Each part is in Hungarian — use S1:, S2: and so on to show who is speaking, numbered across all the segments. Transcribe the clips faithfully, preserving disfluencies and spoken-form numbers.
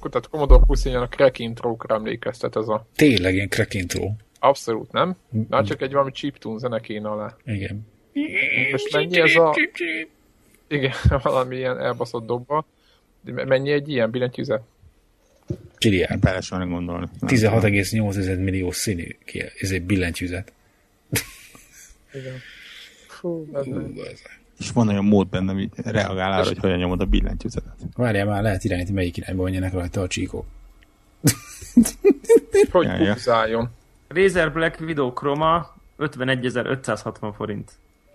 S1: tehát Commodore huszonnyolc a crack intro-kra emlékeztet ez a...
S2: Tényleg ilyen crack intro.
S1: Abszolút, nem? Már csak egy valami chiptune zene kéne alá.
S2: Igen.
S1: Most mennyi ez a... Igen, valami ilyen elbaszott dobba. Mennyi egy ilyen billentyűzet?
S2: Csiliárd.
S3: Bele sem gondolni.
S2: tizenhat egész nyolc millió színű, ez egy billentyűzet.
S1: Igen. Fú, ez
S2: Hú, ez...
S3: És van olyan mód benne, hogy reagál arra, hogy hogyan nyomod a billentyűzetet.
S2: Várjál már, lehet irányítani, melyik irányba menjenek rajta a csíkok.
S1: Hogy
S3: Ja, ja.
S1: bukzáljon.
S4: Razer Black Widow Chroma ötvenegyezer-ötszázhatvan forint.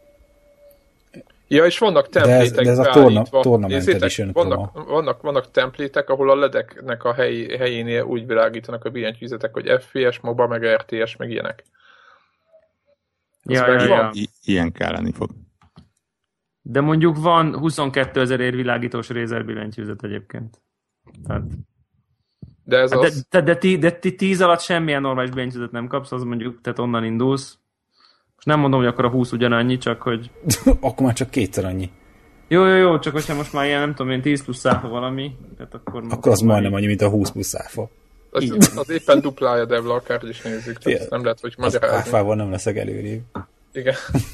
S1: Ja, és vannak
S2: De ez,
S1: templétek
S2: de ez a
S1: beállítva.
S2: torna, Tournament
S1: Nézzétek,
S2: Edition
S1: vannak,
S2: Chroma.
S1: vannak, vannak templétek, ahol a ledeknek a hely, helyénél úgy világítanak a billentyűzetek, hogy ef pé es, MOBA, meg er té es, meg ilyenek.
S4: Ja,
S1: meg
S4: ja,
S1: van?
S4: ja.
S3: I- ilyen kelleni fog.
S4: De mondjuk van huszonkétezer világítós Razer billentyűzet egyébként. Tehát...
S1: De ez
S4: Hát de,
S1: az...
S4: de, de, ti, de ti tíz alatt semmilyen normális billentyűzetet nem kapsz, az mondjuk, tehát onnan indulsz. Most nem mondom, hogy akkor a húsz ugyanannyi, csak hogy...
S2: Akkor már csak kétszer annyi.
S4: Jó, jó, jó, csak hogyha most már ilyen, nem tudom én, tíz plusz száfa valami, tehát akkor...
S2: Akkor az majdnem annyi, mint a húsz plusz áfa.
S1: Az, az éppen duplája Devla, akár is nézzük. Tehát
S2: Fia,
S1: nem lehet, hogy
S2: Az
S1: magyarázni.
S2: áfával nem leszek előrébb.
S1: Igen.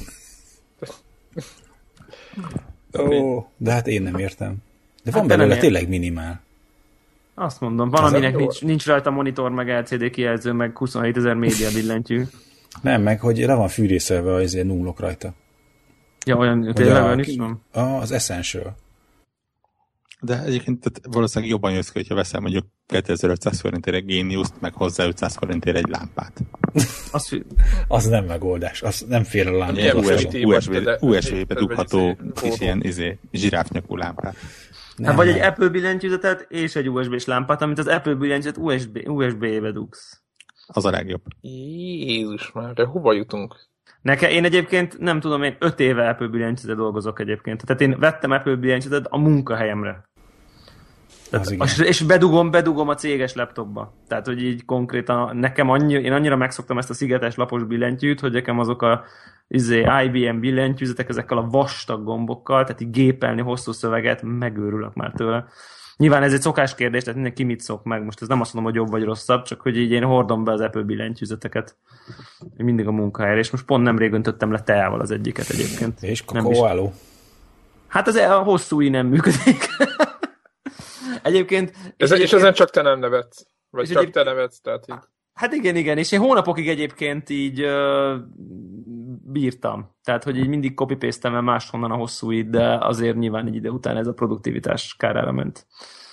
S2: Ó, de hát én nem értem. De van
S4: Hát te
S2: belőle
S4: nem
S2: tényleg minimál.
S4: Azt mondom, van,
S1: Ez
S4: aminek
S1: jó.
S4: nincs, nincs rajta monitor, meg el cé dé kijelző, meg huszonhétezer média billentyű.
S2: Nem, meg hogy le van fűrészelve az ilyen nullok rajta.
S4: Ja, olyan
S2: Hogy
S4: tényleg
S2: a-
S4: olyan is van?
S2: a- Az Essential.
S3: De egyébként tehát valószínűleg jobban jössz ki, hogyha veszel mondjuk kétezer-ötszáz forintért egy Genius-t, meg hozzá ötszáz forintért egy lámpát.
S4: Azt, fi-
S2: Az nem megoldás, az nem fér a lámpa.
S1: Ilyen
S2: az
S1: U S
S2: sem.
S1: B.
S3: U S B,
S1: de-
S3: U S B-be
S1: de-
S3: dugható
S1: de-
S3: kis ilyen izé, zsiráfnyakú lámpát.
S2: Nem,
S4: hát vagy egy
S2: nem.
S4: Apple billentyűzetet és egy u es bé-s lámpát, amit az Apple billentyűzet u es bé, u es bé-be dugsz.
S3: Az a legjobb.
S1: Jézus már, de hova jutunk?
S4: Nekem, én egyébként nem tudom, én öt éve Apple billentyűzetet dolgozok egyébként. Tehát én vettem Apple billentyűzetet a munkahelyemre.
S2: Az igen.
S4: És, és bedugom, bedugom a céges laptopba. Tehát, hogy így konkrétan nekem annyi, én annyira megszoktam ezt a szigetes lapos billentyűt, hogy nekem azok a izé, i bé em billentyűzetek ezekkel a vastag gombokkal, tehát így gépelni hosszú szöveget, megőrülök már tőle. Nyilván ez egy szokás kérdés, tehát mindenki mit szok meg. Most ez nem azt mondom, hogy jobb vagy rosszabb, csak hogy így én hordom be az Apple billentyűzeteket mindig a munkahelyre, és most pont nemrég öntöttem le teával az egyiket egyébként.
S2: És
S4: Nem
S2: kakaóálló.
S4: Hát az a hosszú i nem működik. Egyébként...
S1: Ez, és ezen csak te nem nevetsz. Vagy
S4: és
S1: csak
S4: egyéb-
S1: te nevetsz, tehát így.
S4: Hát igen, igen, és én hónapokig egyébként így ö, bírtam. Tehát, hogy így mindig copy-pastem el máshonnan a hosszú id, de azért nyilván egy ide után ez a produktivitás kárára ment.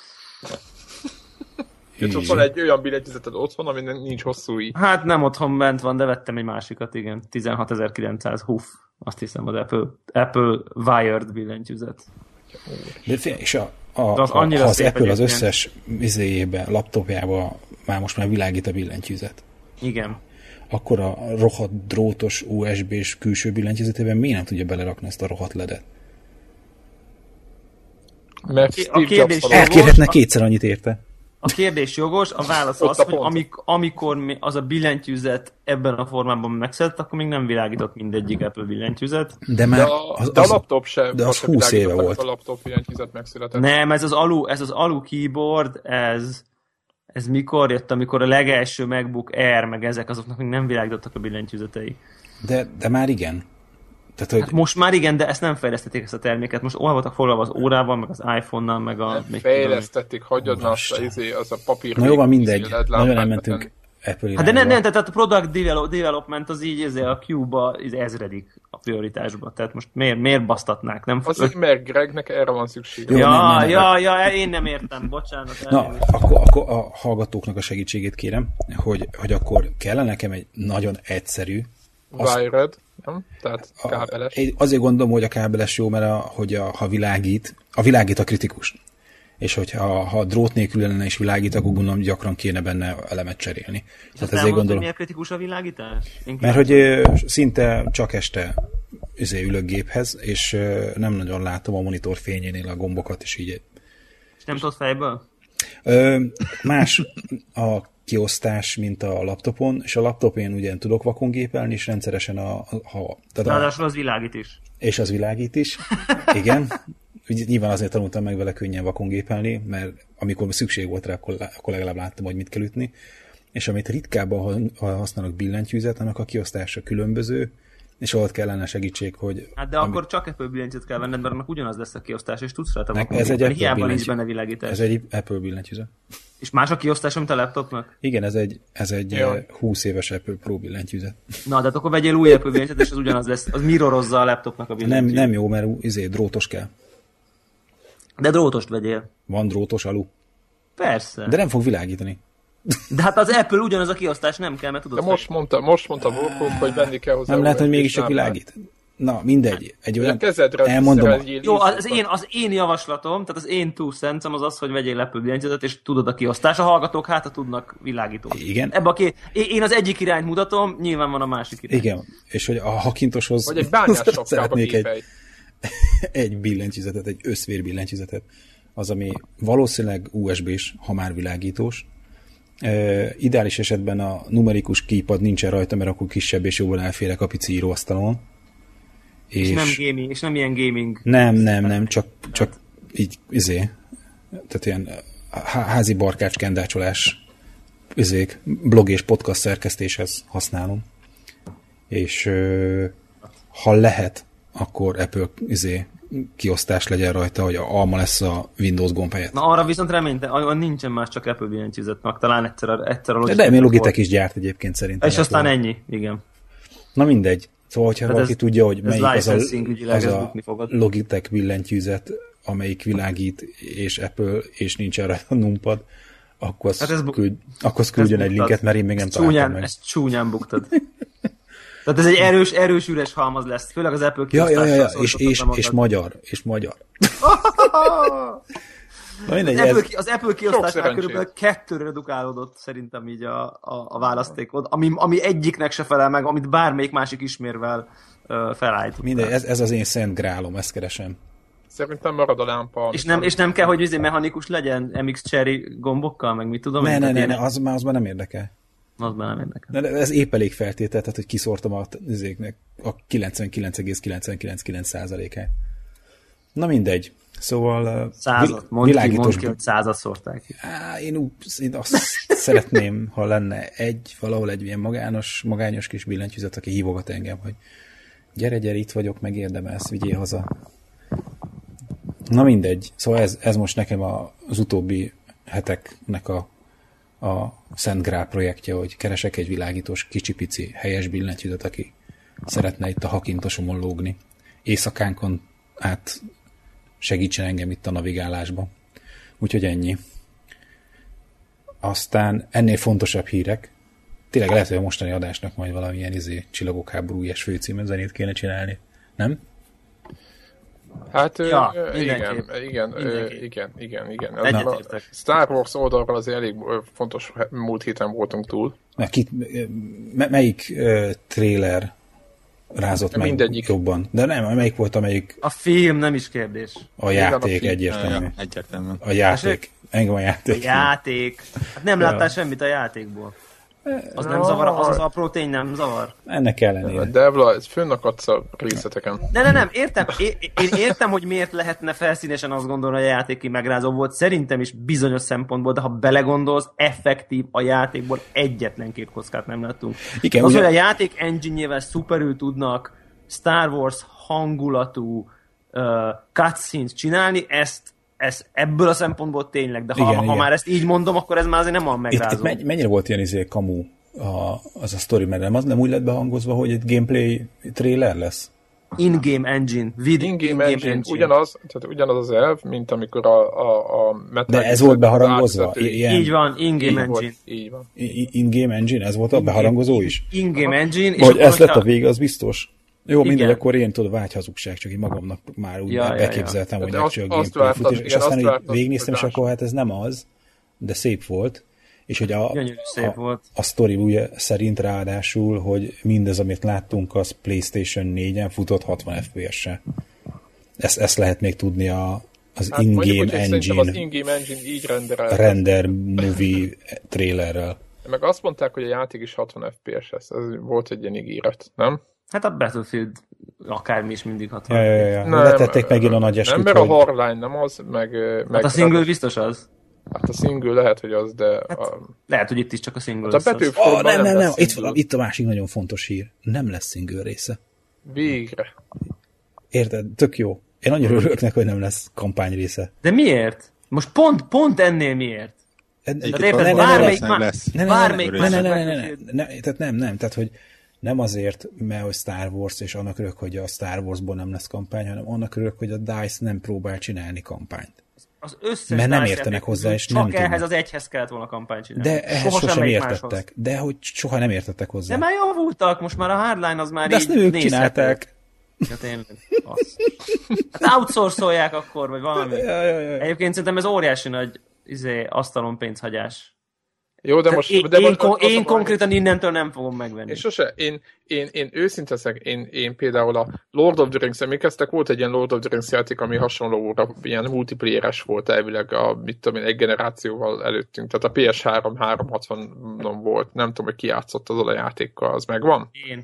S1: És ott van egy olyan billentyűzeted otthon, ami nincs hosszú így.
S4: Hát nem otthon bent van, de vettem egy másikat, igen. tizenhatezer-kilencszáz, huff. Azt hiszem az Apple, Apple Wired billentyűzet.
S2: De fél, és a, a,
S4: De az
S2: a,
S4: annyira
S2: ha az
S4: szép
S2: Apple az
S4: egyébként.
S2: összes izéjébe, laptopjába már most már világít a billentyűzet.
S4: Igen.
S2: Akkor a rohadt drótos u es bé-s külső billentyűzetében miért nem tudja belerakni ezt a rohadt ledet?
S1: Mert
S4: A
S1: Steve
S4: kérdés-
S1: Jobs
S2: Elkérhetne kétszer annyit érte.
S4: A kérdés jogos, a válasz
S1: Ott
S4: az,
S1: a
S4: hogy
S1: pont.
S4: amik, amikor mi- az a billentyűzet ebben a formában megszedett, akkor még nem világított mindegyik Apple billentyűzet.
S2: De már
S1: De a,
S2: az,
S1: de a
S2: az,
S1: laptop sem.
S2: de az
S1: azt sem
S2: húsz éve
S1: világították,
S2: volt.
S1: A laptop billentyűzet megszületett.
S4: Nem, ez az alu, ez az alu keyboard, ez, ez mikor jött, amikor a legelső MacBook Air, meg ezek azoknak még nem világítottak a billentyűzetei.
S2: de, de már igen. Tehát, hogy
S4: Hát most már igen, de ezt nem fejlesztették ezt a terméket. Most hol voltak foglalva az órával, meg az iPhone-nal, meg a...
S1: Nem
S4: még tudom,
S1: fejlesztették, hagyjad már azt a,
S2: Úristen.
S1: izé, az a papír.
S2: na jó, van mindegy.
S1: lehet
S2: Nagyon
S1: lámpát
S2: elmentünk
S1: betenni.
S2: Apple
S4: Hát de nem,
S2: irányba.
S4: nem, tehát a product develop, development az így ezzel a Q-ba ez ezredik a prioritásba. Tehát most miért, miért basztatnák? Nem
S1: Azért, mert Gregnek erre van szüksége.
S2: Jó,
S4: ja,
S2: nem, nem, nem.
S4: ja, ja, én nem értem, bocsánat.
S2: Na,
S4: elnézést.
S2: akkor, akkor a hallgatóknak a segítségét kérem, hogy, hogy akkor kellene nekem egy nagyon egyszerű, azt-
S1: Wired, nem? Tehát
S2: a,
S1: kábeles.
S2: én azért gondolom, hogy a kábeles jó, mert a, hogy a, ha világít, a világít a kritikus. És hogyha ha drót nélkül lenne és világít, akkor gondolom gyakran kéne benne elemet cserélni.
S4: Azt
S2: Tehát ezért
S4: elmondod, hogy
S2: gondolom.
S4: miért kritikus a világítás? Én
S2: Mert hogy ö, szinte csak este izé ülök géphez, és ö, nem nagyon látom a monitor fényénél a gombokat, és így.
S4: És nem tudod fejből?
S2: Ö, más a kiosztás, mint a laptopon, és a laptopon ugye tudok vakon gépelni, és rendszeresen a, a, ha, tehát a,
S4: Ráadásul az világít is.
S2: És az világít is. Igen. Ugye, nyilván azért tanultam meg vele könnyen vakongépelni, mert amikor szükség volt rá, akkor, akkor legalább láttam, hogy mit kell ütni. És amit ritkábban használnak billentyűzet, annak a kiosztása különböző, és ott kellene segítség, hogy...
S4: Hát de ami... akkor csak Apple billentyűzet kell venned, mert annak ugyanaz lesz a kiosztás, és tudsz rá te
S2: ez egy Apple
S4: hiába nincs benne világítás.
S2: Ez egy Apple billentyűzet.
S4: És más a kiosztás, mint a laptopnak?
S2: Igen, ez egy, ez egy Jaj. húsz éves Apple Pro billentyűzet.
S4: Na, de hát akkor vegyél új Apple billentyűzet, és az ugyanaz lesz, az mirrorozza a laptopnak a billentyűt.
S2: Nem, nem jó, mert izé, drótos kell.
S4: De drótost vegyél.
S2: Van drótos alu.
S4: Persze.
S2: De nem fog világítani.
S4: De hát az Apple ugyanaz a kiosztás nem kell, mert tudod...
S1: De most mondta, most mondta Volkók, hogy venni kell hozzá...
S2: Nem lehet, hogy mégis csak világít. Na, mindegy. Egy olyan...
S1: Elmondom.
S4: Jó, az én, az én javaslatom, tehát az én two centem az az, hogy vegyél Apple billentyűzetet, és tudod a kiosztás. A hallgatók hát tudnak világítót.
S2: Igen.
S4: Ebbe a ké... Én az egyik irányt mutatom, nyilván van a másik irány.
S2: Igen, és hogy a hakintoshoz...
S1: Vagy egy bányás
S2: szeretnék egy, egy billentyűzetet, egy összvér billentyűzetet. Az, ami valószínűleg u es bé-s, ha már világítós. Uh, ideális esetben a numerikus keypad nincsen rajta, mert akkor kisebb és jobban elférek a pici íróasztalon.
S4: És, és nem gaming, és nem ilyen gaming.
S2: Nem, nem, nem, csak, csak így, izé, tehát ilyen házi barkács kendácsolás izék, blog és podcast szerkesztéshez használom. És uh, ha lehet, akkor Apple izé, kiosztás legyen rajta, hogy a alma lesz a Windows gomb helyett.
S4: Na arra viszont reményte, nincsen más, csak Apple billentyűzet, meg talán egyszer a, egyszer a
S2: Logitech. De nem, Logitech is gyárt egyébként szerintem.
S4: És aztán Apple. Ennyi, igen.
S2: Na mindegy. Szóval, hogyha
S4: hát
S2: valaki
S4: ez,
S2: tudja, hogy melyik az a, az a
S4: Logitech
S2: billentyűzet, amelyik világít, és Apple, és nincsen rá a numpad, akkor azt hát küld, akkor küldjön egy linket, mert én még nem
S4: csúnyán,
S2: találtam meg.
S4: Ezt csúnyán buktad. Tehát ez egy erős, erős üres halmaz lesz, főleg az Apple
S2: kiosztással. Ja, ja, ja, és, és, és magyar, és magyar.
S4: Na, mindegy, az, Apple, az Apple kiosztásnál körülbelül kettőre redukálódott szerintem így a, a, a választékod, ami, ami egyiknek se felel meg, amit bármelyik másik ismérvel uh, felállított.
S2: Mindegy, ez, ez az én szent grálom, ezt keresem.
S1: Szerintem marad a lámpa.
S4: És nem, és nem kell, hogy azért mechanikus legyen em iksz Cherry gombokkal, meg mit tudom.
S2: Ne, ne, ne, ne, az, már, az már nem érdekel.
S4: Az már nem érdekel.
S2: De ez épp elég feltétel, tehát hogy kiszórtam a, a kilencvenkilenc egész kilencvenkilenc százalékát. Na mindegy. Szóval...
S4: Százat, mondd világítós... ki, mondd ki, hogy százat szórták.
S2: Á, én, én azt szeretném, ha lenne egy, valahol egy ilyen magános, magányos kis billentyűzet, aki hívogat engem, hogy gyere, gyere, itt vagyok, megérdemelsz, vigyél haza. Na mindegy. Szóval ez, ez most nekem az utóbbi heteknek a, a Szent Grál projektje, hogy keresek egy világítós, kicsi-pici, helyes billentyűzet, aki szeretne itt a hakintosomon lógni. Éjszakánkon át segítsen engem itt a navigálásban. Úgyhogy ennyi. Aztán ennél fontosabb hírek. Tényleg lehet, hogy a mostani adásnak majd valamilyen izé, Csillagok háborújás főcímen zenét kéne csinálni. Nem?
S1: Hát
S4: ja,
S1: ö, igen, igen, ö, igen, igen, igen. A Star Wars oldalról azért elég fontos, múlt héten voltunk túl.
S2: Na, ki, m- melyik uh, trailer rázott meg mindegyik jobban? De nem, melyik volt, amelyik...
S4: A film nem is kérdés.
S2: A játék egyértelmű.
S3: Ja, egyértelmű.
S2: A játék. Engem a játék.
S4: A játék. Hát nem láttál semmit a játékból. Az nem zavar, az az apró tény nem zavar.
S2: Ennek ellenére.
S1: Devla, fönnakadsz a részleteken.
S4: Ne, ne, nem, értem. Én, én értem, hogy miért lehetne felszínesen azt gondolni, hogy a játék megrázó volt. Szerintem is bizonyos szempontból, de ha belegondolsz, effektív a játékból egyetlen két kockát nem láttunk. Igen, az, ugye... hogy a játék engine-jével szuperül tudnak Star Wars hangulatú uh, cutscenes csinálni, ezt Ez ebből a szempontból tényleg, de ha, igen, ha igen. már ezt így mondom, akkor ez már azért nem van megrázó.
S2: Itt, itt mennyire volt ilyen izé kamu a, az a sztori, mert nem, az nem úgy lett behangozva, hogy egy gameplay trailer lesz?
S4: In-game engine. With
S1: in-game, in-game engine. engine. Ugyanaz, tehát ugyanaz az elv, mint amikor a, a, a Metal
S2: De ez volt beharangozva? Ilyen...
S4: Így van, in-game
S1: így
S4: engine.
S1: Volt, így van.
S2: In-game engine? Ez volt a beharangozó is?
S4: In-game engine.
S2: Vagy ez lett a vége, az biztos? Jó, mindegy, akkor én tudod, vágyhazugság, csak én magamnak már úgy ja, beképzeltem, ja, ja. hogy csak a gameplay fut, és, és aztán így végignéztem, és akkor hát ez nem az, de szép volt, és hogy a,
S4: szép
S2: a, volt. a sztori ugye szerint ráadásul, hogy mindez, amit láttunk, az PlayStation négyen futott hatvan ef pé es-sel. Ezt, ezt lehet még tudni a, az hát in-game mondjuk, engine,
S1: az in-game engine így renderel.
S2: Render movie trailerrel.
S1: Meg azt mondták, hogy a játék is hatvan ef pé es lesz, ez volt egy ilyen ígéret, nem?
S4: Hát a Battlefield akármi is mindig hatvan.
S2: Ja, ja, ja. Nem, letették megint a nagy esküt.
S1: Nem, mert hogy... a hardline nem az, meg... meg
S4: hát a single tehát, biztos az.
S1: Hát a single lehet, hogy az, de... Hát,
S4: a... Lehet, hogy itt is csak a single
S1: hát a Battlefield
S2: oh, nem, nem, nem. Itt, itt a másik nagyon fontos hír. Nem lesz single része.
S1: Végre.
S2: Érted? Tök jó. Én annyira örülök neki, hogy nem lesz kampány része.
S4: De miért? Most pont, pont ennél miért?
S2: Bármelyik más. Nem, nem, nem, tehát nem, nem, tehát hogy nem azért, mert hogy Star Wars, és annak örülök, hogy a Star Warsból nem lesz kampány, hanem annak örülök, hogy a DICE nem próbál csinálni kampányt.
S4: Az összes
S2: mert nem értenek hozzá, és nem
S4: tudnak. Csak ehhez az egyhez kellett volna kampányt csinálni.
S2: De ehhez soha sosem értettek. Máshoz. De hogy soha nem értettek hozzá.
S4: De már javultak, most már a hardline az már
S2: de
S4: így
S2: azt nem ők csinálták.
S4: Ja, tényleg. Hát outsourcolják akkor, vagy valami.
S2: Ja, ja, ja.
S4: Egyébként szerintem ez óriási nagy izé, asztalon pénzhagyás.
S1: Jó, de most...
S4: Én,
S1: de
S4: én,
S1: most
S4: kon- én konkrétan innentől nem fogom megvenni.
S1: És sose, én, én, én őszinte leszek, én, én például a Lord of the Rings-en mi kezdtek, volt egy ilyen Lord of the Rings játék, ami hasonlóra, ilyen multiplayeres volt elvileg a, mit tudom én, egy generációval előttünk. Tehát a P S három háromszázhatvanon volt, nem tudom, hogy ki játszott azzal a játékkal, az megvan?
S4: Én.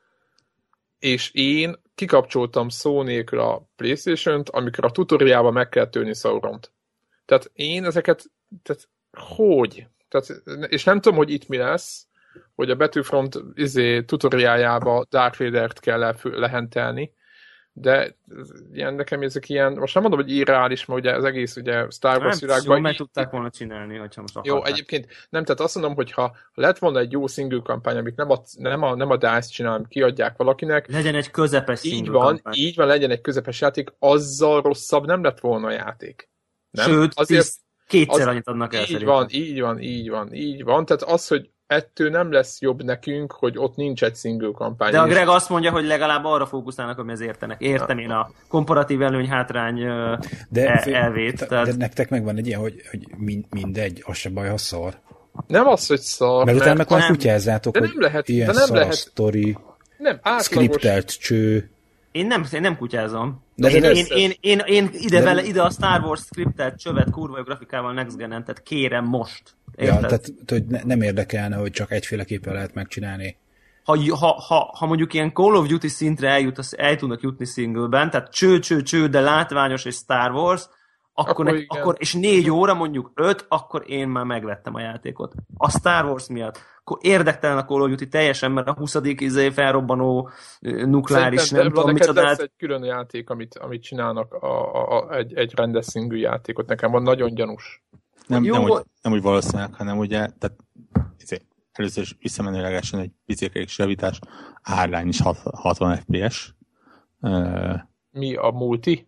S1: És én kikapcsoltam szó nélkül a PlayStation-t, amikor a tutoriálban meg kell tölni Sauront. Tehát én ezeket, tehát hogy? Tehát, és nem tudom, hogy itt mi lesz, hogy a Battlefront izé, tutoriáljába Darth Vader-t kell le, lehentelni, de ilyen, nekem ezek ilyen, most nem mondom, hogy irreális, mert ugye az egész ugye Star Wars világban...
S4: Jó, meg tudták volna csinálni, hogyha most akarták.
S1: Jó, egyébként nem, tehát azt mondom, hogy ha lett volna egy jó single kampány, amit nem a, nem a, nem a DICE csinál, hanem kiadják valakinek...
S4: Legyen egy közepes single
S1: így van,
S4: kampány.
S1: Így van, legyen egy közepes játék, azzal rosszabb nem lett volna a játék. Nem?
S4: Sőt,
S1: azért
S4: tiszt, kétszer
S1: az,
S4: annyit adnak el
S1: így
S4: szerintem.
S1: van, így van, így van, így van. Tehát az, hogy ettől nem lesz jobb nekünk, hogy ott nincs egy single kampány.
S4: De a Greg azt mondja, hogy legalább arra fókuszálnak, amihez értenek. Értem én a komparatív előny-hátrány de, elvét.
S2: De,
S4: tehát...
S2: de nektek megvan egy ilyen, hogy, hogy mindegy, az se baj, ha szar.
S1: Nem az, hogy szar.
S2: Mert utána meg már kutyázzátok, hogy
S1: lehet,
S2: ilyen
S1: de nem
S2: szar
S1: lehet.
S2: sztori,
S1: nem, átlagos...
S2: skriptelt cső.
S4: Én nem, én nem kutyázom.
S2: De
S4: én,
S2: de
S4: én, én, én, én ide,
S2: de...
S4: vele, ide a Star Wars scriptet csövet kurva jó grafikával next gen-en, tehát kérem most.
S2: Érted? Ja, tehát hogy ne, nem érdekelne, hogy csak egyféleképpen lehet megcsinálni.
S4: Ha, ha, ha, ha mondjuk ilyen Call of Duty szintre eljut, el tudnak jutni singleben, tehát cső, cső, cső, de látványos és Star Wars, akkor,
S1: akkor,
S4: ne, akkor és négy óra, mondjuk öt, akkor én már megvettem a játékot. A Star Wars miatt. Akkor érdektelen a Call of Duty teljesen, mert a huszadik izé felrobbanó nukleáris,
S1: szerintem,
S4: nem tudom, micsoda.
S1: Lesz egy külön játék, amit, amit csinálnak, a, a, a, egy, egy rendes szingű játékot. Nekem van nagyon gyanús.
S3: Nem, nem, úgy, nem úgy valószínűleg, hanem ugye, tehát ezért, először is visszamenőlegesen egy picikés javítás, Hardline is hatvan ef pé es. Uh,
S1: Mi a multi?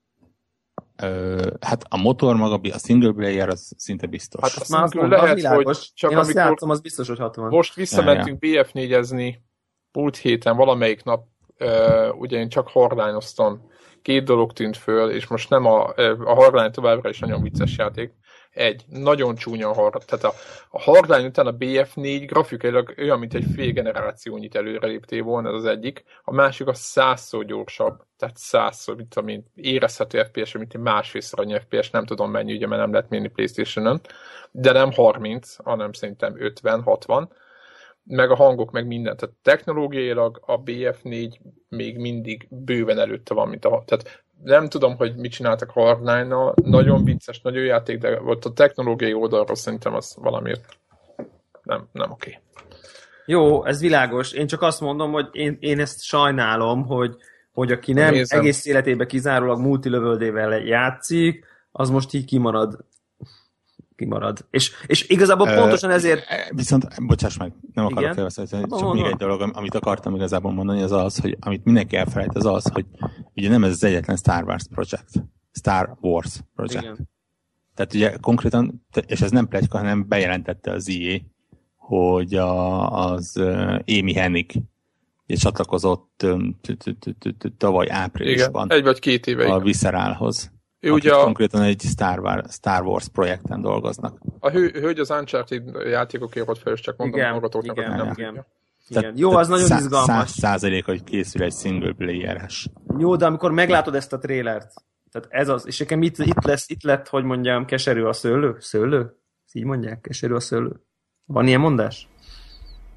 S3: Uh, hát a motor maga, a single player az szinte biztos.
S1: Hát azt már azt mondom, lehet, hogy csak
S4: én azt játszom, az biztos, hogy hatvan.
S1: Most visszamentünk bé ef négyezni múlt héten, valamelyik nap, uh, ugye én csak hardline-oztam, két dolog tűnt föl, és most nem a, a Hardline továbbra is nagyon vicces játék. Egy, nagyon csúnya a Hardline, tehát a, a Hardline után a bé ef négy grafikailag olyan, mint egy fél generációnyit előre léptél volna, ez az egyik. A másik a százszor gyorsabb, tehát százszor, mint amint érezhető ef pé es, mint egy másfélszor annyi ef pé es, nem tudom mennyi, ugye, mert nem lehet mérni PlayStation-on, de nem harminc, hanem szerintem ötven hatvan, meg a hangok, meg minden. Tehát technológiailag a bé ef négy még mindig bőven előtte van, mint a... Tehát nem tudom, hogy mit csináltak Hardline-nal, nagyon vicces, nagyon játék, de ott a technológiai oldalról szerintem az valamiért nem, nem oké.
S4: Jó, ez világos. Én csak azt mondom, hogy én, én ezt sajnálom, hogy, hogy aki nem
S1: Nézem.
S4: egész életében kizárólag multilövöldével játszik, az most így kimarad. Kimarad. És, és igazából uh, pontosan ezért...
S3: Viszont, bocsáss meg, nem akarok felveszteni, csak mondom. Még egy dolog, amit akartam igazából mondani, az az, hogy amit mindenki elfelejt, az az, hogy ugye nem ez az egyetlen Star Wars projekt. Star Wars projekt. Igen. Tehát ugye konkrétan, és ez nem pletyka, hanem bejelentette az í á, hogy a, az Amy Hennig csatlakozott tavaly áprilisban.
S1: Igen, egy vagy két éve.
S3: A Visceralhoz.
S1: Ő ugye
S3: a... konkrétan egy Star Wars, Star Wars projekten dolgoznak.
S1: A hő, hölgy az Uncharted játékokért volt fel, és csak mondom hallgatóknak, hogy nem
S4: igen. Igen. Jó, az nagyon izgalmas.
S3: Száz százalék, hogy készül egy single player-es.
S4: Jó, de amikor meglátod ezt a trélert, tehát ez az, és nekem itt, itt lesz, itt lett, hogy mondjam, keserű a szőlő? Szőlő? Így mondják, keserű a szőlő. Van ilyen mondás?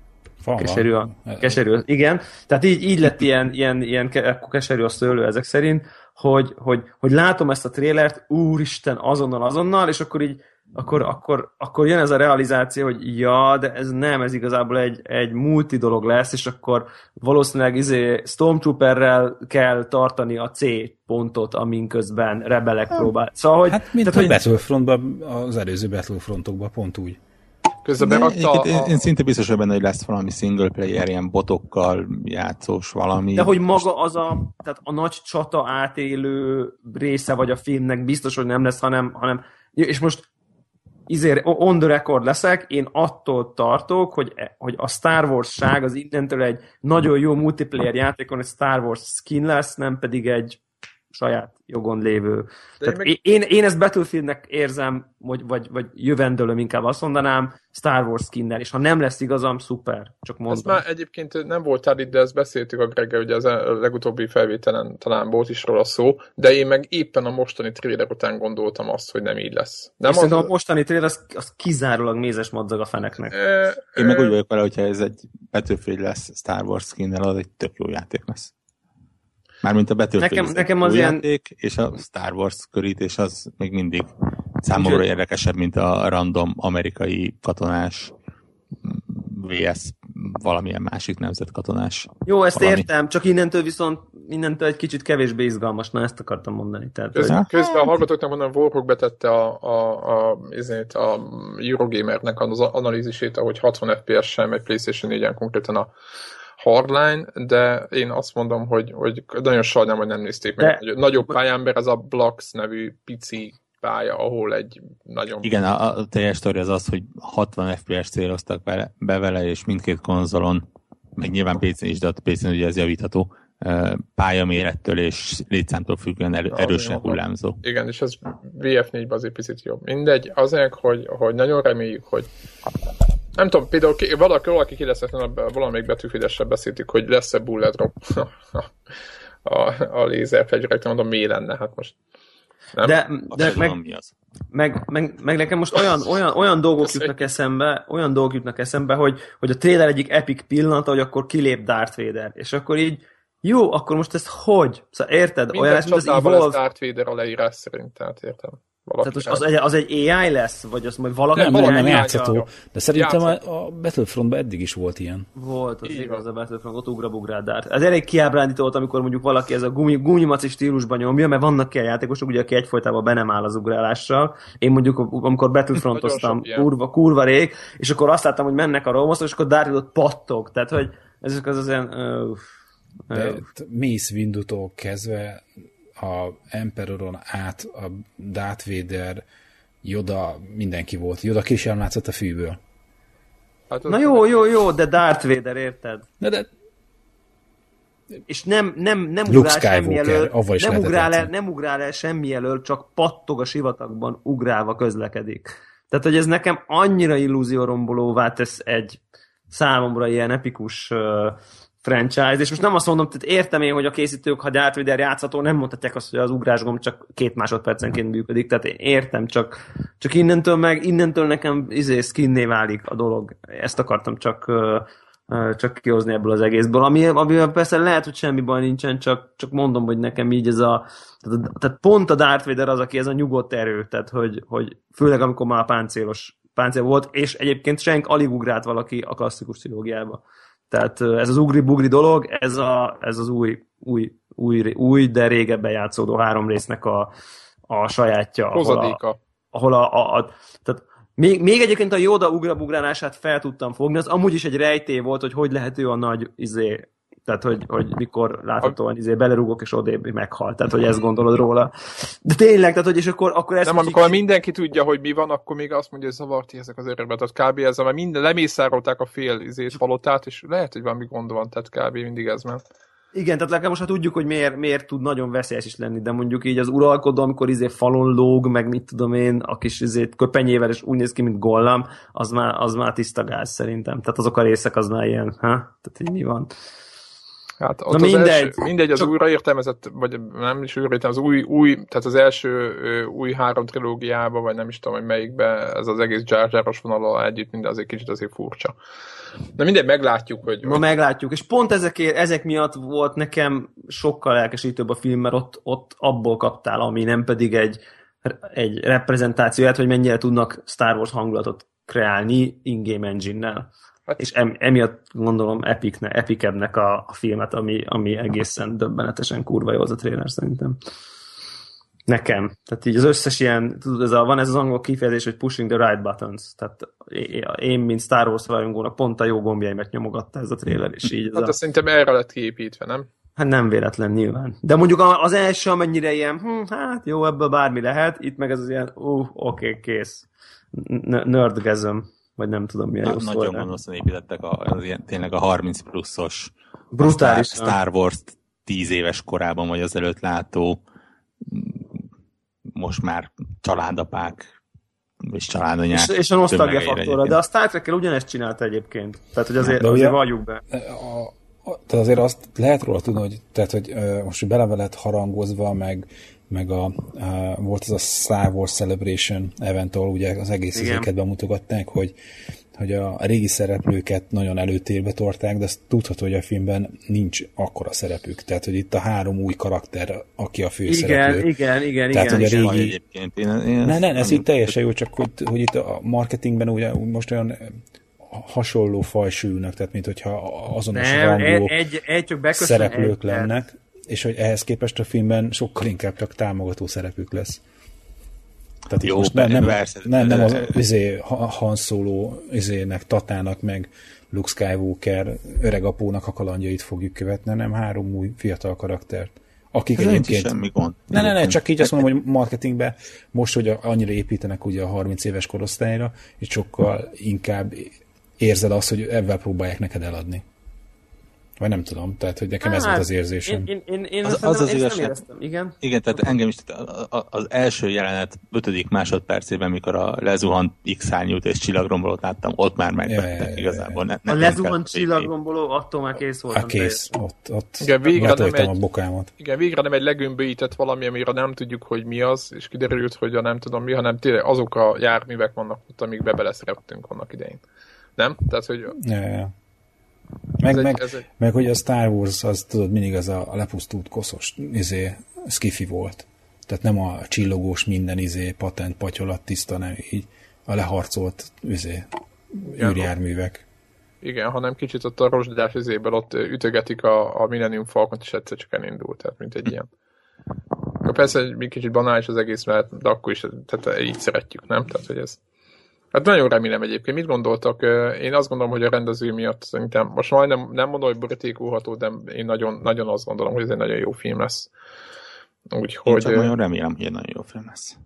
S2: Van,
S4: keserű, a,
S2: van.
S4: keserű, igen. Tehát így, így lett ilyen, ilyen, ilyen keserű a szőlő ezek szerint, hogy, hogy, hogy látom ezt a trélert, úristen, azonnal, azonnal, és akkor így Akkor, akkor, akkor jön ez a realizáció, hogy ja, de ez nem, ez igazából egy, egy multi dolog lesz, és akkor valószínűleg izé Stormtrooperrel kell tartani a C pontot, amin közben rebelek hát, próbál. Szóval, hogy,
S2: hát mint
S4: tehát,
S2: a Battlefrontban, az előző Battlefrontokban pont úgy.
S1: Közben berakta a...
S3: én, én szinte biztos, hogy benne, hogy lesz valami single player, ilyen botokkal játszós valami.
S4: De hogy maga az a, tehát a nagy csata átélő része vagy a filmnek biztos, hogy nem lesz, hanem, hanem és most izé, on the record leszek, én attól tartok, hogy, hogy a Star Wars-ság az innentől egy nagyon jó multiplayer játékon egy Star Wars skin lesz, nem pedig egy saját jogon lévő. Tehát én, meg... én, én ezt Battlefieldnek érzem, vagy, vagy, vagy jövendőlöm, inkább azt mondanám, Star Wars skinnel, és ha nem lesz igazam, szuper, csak mondom.
S1: Ez már egyébként nem voltál itt, de ezt beszéltük a Greggel, ugye az a legutóbbi felvételen talán volt is róla szó, de én meg éppen a mostani trailer után gondoltam azt, hogy nem így lesz. Nem
S4: és
S1: az...
S4: a mostani trailer az, az kizárólag mézes madzag a feneknek.
S1: E,
S3: én meg úgy vagyok vele, hogyha ez egy Battlefield lesz Star Wars skinnel, az egy tök jó játék lesz. Mármint a Battlefield
S4: nekem, nekem az ilyen...
S3: játék, és a Star Wars körítés az még mindig számomra úgy, érdekesebb, mint a random amerikai katonás vé es valamilyen másik nemzet katonás.
S4: Jó, ezt
S3: valami.
S4: Értem, csak innentől viszont innentől egy kicsit kevésbé izgalmas, na ezt akartam mondani. Tehát,
S1: közben,
S4: hogy...
S1: közben a hallgatóknak mondom, Warhawk betette a, a, a, ezért a Eurogamernek az analízisét, ahogy hatvan ef pé es-sel megy PlayStation négyen konkrétan a Hardline, de én azt mondom, hogy, hogy nagyon sajnálom, hogy nem nézték meg. De... Nagyobb pályán, mert ez a Blocks nevű pici pálya, ahol egy nagyon...
S3: Igen, a, a teljes sztori az az, hogy hatvan ef pé es céloztak be, be vele, és mindkét konzolon, meg nyilván pé cén is, de a pé cén ugye ez javítható, pályamérettől és létszámtól függően erő, erősen hullámzó.
S1: Igen, és ez vé ef négyben azért picit jobb. Mindegy, azért, hogy, hogy nagyon reméljük, hogy nem tudom, például ki, valaki, valaki kérdezhetlen, valamelyik betűfidessel beszéltük, hogy lesz-e bullet drop a, a lézerfegyverekre, mondom, mi lenne, hát most nem?
S4: De, de meg, meg, meg, meg nekem most olyan, olyan, olyan dolgok jutnak eszembe, olyan dolgok jutnak eszembe, hogy, hogy a trailer egyik epic pillanata, hogy akkor kilép Darth Vader, és akkor így jó, akkor most ezt hogy? Szóval érted?
S1: Minden olyan lesz, mint az Evolve... lesz Darth Vader a leírás szerint, tehát értem.
S4: Tehát most az egy, az egy á i lesz? Vagy az majd valaki...
S2: Nem, nem, nem játszható. De szerintem a, a Battlefrontban eddig is volt ilyen.
S4: Volt, az igaz, a Battlefront, ott ugra-bugrál Darth. Ez elég kiábrándító volt, amikor mondjuk valaki ez a gumi, gumimaci stílusban nyomja, mert vannak ki a játékosok, ugye, aki egyfolytában be nem áll az ugrálással. Én mondjuk, amikor Battlefrontoztam kurva, kurva rég, és akkor azt láttam, hogy mennek a romoszok, és akkor Darth Vader ott pattog. Tehát, hogy ezek az az ilyen... Uh,
S2: De Mace Windu-tól kezdve a Emperoron át a Darth Vader, Yoda, mindenki volt. Yoda ki sem látszott a fűből.
S4: Hát na jó, jó, jó, de Darth Vader, érted?
S2: De, de...
S4: És nem, nem, nem ugrál semmi elől, nem ugrál, el,
S2: nem
S4: ugrál el semmi elől, csak pattog a sivatagban, ugrálva közlekedik. Tehát, hogy ez nekem annyira illúziórombolóvá tesz egy számomra ilyen epikus uh, franchise, és most nem azt mondom, tehát értem én, hogy a készítők, ha Darth Vader játszható, nem mondhatják azt, hogy az ugrásgomb csak két másodpercenként működik, tehát én értem, csak, csak innentől meg, innentől nekem izé skinné válik a dolog. Ezt akartam csak, csak kihozni ebből az egészből. Ami, amivel persze lehet, hogy semmi baj nincsen, csak, csak mondom, hogy nekem így ez a, tehát, tehát pont a Darth Vader az, aki ez a nyugodt erő, tehát hogy, hogy főleg amikor már páncélos páncél volt, és egyébként senk alig ugrált valaki a klasszikus trilógiába. Tehát ez az ugri-bugri dolog, ez, a, ez az új, új, új, új, de régebben játszódó három résznek a, a sajátja.
S1: Hozadéka.
S4: Ahol a, ahol a, a tehát még, még egyébként a Yoda ugrabugrálását fel tudtam fogni, az amúgy is egy rejtély volt, hogy hogy lehet ő a nagy izé, tehát hogy, hogy mikor láthatóan izé belerúgok és odébb meghal, tehát hogy ezt gondolod róla. De tényleg, tehát hogy és akkor, akkor ezt...
S1: Nem, amikor így... mindenki tudja, hogy mi van, akkor még azt mondja, hogy zavarti ezek az örökbe, tehát kb. Ezzel, mert minden lemészárolták a fél izét palotát, és lehet, hogy valami gond van, tehát kb. Mindig ez ment.
S4: Igen, tehát legalább most hát tudjuk, hogy miért, miért tud nagyon veszélyes is lenni, de mondjuk így az uralkodó, amikor izé falon lóg, meg mit tudom én, a kis izét köpenyével, és úgy néz ki, mint Gollam, az már, az már tiszta gáz szerintem. Tehát azok a részek az már ilyen, ha? Tehát így mi van?
S1: Hát ott
S4: Na
S1: az
S4: mindegy.
S1: első, mindegy, az
S4: Csak...
S1: újraértelmezett, vagy nem is újraértelmezett, az új, új, tehát az első új három trilógiában, vagy nem is tudom, hogy melyikben, ez az egész Jar Jar-os vonallal együtt, minden azért kicsit azért furcsa. De mindegy, meglátjuk, hogy...
S4: Ma meglátjuk, és pont ezekért, ezek miatt volt nekem sokkal lelkesítőbb a film, mert ott, ott abból kaptál, ami nem pedig egy, egy reprezentációját, hogy mennyire tudnak Star Wars hangulatot kreálni in-game engine-nel. Hát, és em, emiatt gondolom epicne, epicebbnek a, a filmet, ami, ami egészen döbbenetesen kurva jó az a trailer szerintem. Nekem. Tehát így az összes ilyen, tudod, ez a, van ez az angol kifejezés, hogy pushing the right buttons. Tehát én, mint Star Wars rajongónak pont a jó gombjaimat nyomogatta ez a trailer, és így.
S1: Hát
S4: a...
S1: szerintem erre lett kiépítve, nem?
S4: Hát nem véletlen nyilván. De mondjuk az első, amennyire ilyen, hm, hát jó, ebből bármi lehet, itt meg ez az ilyen, ú, uh, oké, okay, kész. Nerdgasm. Vagy nem tudom, milyen jó szó.
S3: Nagyon gonoszan építettek az ilyen, tényleg a harminc pluszos
S4: brutális
S3: Star, Star Wars tíz éves korában, vagy az előtt látó most már családapák és családanyák.
S4: És, és a nosztalgia faktorra, de a Star Trek-kel ugyanezt csinálta egyébként. Tehát, hogy azért, azért valljuk be.
S2: A, a, tehát azért azt lehet róla tudni, hogy, tehát, hogy uh, most beleve lett harangozva, meg meg a, a, volt ez a Star Wars Celebration event, ahol ugye az egész izéket bemutogatták, hogy, hogy a, a régi szereplőket nagyon előtérbe torták, de azt tudható, hogy a filmben nincs akkora szerepük. Tehát, hogy itt a három új karakter, aki a főszereplő.
S4: Igen, igen, igen.
S2: Tehát,
S4: igen,
S2: hogy a
S4: igen.
S2: régi... Én, én ne, ne, ez itt teljesen jó, csak hogy, hogy itt a marketingben ugye most olyan hasonló fajsúlyúnak, tehát mint hogyha azonos
S4: Nem,
S2: rangú
S4: egy, egy, csak
S2: szereplők egy, lennek. És hogy ehhez képest a filmben sokkal inkább csak támogató szerepük lesz. Tehát jó, most nem, nem, nem, nem az izé, Han Solo izének, Tatának, meg Luke Skywalker öregapónak a kalandjait fogjuk követni, nem három új fiatal karaktert. Akik ez egyébként...
S3: semmi gond.
S2: Ne, ne, ne, csak így azt mondom, hogy marketingben most, hogy annyira építenek ugye a harminc éves korosztályra, és sokkal inkább érzed azt, hogy ebben próbálják neked eladni. Vagy nem tudom, tehát hogy nekem hát, ez volt az érzésem.
S4: Én, én, én
S3: az, az, az
S4: én
S3: igazság,
S4: nem éreztem, igen.
S3: Igen, tehát engem is az első jelenet ötödik másodpercében, mikor a lezuhant X-szárnyút és csillagrombolót láttam, ott már megvettek ja, igazából. Ne, ne,
S4: a lezuhant csillagromboló, attól már kész voltam.
S2: A kész, ott, ott
S1: igen, végre nem egy,
S2: a bokámat.
S1: Igen, végre nem egy legömböített valami, amire nem tudjuk, hogy mi az, és kiderült, hogy a nem tudom mi, hanem tényleg azok a járművek vannak ott, amikbe beleszerettünk annak idején. Nem? Tehát, hogy...
S2: Ja, ja. Meg,
S1: egy,
S2: meg,
S1: egy...
S2: meg, hogy a Star Wars, az tudod, mindig az a lepusztult koszos izé, skifi volt. Tehát nem a csillogós minden izé, patent, patyolat, tiszta, nem így a leharcolt izé, űrjárművek.
S1: Igen, hanem kicsit ott a rozsdás izéből ott ütögetik a, a Millennium Falcon, és egyszer csak elindult, tehát mint egy ilyen. Persze egy kicsit banális az egész, mert de akkor is tehát így szeretjük, nem? Tehát, hogy ez... Hát nagyon remélem egyébként. Mit gondoltak? Én azt gondolom, hogy a rendező miatt szerintem, most majdnem nem mondom, hogy borítékolható, de én nagyon, nagyon azt gondolom, hogy ez egy nagyon jó film lesz. Úgyhogy...
S3: Én csak nagyon remélem, hogy egy nagyon jó film lesz.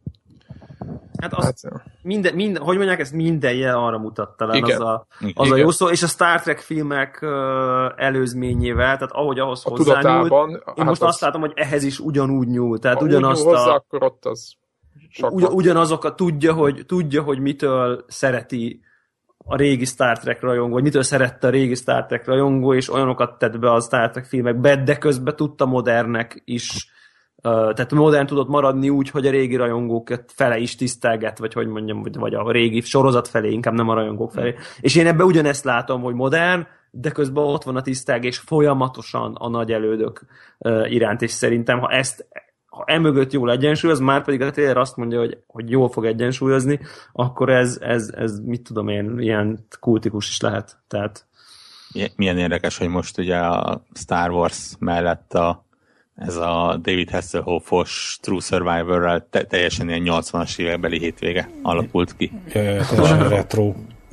S4: Hát, az hát minden, minden, hogy mondják, ezt minden jel arra mutatta le, az, a, az
S1: igen.
S4: a jó szó, és a Star Trek filmek uh, előzményével, tehát ahogy ahhoz
S1: a
S4: hozzányúlt, én
S1: hát
S4: most
S1: az...
S4: azt látom, hogy ehhez is ugyanúgy nyúl, tehát
S1: ha
S4: ugyanazt
S1: úgy nyúl hozzá,
S4: a...
S1: akkor ott az...
S4: Ugy, ugyanazokat tudja, hogy, tudja, hogy mitől szereti a régi Star Trek rajongó, vagy mitől szerette a régi Star Trek rajongó, és olyanokat tett be a Star Trek filmekbe, de közben tudta modernek is, uh, tehát modern tudott maradni úgy, hogy a régi rajongókat fele is tisztelget, vagy hogy mondjam, vagy a régi sorozat felé, inkább nem a rajongók felé. Mm. És én ebben ugyanezt látom, hogy modern, de közben ott van a tisztelgés folyamatosan a nagy elődök uh, iránt, és szerintem, ha ezt ha emögött jól egyensúlyoz, már pedig a trailer azt mondja, hogy, hogy jól fog egyensúlyozni, akkor ez, ez, ez mit tudom én, ilyen kultikus is lehet. Tehát...
S3: Milyen érdekes, hogy most ugye a Star Wars mellett a, ez a David Hasselhoff-os True Survivor-rel te, teljesen ilyen nyolcvanas évekbeli hétvége alakult ki.
S2: Teljesen retro.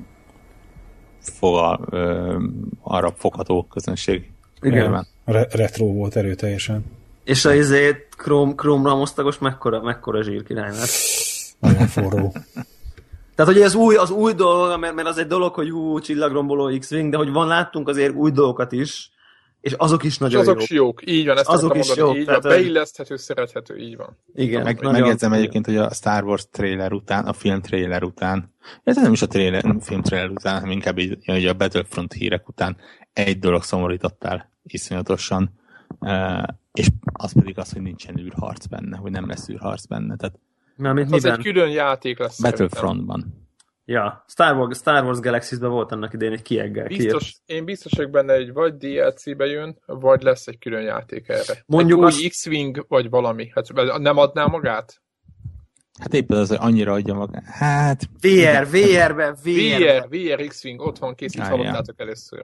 S3: Foga, ö, arra fogható közönség.
S4: Igen.
S2: Re- retro volt erőteljesen.
S4: És a izét Chrome, Chrome ramosztagos mekkora, mekkora zsírkirály, mert...
S2: Nagyon forró.
S4: Tehát, hogy ez új, az új dolog, mert, mert az egy dolog, hogy hú, csillagromboló X-Wing, de hogy van, láttunk azért új dolgokat is, és azok is nagyon
S1: és azok
S4: jók.
S1: is jók, így van, ezt
S4: azok is jók,
S1: így van, beilleszthető, szerethető, így van.
S4: Igen.
S3: Meg, megjegyzem egyébként, hogy a Star Wars trailer után, a film trailer után, ez nem is a trailer, film trailer után, hanem inkább így, hogy a Battlefront hírek után egy dolog szomorított el iszonyatosan, és az pedig az, hogy nincsen űrharc benne, hogy nem lesz űrharc benne. Tehát
S4: Mármint
S1: az
S4: miben?
S1: egy külön játék lesz.
S3: Battlefrontban.
S4: Ja, Star Wars, Star Wars Galaxies-ben volt annak idején egy kieggel.
S1: Biztos, én biztos vagyok benne, egy vagy dé el cé-be jön, vagy lesz egy külön játék erre.
S4: Mondjuk
S1: egy új
S4: azt...
S1: X-Wing, vagy valami. Hát nem adná magát?
S3: Hát éppen az, hogy annyira adja magát. Hát...
S4: vé er, vé er-be, vé er-be.
S1: vé er, vé er X-Wing, ott van kész, itt hallottátok először.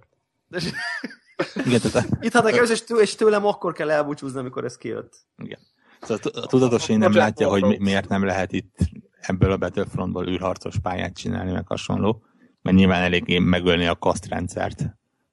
S3: Igen, tehát...
S4: Itt hát nekem, és, tő, és tőlem akkor kell elbúcsúzni, amikor ez kijött.
S3: Igen. Szóval a tudatos én nem látja, hogy miért nem lehet itt ebből a Battlefrontból űrharcos pályát csinálni, meg hasonló, mert nyilván eléggé megölni a kasztrendszert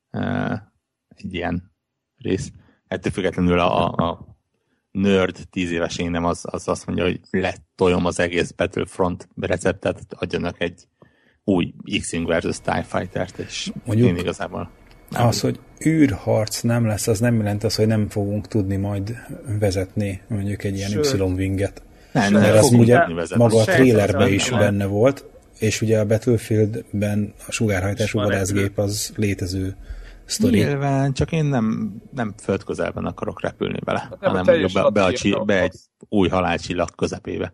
S3: egy ilyen rész. Ettől függetlenül a, a nerd tíz éves én nem az, az azt mondja, hogy letoljom az egész Battlefront receptet, adjanak egy új X-Wing versus TIE Fighter-t, és mondjuk én igazából
S2: nem az, hogy űrharc nem lesz, az nem jelent az, hogy nem fogunk tudni majd vezetni mondjuk egy ilyen Y-winget.
S3: Nem,
S2: mert
S3: nem
S2: az ugye
S3: vezetni.
S2: maga a trailerben is benne volt, és ugye a Battlefieldben a sugárhajtású vadászgép az létező sztori.
S3: Nyilván, csak én nem, nem földközelben akarok repülni vele,
S1: hát
S3: hanem be, be, be, a csi, be egy új halálcsillag közepébe.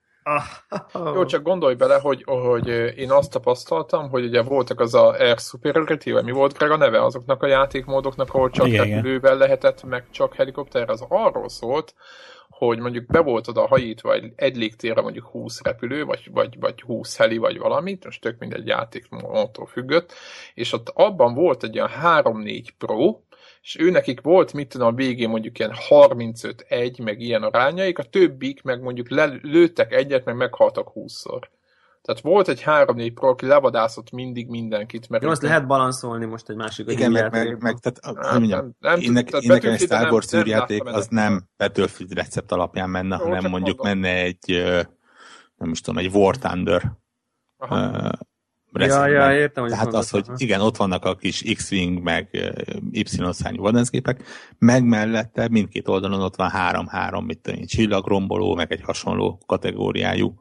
S1: Jó, csak gondolj bele, hogy, hogy én azt tapasztaltam, hogy ugye voltak az a Air Superiority, vagy mi volt Greg a neve azoknak a játékmódoknak, ahol csak igen, repülővel lehetett, meg csak helikopter, az arról szólt, hogy mondjuk be volt oda hajítva egy, egy légtérre mondjuk húsz repülő, vagy, vagy, vagy húsz heli, vagy valamit, most tök mindegy játékmódtól függött, és ott abban volt egy ilyen három-négy Pro, és ő nekik volt, mit tudom, a végén mondjuk ilyen harmincöt egy, meg ilyen arányaik, a többik meg mondjuk lőttek egyet, meg meghaltak húszszor. Tehát volt egy három-négy Pro, aki levadászott mindig mindenkit. Mert
S4: jó, azt lehet balanszolni most egy másik.
S3: Igen, meg, meg, meg tehát, nem, hogy mondjam, nem, én, nem, én nekem egy Star Wars űrjáték az nem Battlefield recept alapján menne, jó, hanem mondjuk mondom. menne egy, nem is tudom, egy War Thunder uh,
S4: ja, ja, értem,
S3: tehát az, hogy igen, ott vannak a kis X-Wing, meg Y-szárnyú vadászgépek, meg mellette mindkét oldalon ott van három-három, mit tudom én, csillagromboló, meg egy hasonló kategóriájú.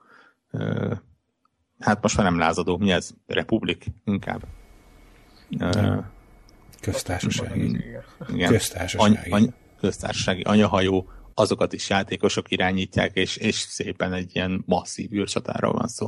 S3: Hát most már nem lázadó, mi ez? Republik inkább.
S2: Köztársasági.
S3: Igen.
S2: Köztársasági.
S3: Any, any, köztársasági anyahajó, azokat is játékosok irányítják, és, és szépen egy ilyen masszív űrcsatáról van szó.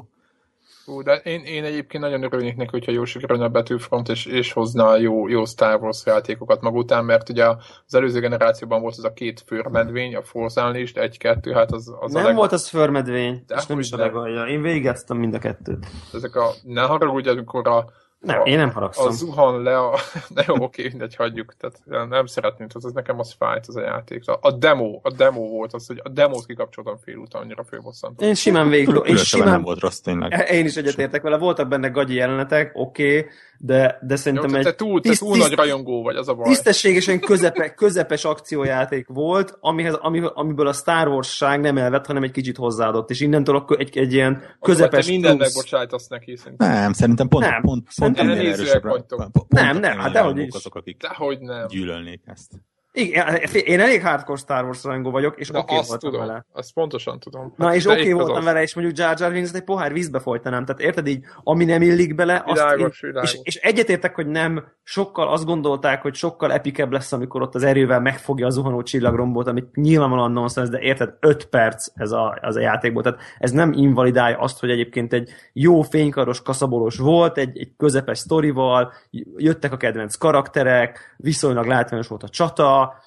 S1: Ú, de én, én egyébként nagyon örülnék neki, hogyha jó sikerülne a Battlefront, és, és hozna jó, jó Star Wars játékokat maga után, mert ugye az előző generációban volt az a két főrmedvény, a Force Unleashed, egy-kettő, hát az, az
S4: nem
S1: a leg...
S4: volt az főrmedvény,
S1: de
S4: és nem is a legalja. Én végigjátszottam mind a kettőt.
S1: Ezek a, ne haragudj, amikor a
S4: Nem,
S1: a,
S4: én nem haragszom.
S1: A zuhan le a... De jó, oké, mindegy, hagyjuk. Tehát nem szeretném, tehát az nekem az fájt, az a játék. A demo, a demo volt az, hogy a demót kikapcsoltam fél után, annyira fölbosszantom.
S4: Én simán végül... Én simán...
S3: nem volt rossz tényleg.
S4: Én is egyetértek vele, voltak benne gagyi jelenetek, oké, okay, de, de szerintem
S1: jó,
S4: egy...
S1: Te túl, te
S4: tiszt,
S1: túl nagy rajongó vagy, az a baj.
S4: Tisztességesen közepe, közepes akciójáték volt, amihez, ami, amiből a Star Wars-ság nem elvett, hanem egy kicsit hozzáadott, és innentől egy, egy ilyen közepes
S1: te mindent megbocsájtasz neki, szerintem.
S3: Nem, szerintem pont,
S4: nem,
S3: pont, pont
S1: nem erősebb
S3: pont
S4: nem, nem, hát dehogy is.
S3: Azok, akik
S1: dehogy nem.
S3: gyűlölnék ezt.
S4: Igen, én elég hardcore Star Wars rajongó vagyok, és oké okay voltam
S1: tudom,
S4: vele.
S1: Azt pontosan tudom.
S4: Na, és oké okay voltam az. vele, és mondjuk Jar Jar Binks egy pohár vízbe folytanám. Tehát érted így, ami nem illik bele, azt
S1: világos,
S4: én,
S1: világos.
S4: És, és egyetértek, hogy nem, sokkal azt gondolták, hogy sokkal epikebb lesz, amikor ott az erővel megfogja a zuhanó csillagrombot, amit nyilvánvalóan nonsense, de érted, öt perc ez a, az a játékból. Tehát ez nem invalidálja azt, hogy egyébként egy jó fénykaros kaszabolós volt, egy, egy közepes sztorival, jöttek a kedvenc karakterek, viszonylag látványos volt a csata,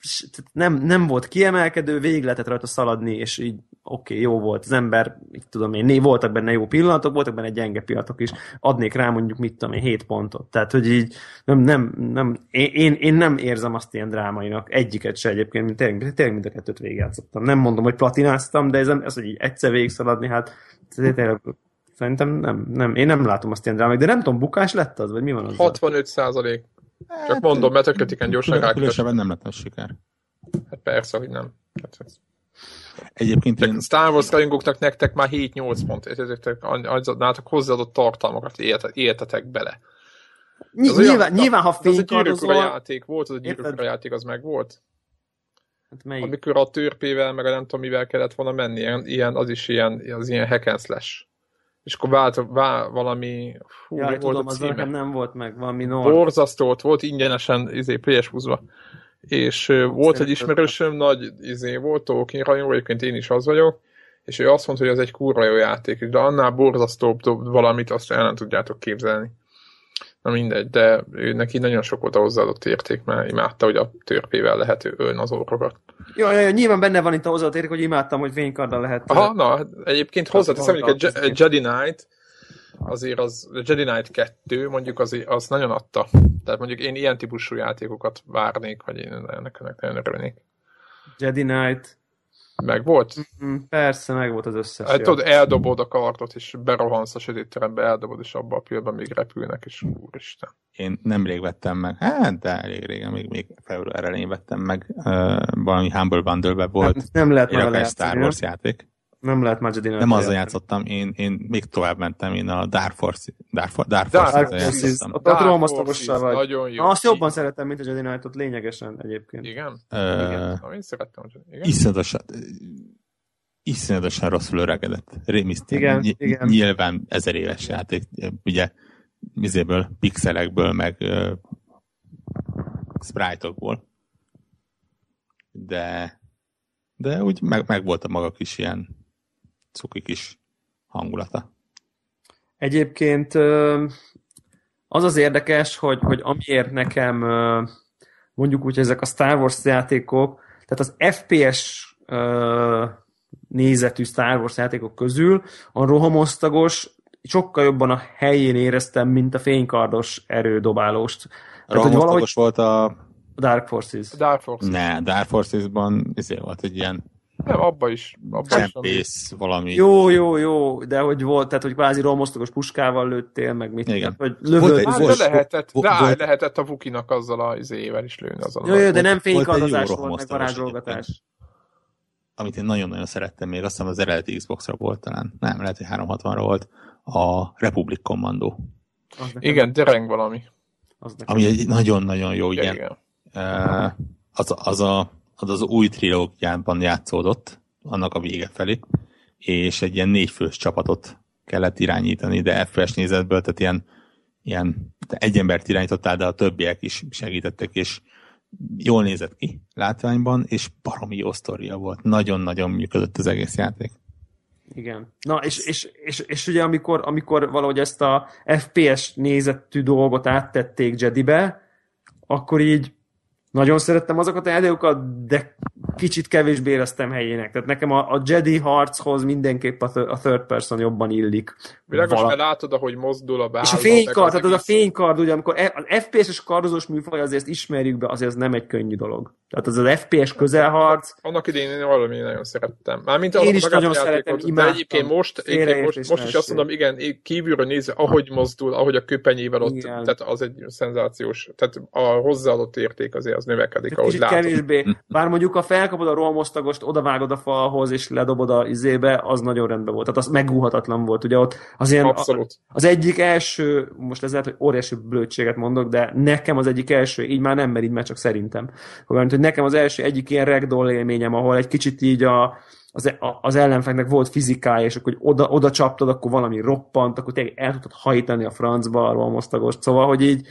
S4: nem, nem volt kiemelkedő, végig lehetett rajta szaladni, és így oké, okay, jó volt az ember, így tudom én, voltak benne jó pillanatok, voltak benne gyenge pillanatok is, adnék rá mondjuk, mit tudom én, hét pontot. Tehát, hogy így nem, nem, nem én, én nem érzem azt ilyen drámainak, egyiket se egyébként, mint tényleg, tényleg mind a kettőt végigjátszottam. Nem mondom, hogy platináztam, de ez, ez hogy így egyszer végig szaladni, hát tényleg szerintem nem, nem, én nem látom azt ilyen drámainak, de nem tudom, bukás lett az, vagy mi van az?
S1: hatvanöt százalék. Csak hát, mondom, Metacritiken gyorsan rákülös.
S3: Különösebben nem lett a siker.
S1: Hát persze, hogy nem. Hát,
S3: egyébként én...
S1: Star Wars rajongóknak nektek már hét-nyolc pont. Nálatok hozzáadott tartalmakat éltetek bele.
S4: Ny- nyilván, olyan, nyilván, ha fénykardozol...
S1: Az a játék volt, az a gyűrűkora játék, az meg volt.
S4: Hát melyik?
S1: Amikor a törpével, meg a nem tudom mivel kellett volna menni, ilyen, az is ilyen, az ilyen hack and slash és akkor vált, vált valami...
S4: Fú, ja, tudom, az nekem nem volt meg, valami Nord.
S1: Borzasztó volt, volt ingyenesen izé, pé es húszba. És uh, volt egy ismerősöm, nagy izé, volt Tolkien rajongó, egyébként én is az vagyok, és ő azt mondta, hogy ez egy kurva jó játék, de annál borzasztóbb valamit azt el nem tudjátok képzelni. Na mindegy, de ő neki nagyon sok volt a hozzáadott érték, mert imádta, hogy a törpével lehet ölni az orrokat.
S4: Jó, jó, jó, nyilván benne van itt a hozzáadott érték, hogy imádtam, hogy fénykarddal lehet.
S1: Aha, na, egyébként hozzáteszem, mondjuk egy, egy Jedi Knight, azért az, a Jedi Knight kettő, mondjuk az, az nagyon adta. Tehát mondjuk én ilyen típusú játékokat várnék, vagy én ennek, ennek nagyon örülnék.
S4: Jedi Knight.
S1: Meg volt?
S4: Mm, persze, meg volt az összes.
S1: Hát, tudod, eldobod a kardot, és berohansz a sötétterembe, eldobod, és abban a pillanatban még repülnek, és úristen.
S3: Én nemrég vettem meg, hát de elég régen, még, még február elején vettem meg, uh, valami Humble Bundle-be volt. Hát,
S4: nem lehet már
S3: egy Star Wars játék.
S4: Nem lehet már Jedi Knight.
S3: Nem azzal játszottam, én, én még tovább mentem, én a Dark Force, Dark, For, Dark
S4: Dark
S3: Force-t
S4: Forces.
S3: játszottam.
S4: Ott a rohamasztagossal vagy.
S1: Nagyon jó.
S4: Na, azt jobban szeretem, mint a Jedi Knight-ot, lényegesen egyébként.
S1: Igen?
S3: Uh,
S1: Igen. Na, én szerettem. Igen?
S3: Iszonyatosan, iszonyatosan rosszul öregedett. Rémisztén.
S4: Igen,
S3: Ny-
S4: igen.
S3: Nyilván ezer éves játék, ugye, vizéből, pixelekből, meg uh, sprite-okból. De, de úgy meg, meg volt a maga kis ilyen cuki kis hangulata.
S4: Egyébként az az érdekes, hogy, hogy amiért nekem mondjuk úgy, ezek a Star Wars játékok, tehát az ef pé es nézetű Star Wars játékok közül a rohamosztagos sokkal jobban a helyén éreztem, mint a fénykardos erődobálóst.
S3: A rohamosztagos valahogy... volt a
S4: Dark Forces.
S1: Dark Forces.
S3: Ne, Dark Forces-ban ezért volt egy ilyen
S1: nem, abba is. Abba
S3: csempész valami.
S4: Jó, jó, jó, de hogy volt, tehát hogy kvázi rohamosztagos puskával lőttél, meg mit.
S3: Igen.
S4: Tehát, hogy lövöld.
S1: Hát, de lehetett, de áll, lehetett a Vukinak azzal az ével is lőni. Azon
S4: jó, jó, de nem fénykardozás volt, volt meg varázsolgatás.
S3: Amit én nagyon-nagyon szerettem, még azt hiszem az eredeti Xbox-ra volt talán. Nem, lehet, hogy háromszázhatvanra volt a Republic Commando.
S1: Igen, dereng valami.
S3: Az ami egy nagyon-nagyon jó,
S1: igen.
S3: igen. Uh, az, az, a, az az új trilógiában játszódott, annak a vége felé, és egy ilyen négyfős csapatot kellett irányítani, de ef pé es nézetből, tehát ilyen, ilyen egy embert irányítottál, de a többiek is segítettek, és jól nézett ki látványban, és baromi jó sztoria volt. Nagyon-nagyon működött az egész játék.
S4: Igen. Na, és, és, és, és ugye amikor, amikor valahogy ezt a ef pé es nézetű dolgot áttették Jedibe, akkor így nagyon szerettem azokat a játékokat, de kicsit kevésbé éreztem helyének. Tehát nekem a, a Jedi harchoz mindenképp a, th- a third person jobban illik.
S1: Világos, mert látod, ahogy mozdul a bálva.
S4: És a fénykard, tehát az a fénykard, ugye, amikor az ef pé es-es kardozós műfaj, azért ismerjük be, azért ez nem egy könnyű dolog. Tehát az az ef pé es közelharc.
S1: Annak idején én valami nagyon szerettem. Mármint
S4: én is nagyon szeretem, imádtam.
S1: Egyébként most, egyébként most, most is azt mondom, igen, kívülről nézve, ahogy mozdul, ahogy a köpenyével ott, igen. Tehát az egy szenzációs, tehát a hozzáadott érték azért az növekedik, tehát ahogy látod.
S4: Kevésbé. Bár mondjuk a felkapod a rohamosztagost, odavágod a falhoz, és ledobod a izébe, az nagyon rendben volt. Tehát az megúhatatlan volt. Ugye ott az, ilyen,
S1: abszolút.
S4: Az egyik első, most ez lehet, hogy óriási blödséget mondok, de nekem az egyik első, így már nem, mert így már csak szerintem. Hogy nekem az első egyik ilyen ragdoll élményem, ahol egy kicsit így a, az, az ellenfeknek volt fizikája, és akkor oda, oda csaptad, akkor valami roppant, akkor tényleg el tudtad hajtani a francba a rohamosztagost. Szóval, hogy így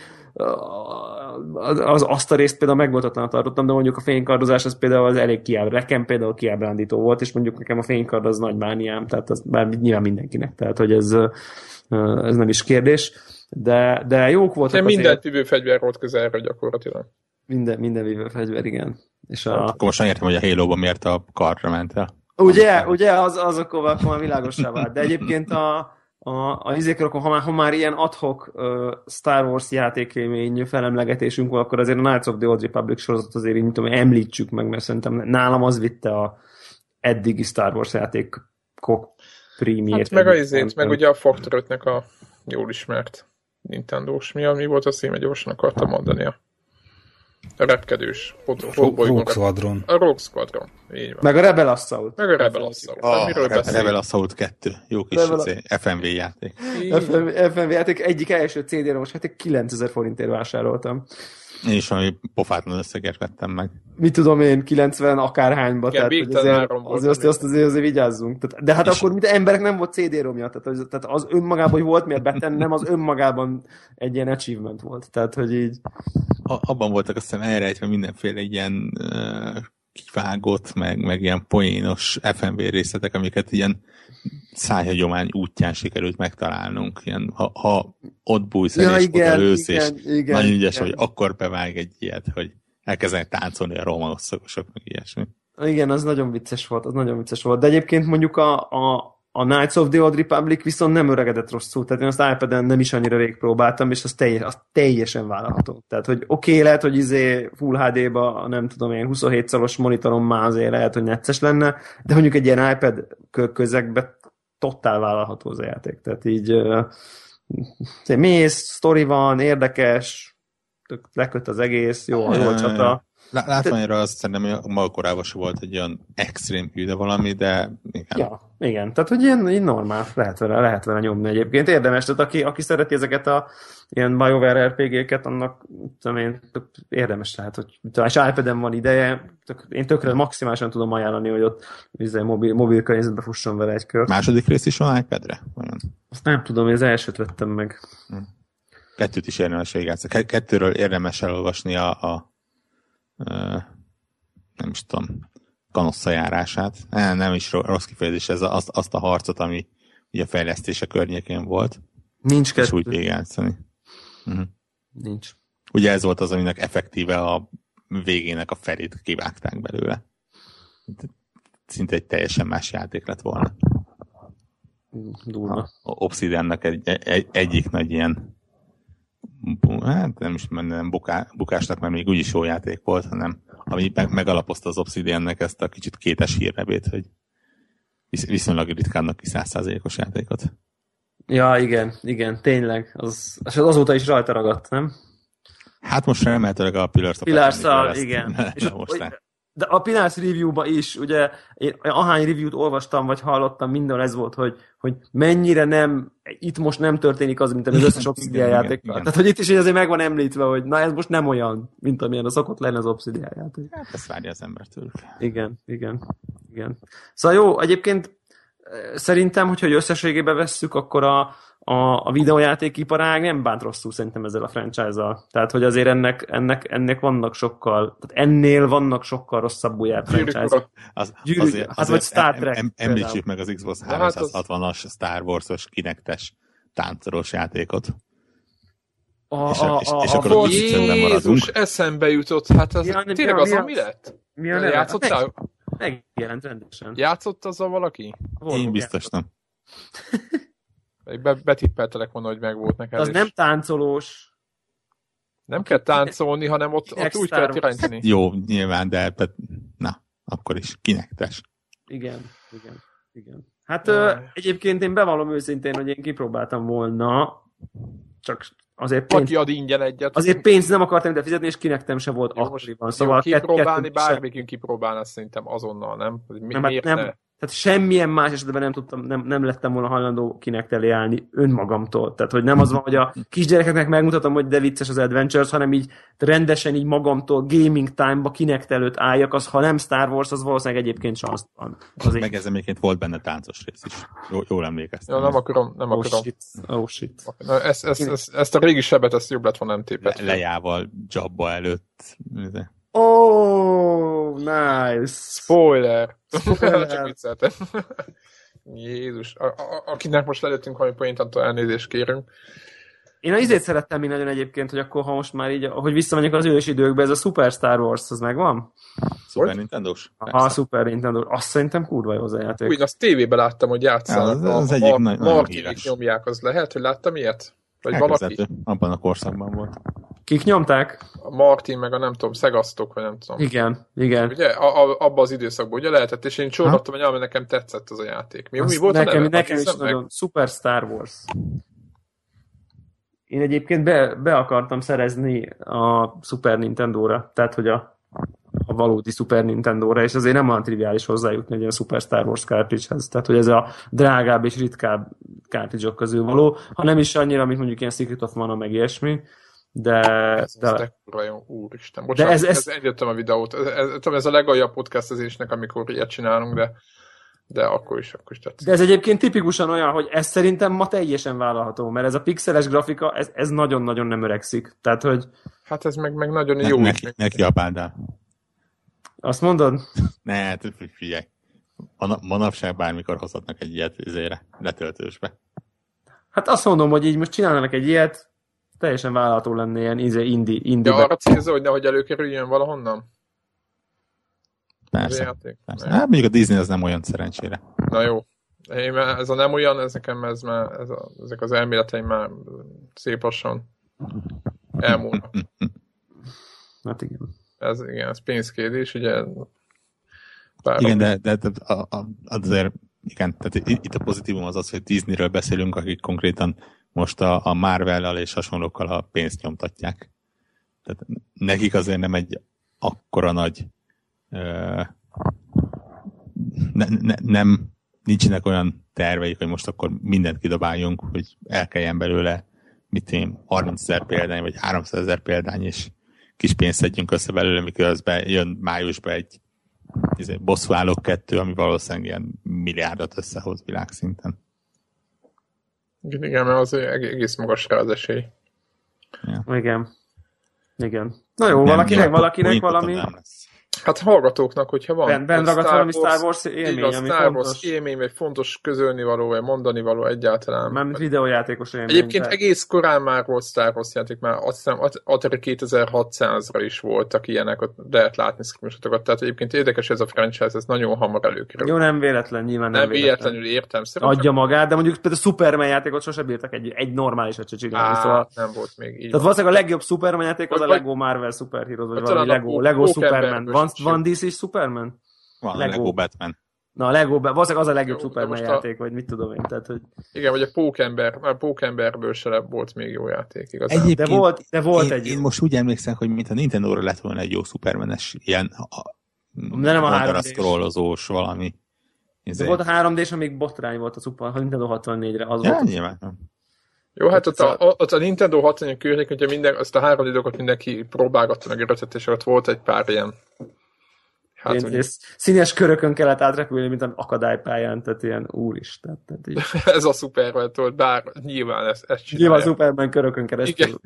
S4: az, azt a részt például megvoltatlan tartottam, de mondjuk a fénykardozás az például az elég kiább. Nekem például kiábrándító volt, és mondjuk nekem a fénykard az nagy mániám, tehát az bár nyilván mindenkinek, tehát hogy ez, ez nem is kérdés, de, de jók voltak.
S1: De minden vívő fegyver volt közelre gyakorlatilag.
S4: Minden, minden vívő fegyver, igen. És a...
S3: Akkor most értem, hogy a Halo-ban miért a kardra ment el.
S4: Ugye, ugye, az, az akkor, akkor már világossá vált. De egyébként a A, a izékről, ha már, ha már ilyen adhok uh, Star Wars játékélmény felemlegetésünk van, akkor azért a Knights of the Old Republic sorozat azért így, mint tudom, említsük meg, mert szerintem nálam az vitte a eddigi Star Wars játékok prímiét.
S1: Hát meg a izét, meg ugye a Factor ötnek a jól ismert Nintendo-s. Mi, mi volt a szíme, gyorsan akartam mondani a A repkedős.
S2: Rogue Squadron.
S1: A Rogue Squadron. Így van.
S4: Meg a Rebel Assault.
S1: Meg a Rebel Assault.
S3: A Rebel Assault kettő. Jó kis ef em vé játék.
S4: ef em vé játék egyik első cé dé-re most hát kilencezer forintért vásároltam.
S3: Én is valami pofátlan összegért vettem meg.
S4: Mit tudom én, kilencven akárhányba,
S1: igen,
S4: tehát azért, azért, azt, azt azért, azért vigyázzunk. Tehát, de hát és akkor mint emberek nem volt cé dé-romja, tehát az, tehát az önmagában, hogy volt miért betenni, nem az önmagában egy ilyen achievement volt. Tehát, hogy így...
S3: A, abban voltak aztán elrejtve mindenféle ilyen uh, kivágott, meg, meg ilyen poénos ef em vé részletek, amiket ilyen szájhagyomány útján sikerült megtalálnunk. Ilyen, ha, ha ott bújsz el, ja, és igen, oda lősz, és igen, nagyon ügyes, hogy akkor bevág egy ilyet, hogy elkezdenek táncolni a romanos szakosok, meg ilyesmi.
S4: Igen, az nagyon vicces volt, az nagyon vicces volt. De egyébként mondjuk a, a, a Knights of the Old Republic viszont nem öregedett rosszul, tehát én azt iPad-en nem is annyira rég próbáltam, és az, teljes, az teljesen vállalható. Tehát, hogy oké, okay, lehet, hogy izé Full há dé-ba, nem tudom én, huszonhét szalos monitoron már azért lehet, hogy necces lenne, de mondjuk egy ilyen iPad közegben totál vállalható az a játék. Tehát így uh, mész, sztori van, érdekes, leköt az egész, jó, jó a csata.
S3: Látványra azt szerintem, hogy maga korában se volt egy olyan extrém hű, de valami, de igen.
S4: Ja, igen, tehát hogy ilyen, ilyen normál, lehet vele, lehet vele nyomni egyébként. Érdemes, tehát aki, aki szereti ezeket a ilyen BioWare er pé gé-ket, annak tudom én, érdemes lehet, hogy és iPad-en van ideje, tök, én tökre maximálisan tudom ajánlani, hogy ott mobil, mobil környezetbe fusson vele egy kört.
S3: Második rész is van iPad-re? Olyan.
S4: Azt nem tudom, én az elsőt vettem meg.
S3: Hm. Kettőt is érdemes végigjátszani. Kettőről érdemes elolvasni a, a Uh, nem is tudom, kanossza járását. Nem, nem is rossz kifejezés, ez azt, azt a harcot, ami ugye a fejlesztése környékén volt.
S4: Nincs kettő.
S3: És úgy végigjátszani. Uh-huh.
S4: Nincs.
S3: Ugye ez volt az, aminek effektíve a végének a felét kivágták belőle. Szinte egy teljesen más játék lett volna.
S4: Durva.
S3: A Obsidiannak egy, egy, egyik nagy ilyen hát nem is mennem buká, bukásnak, mert még úgyis jó játék volt, hanem ami meg, megalapozta az Obsidiannek ezt a kicsit kétes hírnevét, hogy visz, viszonylag ritkán adnak ki száz százalékos játékot.
S4: Ja, igen, igen, tényleg. Az, az azóta is rajta ragadt, nem?
S3: Hát most remélhetőleg a Pillars of
S4: Pillars-szal, igen. Le, és le de a Pillars review-ba is, ugye, én ahány review-t olvastam, vagy hallottam, minden ez volt, hogy, hogy mennyire nem, itt most nem történik az, mint az összes Obsidian játékkal. Tehát, hogy itt is azért meg van említve, hogy na ez most nem olyan, mint amilyen a szokott lenne az Obsidian játék.
S3: Hát ezt várja az ember tőlük.
S4: Igen, igen, igen. Szóval jó, egyébként szerintem, hogyha összességében vesszük, akkor a, a, a videójátékiparág nem bánt rosszul szerintem ezzel a franchise-zal. Tehát, hogy azért ennek, ennek, ennek vannak sokkal, tehát ennél vannak sokkal rosszabbul járt franchise-ok.
S3: Az, azért, azért,
S4: hát vagy Star Trek.
S3: Em, em, említsük meg az Xbox háromszázhatvanas Star Wars-os Kinect-es táncolós játékot.
S1: A,
S3: és,
S1: a,
S3: és,
S1: a,
S3: és
S1: a,
S3: akkor
S1: a Jézus, eszembe jutott, hát az
S4: ja,
S1: tényleg azon mi lett?
S4: Mi a
S1: játszottál?
S4: Megjelent rendesen.
S1: Játszott azzal valaki?
S3: Volvo Én biztos nem.
S1: Be, betippeltelek volna, hogy meg volt neked.
S4: Az nem táncolós.
S1: Nem kell táncolni, hanem ott, ott úgy kell irányítani.
S3: Jó, nyilván, de na, akkor is kinektes.
S4: Igen, igen, igen. Hát ö, egyébként én bevallom őszintén, hogy én kipróbáltam volna, csak azért pénzt...
S1: Aki ad ingyen egyet.
S4: Azért pénzt nem akartam ide fizetni, és kinektem se volt akkoriban. Szóval
S1: kipróbálni, bármikünk kipróbálna szerintem azonnal, nem? Mi,
S4: nem, hát nem, tehát semmilyen más esetben nem tudtam, nem, nem lettem volna hajlandó kinektelé állni önmagamtól. Tehát, hogy nem az van, hogy a kisgyerekeknek megmutatom, hogy de vicces az Adventures, hanem így rendesen így magamtól gaming time-ba kinekt előtt álljak, az ha nem Star Wars, az valószínűleg egyébként sansz van.
S3: Meg ez egyébként volt benne táncos rész is. Jó, jól emlékeztem.
S1: Ja, nem akarom, nem
S4: oh
S1: akarom.
S4: Shit. Oh shit.
S1: Na, ezt, ezt, ezt, ezt a régi sebet, ezt jobb lett volna nem tépett.
S3: Le, lejával Jabba előtt.
S4: Oh, nice.
S1: Spoiler. Spoiler. Csak vicceltem. Jézus. A, a, akinek most lelőttünk valami poént, attól elnézést kérünk.
S4: Én a izét szerettem még nagyon egyébként, hogy akkor, ha most már így, hogy visszamegyek az ős időkbe, ez a Super Star Wars, az megvan?
S3: Super Nintendo-s?
S4: A Super Nintendo, azt szerintem kurva jó az a játék.
S1: Úgy, azt tévében láttam, hogy játszanak.
S3: Ja, az, az a, egyik a nagy,
S1: Martinik nyomják, az lehet, hogy láttam ilyet? Vagy valaki?
S3: Abban a korszakban volt.
S4: Kik nyomták?
S1: A Martin, meg a nem tudom, Szegasztok, vagy nem tudom.
S4: Igen, igen.
S1: Ugye, a, a, abban az időszakban ugye lehetett, és én csodáltam, hogy nyilván nekem tetszett az a játék. Mi, mi volt
S4: nekem,
S1: a neve?
S4: Nekem is nagyon meg? Super Star Wars. Én egyébként be, be akartam szerezni a Super Nintendo-ra, tehát hogy a, a valódi Super Nintendo-ra, és azért nem olyan triviális hozzájutni egy ilyen Super Star Wars cartridge-hez, tehát hogy ez a drágább és ritkább cartridge-ok közül való, ha nem is annyira, mint mondjuk ilyen Secret of Mana, meg ilyesmi, De,
S1: ez,
S4: de...
S1: Ez de úristen. Bocsánat,
S4: de ez, ez...
S1: ez eljöttem a videót. Ez, ez, ez, ez a legaljabb podcastezésnek, amikor ilyet csinálunk, de, de akkor is, akkor is tetszik.
S4: De ez egyébként tipikusan olyan, hogy ez szerintem ma teljesen vállalható, mert ez a pixeles grafika, ez, ez nagyon-nagyon nem öregszik. Tehát, hogy...
S1: Hát ez meg, meg nagyon
S3: ne,
S1: jó.
S3: Neki, neki apáddal.
S4: Azt mondod?
S3: Ne, figyelj. Manapság bármikor hozhatnak egy ilyet izére, letöltősbe.
S4: Hát azt mondom, hogy így most csinálnak egy ilyet, teljesen vállalható lenne ilyen indi, indi
S1: ja, arra célzol, hogy nehogy előkerüljön valahonnan?
S3: Persze. persze. Hát mondjuk a Disney az nem olyan szerencsére.
S1: Na jó. Én, ez a nem olyan, ez nekem ez már, ez a, ezek az elméleteim már szép lassan elmúlnak.
S4: Hát igen.
S1: Ez, igen, ez pénzkérdés, ugye. Bár
S3: igen, de, de, de a, a, azért, igen, tehát itt a pozitívum az az, hogy Disneyről beszélünk, akik konkrétan most a, a Marvel-lel és hasonlókkal a pénzt nyomtatják. Tehát nekik azért nem egy akkora nagy uh, ne, ne, nem nincsenek olyan terveik, hogy most akkor mindent kidobáljunk, hogy elkeljen belőle mit én, harmincezer példány, vagy háromszázezer példány, és kis pénzt szedjünk össze belőle, miközben jön májusban egy bosszúállók kettő, ami valószínűleg ilyen milliárdot összehoz világszinten.
S1: Igen, mert az egész magas rá az esély.
S4: Ja. Igen. Igen. Na jó, nem, valakinek, valakinek valami...
S1: Hát hallgatóknak, hogyha van.
S4: Ben, ben ragadt valami Star Wars élmény,
S1: igaz,
S4: ami
S1: Star
S4: fontos.
S1: Wars élmény, vagy fontos közölni való, vagy mondani való egyáltalán.
S4: Már videójátékos élmény.
S1: Egyébként
S4: de...
S1: egész korán már volt Star Wars játék, már azt hiszem Atari kétezer-hatszázra is voltak ilyenek, ott lehet látni screenshotokat. Tehát egyébként érdekes ez a franchise, ez nagyon hamar előkerül.
S4: Jó, nem véletlen, nyilván nem,
S1: nem
S4: véletlen.
S1: véletlenül értem. Szerintem...
S4: Adja magát, de mondjuk például a Superman játékot sose bírtak egy, egy normálisat se csinálni.
S1: Á,
S4: szóval...
S1: nem volt még így.
S4: Tehát valószínűleg a legjobb Superman játék az a Lego Marvel Super Heroes, vagy valami Lego, Lego Superman. Van, van dé cé Superman?
S3: Van Lego, Lego Batman.
S4: Na, a Lego, valószínűleg az a legjobb jó, Superman játék, a... vagy mit tudom én. Tehát, hogy...
S1: Igen, vagy a Pókember, mert Pókemberből se volt még jó játék igazán.
S3: Egyébként
S4: de volt, de volt
S3: én,
S4: egy
S3: én most úgy emlékszem, hogy mint a Nintendo-ra lett volna egy jó Supermanes, ilyen
S4: de nem a három dés.
S3: Scrollozós valami.
S4: De volt a három dés, amíg botrány volt a Super Nintendo hatvannégyre. Az
S3: ja,
S4: volt.
S3: Nyilván.
S1: Jó, hát ott a, ott a Nintendo hatvannégy környék, hogyha minden, azt a három dé-dokat mindenki próbálgatta meg öröttet, és ott volt egy pár ilyen
S4: Hát, én, színes körökön kellett átrepülni, mint akadálypályán, tehát ilyen úristen. Tehát így.
S1: Ez a Superman volt, bár nyilván ezt, ezt csinálja.
S4: Nyilván a Superman körökön keresztül.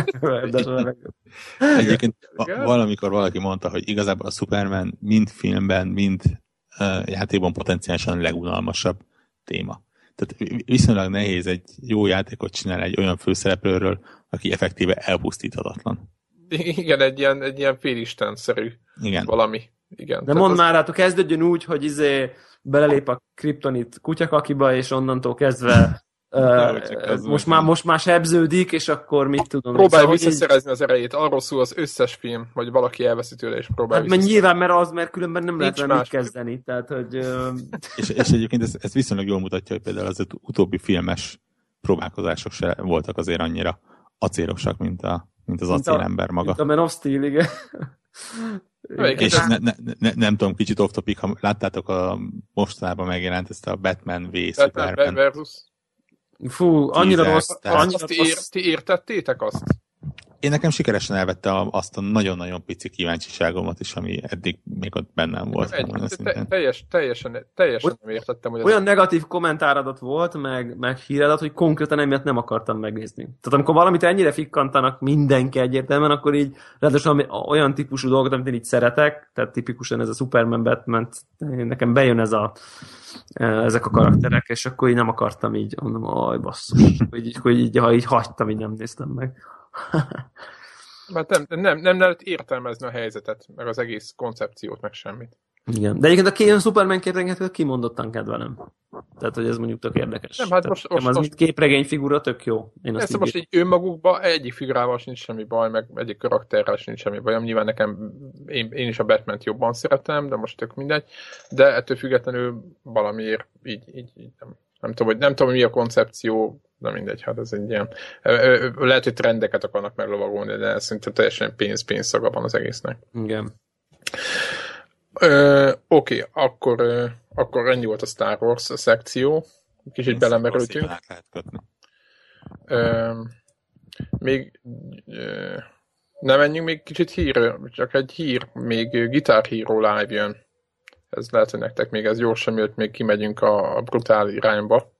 S3: Egyébként valamikor valaki mondta, hogy igazából a Superman mind filmben, mind uh, játékban potenciálisan legunalmasabb téma. Tehát viszonylag nehéz egy jó játékot csinálni egy olyan főszereplőről, aki effektíve elpusztíthatatlan.
S1: Igen, egy ilyen, egy ilyen félistenszerű
S3: Igen.
S1: valami. Igen,
S4: de mondd az... már, hát kezdődjön úgy, hogy izé belelép a kriptonit kutyakakiba, és onnantól kezdve uh, most, már, most már sebződik, és akkor mit tudom.
S1: Próbálj szóval, visszaszerezni így... az erejét. Arról szól az összes film, hogy valaki elveszi tőle, és próbálj
S4: hát mert nyilván, mert az, mert különben nem lehet mit kezdeni. Tehát, hogy, uh...
S3: és, és egyébként ez, ez viszonylag jól mutatja, hogy például az utóbbi filmes próbálkozások se voltak azért annyira acélosak, mint, a, mint az acélember maga.
S4: Mint a Man of Steel, igen.
S3: És ne, ne, ne, nem tudom, kicsit off-topic, ha láttátok a mostanában megjelent ezt a Batman v Superman
S1: versus.
S4: Fú, annyira
S1: Tízes,
S4: rossz.
S1: Tehát annyira azt ér, ti értettétek azt?
S3: Én nekem sikeresen elvette azt a nagyon-nagyon pici kíváncsiságomat is, ami eddig még ott bennem volt.
S1: Egy, te, teljes, teljesen, teljesen nem értettem. Hogy
S4: olyan ez negatív kommentáradat volt, meg, meg híradat, hogy konkrétan emiatt nem akartam megnézni. Tehát amikor valamit ennyire fikkantanak mindenki egyértelműen, akkor így ráadásul olyan típusú dolgot, amit én így szeretek, tehát tipikusan ez a Superman, Batman, nekem bejön ez a, ezek a karakterek, és akkor így nem akartam így, mondom, aj basszus, hogy így, hogy így, ha így hagytam, így nem néztem meg.
S1: Mert nem, nem, nem lehet értelmezni a helyzetet, meg az egész koncepciót, meg semmit.
S4: Igen. De egyébként a Kéjön Superman képregényt kimondottan kedvelem. Tehát, hogy ez mondjuk tök érdekes.
S1: Nem, hát most, most,
S4: az
S1: most
S4: képregény figura tök jó. Én
S1: ezt most így önmagukban egyik figurával sincs semmi baj, meg egyik karakterrel sincs semmi baj. Nyilván nekem, én, én is a Batman-t jobban szeretem, de most tök mindegy. De ettől függetlenül valamiért így, így, így nem, nem tudom, hogy nem tudom, mi a koncepció, de mindegy, hát ez egy ilyen... Lehet, hogy trendeket akarnak meglovagolni, de szerintem teljesen pénz-pénz szaga van az egésznek.
S4: Igen.
S1: Oké, okay, akkor, ö, akkor ennyi volt a Star Wars szekció. Kicsit belemerültünk. Ö, még ne menjünk még kicsit hírről, csak egy hír, még Guitar Hero Live jön. Ez lehet, hogy nektek még ez gyorsan, mielőtt még kimegyünk a, a brutál irányba.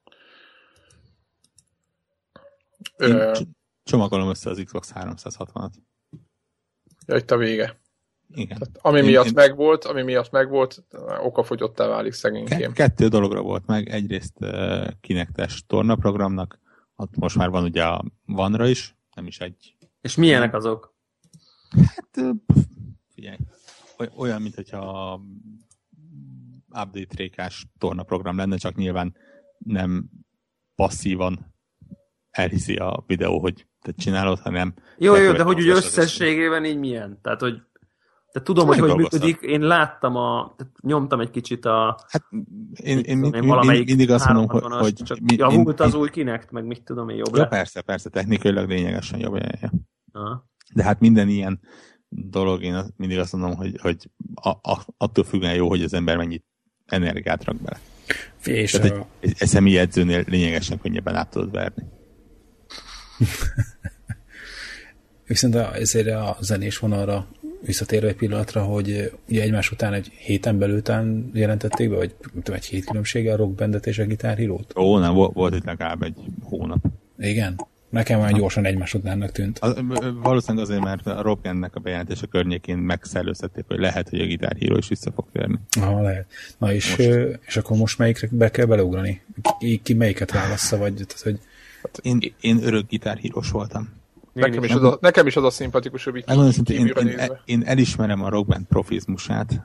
S3: Én Ö... csomagolom össze az Xbox háromszázhatvanat.
S1: Ja, itt a vége.
S3: Igen.
S1: Tehát, ami
S3: én,
S1: miatt
S3: én...
S1: megvolt, ami miatt megvolt, okafogyottá válik szegényként.
S3: Kettő dologra volt meg. Egyrészt uh, Kinectes tornaprogramnak, ott most már van ugye a Vanra is, nem is egy.
S4: És milyenek azok?
S3: Hát, uh, figyelj, olyan, mint hogyha update-rékás tornaprogram lenne, csak nyilván nem passzívan elhiszi a videó, hogy te csinálod, hanem...
S4: Jó, jó, de hogy úgy összességében így milyen? Tehát, hogy de tudom, hogy hogy működik, én láttam a... nyomtam egy kicsit a...
S3: Hát én, én, én, én mindig azt mondom, hogy... hogy
S4: csak mi, javult én, az én, új Kinect, meg mit tudom én, jobb
S3: ja,
S4: lett.
S3: Persze, persze, technikailag lényegesen jobb. Ja.
S4: Aha.
S3: De hát minden ilyen dolog, én mindig azt mondom, hogy, hogy a, a, attól függően jó, hogy az ember mennyit energiát rak bele.
S2: És
S3: Tehát
S2: a...
S3: egy, egy, egy személyi edzőnél lényegesen könnyebben át tudod verni.
S2: Viszont ezért a zenés vonalra visszatérve egy pillanatra, hogy ugye egymás után egy héten belül után jelentették be, vagy tudom, egy hét különbsége a Rock Bandet és a Guitar Hero-t?
S3: Ó, nem, volt, volt itt legalább egy hónap.
S2: Igen? Nekem már gyorsan egymás utánnak tűnt.
S3: Az, valószínűleg azért, mert a Rock Bandnek a bejelentése környékén megszellőztették, hogy lehet, hogy a Guitar Hero is vissza fog térni.
S2: Aha, lehet. Na és, és akkor most melyikre be kell beleugrani? Ki, ki melyiket válassza, vagy tehát, hogy...
S3: Hát én, én örök Guitar Hero-s voltam.
S1: Nekem is, az a, nekem is az a szimpatikusabb így
S3: én, én, én elismerem a Rock Band profizmusát,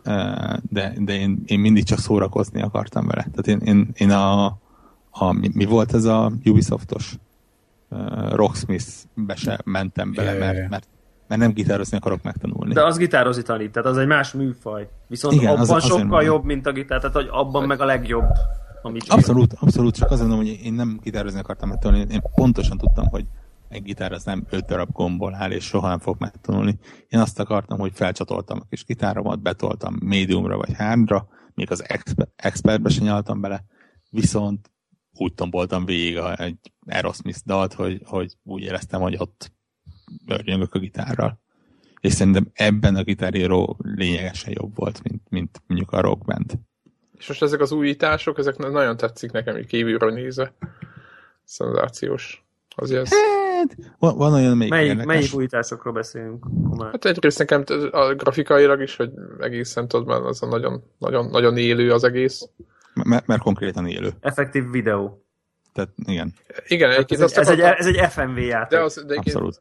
S3: de, de én, én mindig csak szórakozni akartam vele. Tehát én, én, én a, a mi, mi volt ez a Ubisoftos Rocksmith-be se mentem bele, yeah, mert, yeah. mert, mert nem gitározni akarok megtanulni.
S4: De az gitározni tanít, tehát az egy más műfaj. Viszont igen, abban az, sokkal jobb, mint a gitár, tehát hogy abban meg a legjobb. Amit
S3: abszolút, abszolút, csak azt mondom, hogy én nem gitározni akartam megtanulni, én pontosan tudtam, hogy egy gitár az nem öt darab gombból áll, és soha nem fog megtanulni. Én azt akartam, hogy felcsatoltam a kis gitáromat, betoltam médiumra vagy hardra, még az expertbe se nyaltam bele, viszont úgy tomboltam végig egy Aerosmith dalt, hogy, hogy úgy éreztem, hogy ott örnyögök a gitárral. És szerintem ebben a Guitar Hero lényegesen jobb volt, mint, mint mondjuk a Rock Band.
S1: És most ezek az újítások, ezek nagyon tetszik nekem, így kívülről nézve. Szenzációs. Azért
S3: hát, van, van olyan még
S4: melyik, érdekes. Melyik újításokról beszélünk? Komár?
S1: Hát egyrészt nekem a grafikailag is, hogy egészen tudod, az a nagyon, nagyon, nagyon élő az egész.
S3: Mert, mert konkrétan élő.
S4: Effektív videó.
S3: Tehát igen.
S1: Igen,
S4: hát ez, egy, ez, egy, ez egy ef em vé játék.
S1: De az, de
S3: abszolút.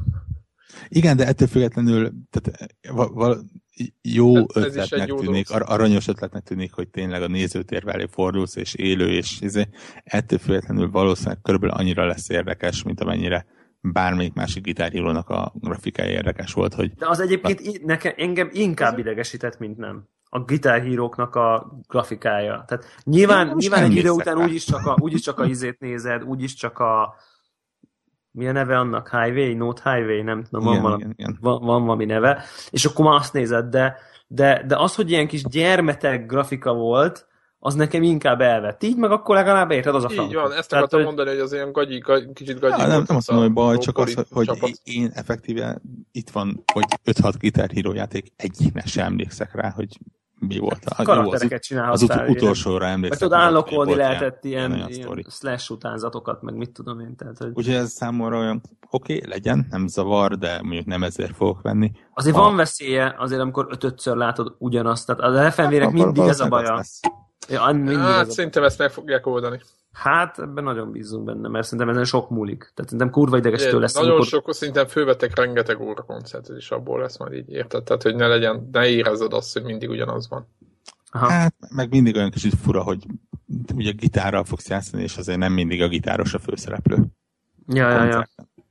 S3: Igen, de ettől függetlenül tehát, val, val, jó ez ötletnek tűnik, ar- aranyos ötletnek tűnik, hogy tényleg a nézőtér elé fordulsz, és élő, és izé, ettől függetlenül valószínűleg körülbelül annyira lesz érdekes, mint amennyire bármelyik másik Guitar Hero-nak a grafikája érdekes volt, hogy...
S4: De az egyébként a... nekem, engem inkább idegesített, mint nem. A Guitar Hero-knak a grafikája. Tehát nyilván, nyilván egy idő után úgyis csak, a, úgyis csak a izét nézed, úgyis csak a mi a neve annak? Highway? Note Highway? Nem tudom,
S3: igen,
S4: van, valami,
S3: igen, igen.
S4: Van, van valami neve. És akkor már azt nézed, de, de, de az, hogy ilyen kis gyermetek grafika volt, az nekem inkább elvett. Így meg akkor legalább érted, az a frank.
S1: Így van, ezt akartam hogy... mondani, hogy az ilyen gagyi, gagyi kicsit gagyi.
S3: Ja, nem, nem azt mondom, hogy baj, csak az, hogy csapat. Én effektíve itt van, hogy öt-hat Guitar Hero játék, egyiknek sem emlékszek rá, hogy mi volt.
S4: A, karaktereket csinálhattál.
S3: Az ut- utolsóra emlékszem.
S4: Vagy tudod, állokolni lehetett ilyen, ilyen, ilyen slash utánzatokat, meg mit tudom én. Tehát, hogy...
S3: Úgyhogy ez számomra olyan, oké, okay, legyen, nem zavar, de mondjuk nem ezért fogok venni.
S4: Azért a... van veszélye, azért amikor ötötször látod ugyanazt. Tehát az ef em vé-nek mindig ez a baja.
S1: Ja, mindig hát ez szerintem a... ezt meg fogják oldani.
S4: Hát ebben nagyon bízunk benne, mert szerintem ezen sok múlik. Tehát szerintem kurva idegestől lesz.
S1: Nagyon amikor... sok, szerintem fölvettek rengeteg óra koncertet, és abból lesz majd így, érted? Tehát, hogy ne legyen, ne érezzed azt, hogy mindig ugyanaz van.
S3: Aha. Hát, meg mindig olyan kicsit fura, hogy ugye gitárral fogsz játszani, és azért nem mindig a gitáros a főszereplő.
S4: Ja, ja, ja.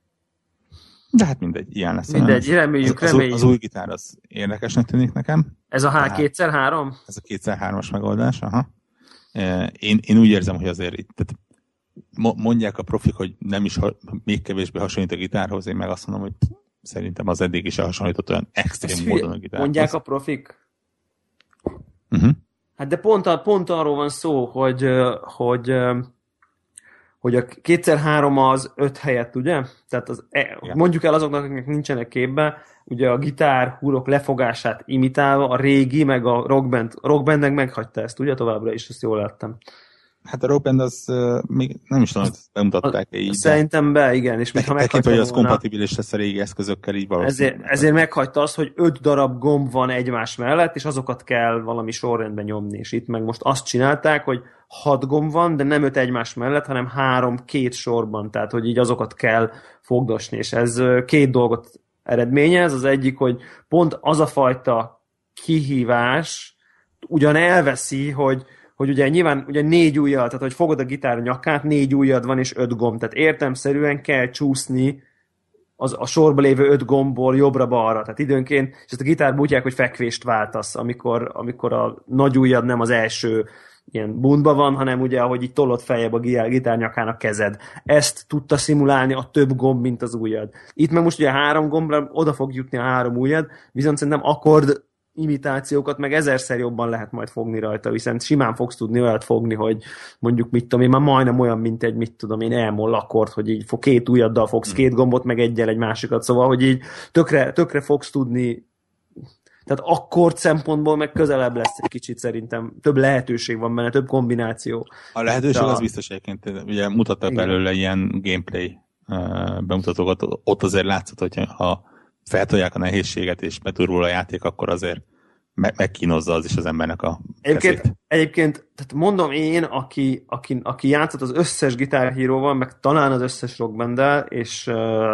S3: De hát mindegy, ilyen lesz.
S4: Mindegy, reméljük,
S3: az,
S4: reméljük.
S3: Az, az új gitár az érdekesnek tűnik nekem.
S4: Ez a H kétszer három?
S3: Ez a kétszer hármas megoldás, aha. Én, én úgy érzem, hogy azért itt, tehát mondják a profik, hogy nem is ha, még kevésbé hasonlít a gitárhoz, én meg azt mondom, hogy szerintem az eddig is hasonlított olyan extrém ezt módon a gitárhoz.
S4: Mondják a profik?
S3: Uh-huh.
S4: Hát de pont, pont arról van szó, hogy, hogy, hogy hogy a kétszer három az öt helyett, ugye? Tehát az, mondjuk el azoknak, akiknek nincsenek képbe, ugye a gitár húrok lefogását imitálva a régi, meg a rockband, rockbandnek meghagyta ezt, ugye továbbra is, ezt jól láttam.
S3: Hát a rockband az uh, még nem is tudom, hogy bemutatták így.
S4: Szerintem be, igen. És
S3: Tek- tekintve, hogy az kompatibilis lesz a régi eszközökkel, így valószínűleg.
S4: Ezért, ezért meghagyta azt, hogy öt darab gomb van egymás mellett, és azokat kell valami sorrendben nyomni. És itt meg most azt csinálták, hogy hat gomb van, de nem öt egymás mellett, hanem három két sorban. Tehát, hogy így azokat kell fogdosni. És ez két dolgot eredményez. Az egyik, hogy pont az a fajta kihívás ugyan elveszi, hogy hogy ugye nyilván ugye négy ujjal, tehát hogy fogod a gitár nyakát, négy ujjad van és öt gomb, tehát értelemszerűen kell csúszni az, a sorba lévő öt gombból jobbra-balra, tehát időnként, és ezt a gitárban úgy hogy fekvést váltasz, amikor, amikor a nagy ujjad nem az első ilyen buntba van, hanem ugye, ahogy így tollod feljebb a gitár nyakának kezed. Ezt tudta szimulálni a több gomb, mint az ujjad. Itt meg most ugye három gombra oda fog jutni a három ujjad, viszont szerintem akkord imitációkat meg ezerszer jobban lehet majd fogni rajta, viszont simán fogsz tudni olyat fogni, hogy mondjuk mit tudom én, már majdnem olyan, mint egy mit tudom én, elmoll akkord, hogy így két ujjaddal fogsz két gombot, meg egyel egy másikat, szóval, hogy így tökre, tökre fogsz tudni, tehát akkord szempontból meg közelebb lesz egy kicsit szerintem, több lehetőség van benne, több kombináció.
S3: A lehetőség a... az biztos egyébként, ugye mutattak belőle ilyen gameplay uh, bemutatókat, ott azért látszott, hogy ha feltolják a nehézséget, és beturul a játék, akkor azért me- megkínozza az is az embernek a
S4: egyébként,
S3: kezét.
S4: Egyébként, tehát mondom én, aki, aki, aki játszott az összes Guitar Hero-val, meg talán az összes rockbanddel, és uh,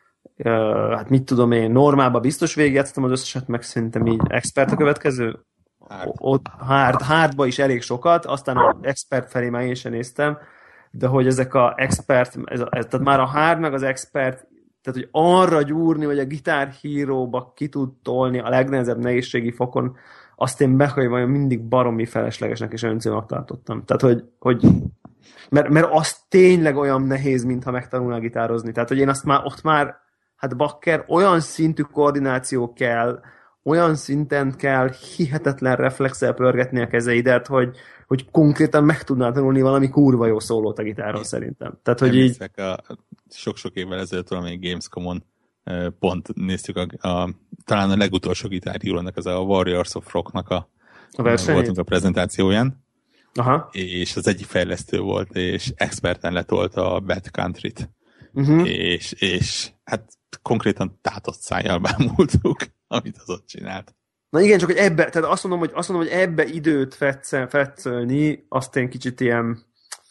S4: uh, hát mit tudom én, normálban biztos végigjátszottam az összeset, meg szerintem így expert a következő.
S3: Hard.
S4: Ott hard, hardba is elég sokat, aztán az expert felé már én sem néztem, de hogy ezek a expert, ez a, ez, tehát már a hard meg az expert, tehát, hogy arra gyúrni, hogy a Guitar Hero-ba ki tud tolni a legnehezebb nehézségi fokon, azt én behajvajon mindig baromi feleslegesnek és öncélnak tartottam. Tehát, hogy, hogy mert, mert az tényleg olyan nehéz, mintha megtanulna gitározni. Tehát, hogy én azt már, ott már, hát bakker, olyan szintű koordináció kell, olyan szinten kell hihetetlen reflexel pörgetni a kezeidet, hogy, hogy konkrétan meg tudnál tanulni valami kurva jó szólót a gitáron szerintem. Tehát, hogy így...
S3: A sok-sok évvel ezelőtt valamelyik Gamescom-on pont néztük a, a, talán a legutolsó Guitar Hero-nak, ez a Warriors of Rock-nak a, a voltunk a prezentációján.
S4: Aha.
S3: És az egyik fejlesztő volt, és experten letolta a Bad Country-t.
S4: Uh-huh.
S3: És, és hát konkrétan tátott szájjal bámultuk, amit az ott csinált.
S4: Na igen, csak hogy ebbe, tehát azt mondom, hogy, azt mondom, hogy ebbe időt fetszel, fetszölni, azt én kicsit ilyen,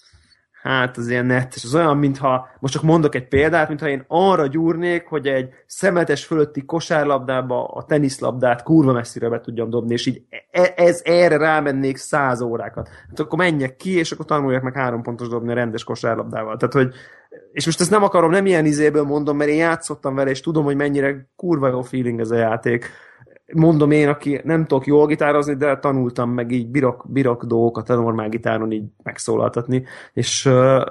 S4: hát az ilyen nettes. Az olyan, mintha, most csak mondok egy példát, mintha én arra gyúrnék, hogy egy szemetes fölötti kosárlabdába a teniszlabdát kurva messzire be tudjam dobni, és így ez, erre rámennék száz órákat. Hát akkor menjek ki, és akkor tanuljak meg három pontos dobni a rendes kosárlabdával. Tehát, hogy és most ezt nem akarom, nem ilyen izéből mondom, mert én játszottam vele, és tudom, hogy mennyire kurva jó feeling ez a játék. Mondom én, aki nem tudok jól gitározni, de tanultam meg így birok, birok dolgokat a normál gitáron így megszólaltatni, és,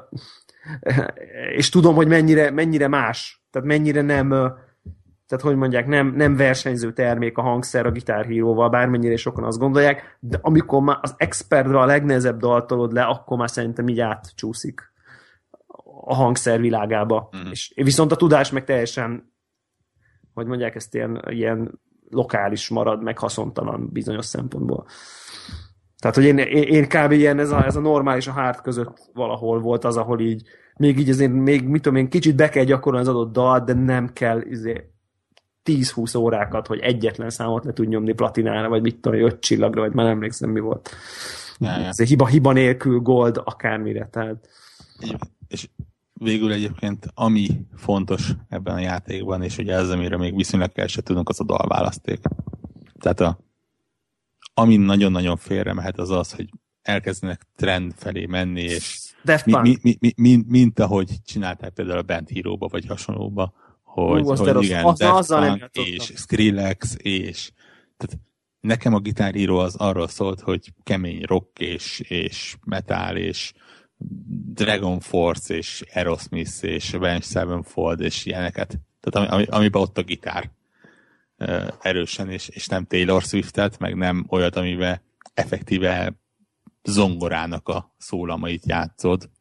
S4: és tudom, hogy mennyire, mennyire más, tehát mennyire nem, tehát hogy mondják, nem, nem versenyző termék a hangszer a Guitar Hero-val, bármennyire sokan azt gondolják, de amikor már az expertre a legnehezebb dalt tolod le, akkor már szerintem így átcsúszik a hangszer világába. Mm. És viszont a tudás meg teljesen, hogy mondják, ezt ilyen, ilyen lokális marad, meg haszontalan bizonyos szempontból. Tehát, hogy én, én, én kb. Ilyen ez a, ez a normális a hard között valahol volt az, ahol így még így azért, még mit tudom én, kicsit be kell gyakorolni az adott dalt, de nem kell izé, tíz-húsz órákat, hogy egyetlen számot le tud nyomni platinára, vagy mit tudom, öt csillagra, vagy már nem emlékszem, mi volt. Ja, ja. Ez hiba, hiba nélkül gold akármire. Tehát...
S3: És végül egyébként, ami fontos ebben a játékban, és ugye ez, amire még viszonylag kell se tudunk, az a dalválaszték. Tehát a, ami nagyon-nagyon félre mehet, az az, hogy elkezdenek trend felé menni, és mi, mi, mi, mi, mi, mint ahogy csinálták például a Band Hero-ba, vagy hasonlóba, hogy,
S4: Hú,
S3: hogy igen, az, Daft Punk, és Skrillex, és tehát nekem a Guitar Hero az arról szólt, hogy kemény rock, és, és metal, és Dragon Force, és Aerosmith, és Avenged Sevenfold, és ilyeneket. Tehát ami, ami, amiben ott a gitár uh, erősen, és, és nem Taylor Swift-et, meg nem olyat, amiben effektíve zongorának a szólamait játszod,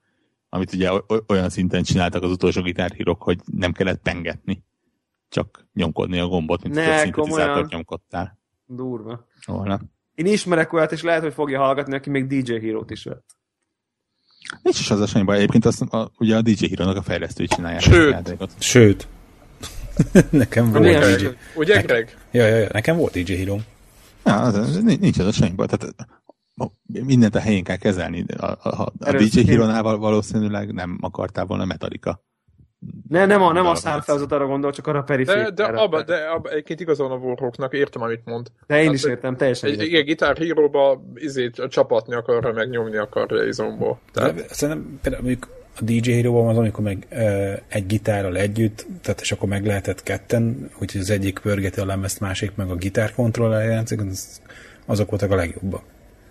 S3: amit ugye olyan szinten csináltak az utolsó gitárhírok, hogy nem kellett pengetni, csak nyomkodni a gombot, mint egy szintetizátort nyomkodtál.
S4: Durva.
S3: Volna.
S4: Én ismerek olyat, és lehet, hogy fogja hallgatni, aki még dé dzsé Hero-t is vett.
S3: Nincs is az a semmi baj. Egyébként azt, a, ugye a dé dzsé Hero-nak a fejlesztői csinálják.
S1: Sőt.
S2: Sőt. nekem volt
S1: dé dzsé. Ugye, Greg?
S2: Ja, ja, ja, nekem volt dé dzsé Hero-m.
S3: Ja, az, nincs az a semmi baj. Tehát mindent a helyén kell kezelni. A, a, a, a dé dzsé Hero-nál valószínűleg nem akartál volna Metallica.
S4: Ne, nem a, nem a számfelhozat arra gondol, csak arra a perifériára.
S1: De, de, abba, de abba, egyébként igazán a Warhawknak, értem, amit mond.
S4: De én is értem, teljesen.
S1: Egy, igen, Guitar Hero-ba izét csapatni akarra, meg nyomni akarja izomból.
S2: Tehát... Szerintem például mondjuk a dé dzsé Hero-ban az, amikor meg ö, egy gitárral együtt, tehát és akkor meg lehetett ketten, úgyhogy az egyik pörgeti a lemezt, másik meg a gitárkontrollerre játszik, az, azok voltak a legjobbak.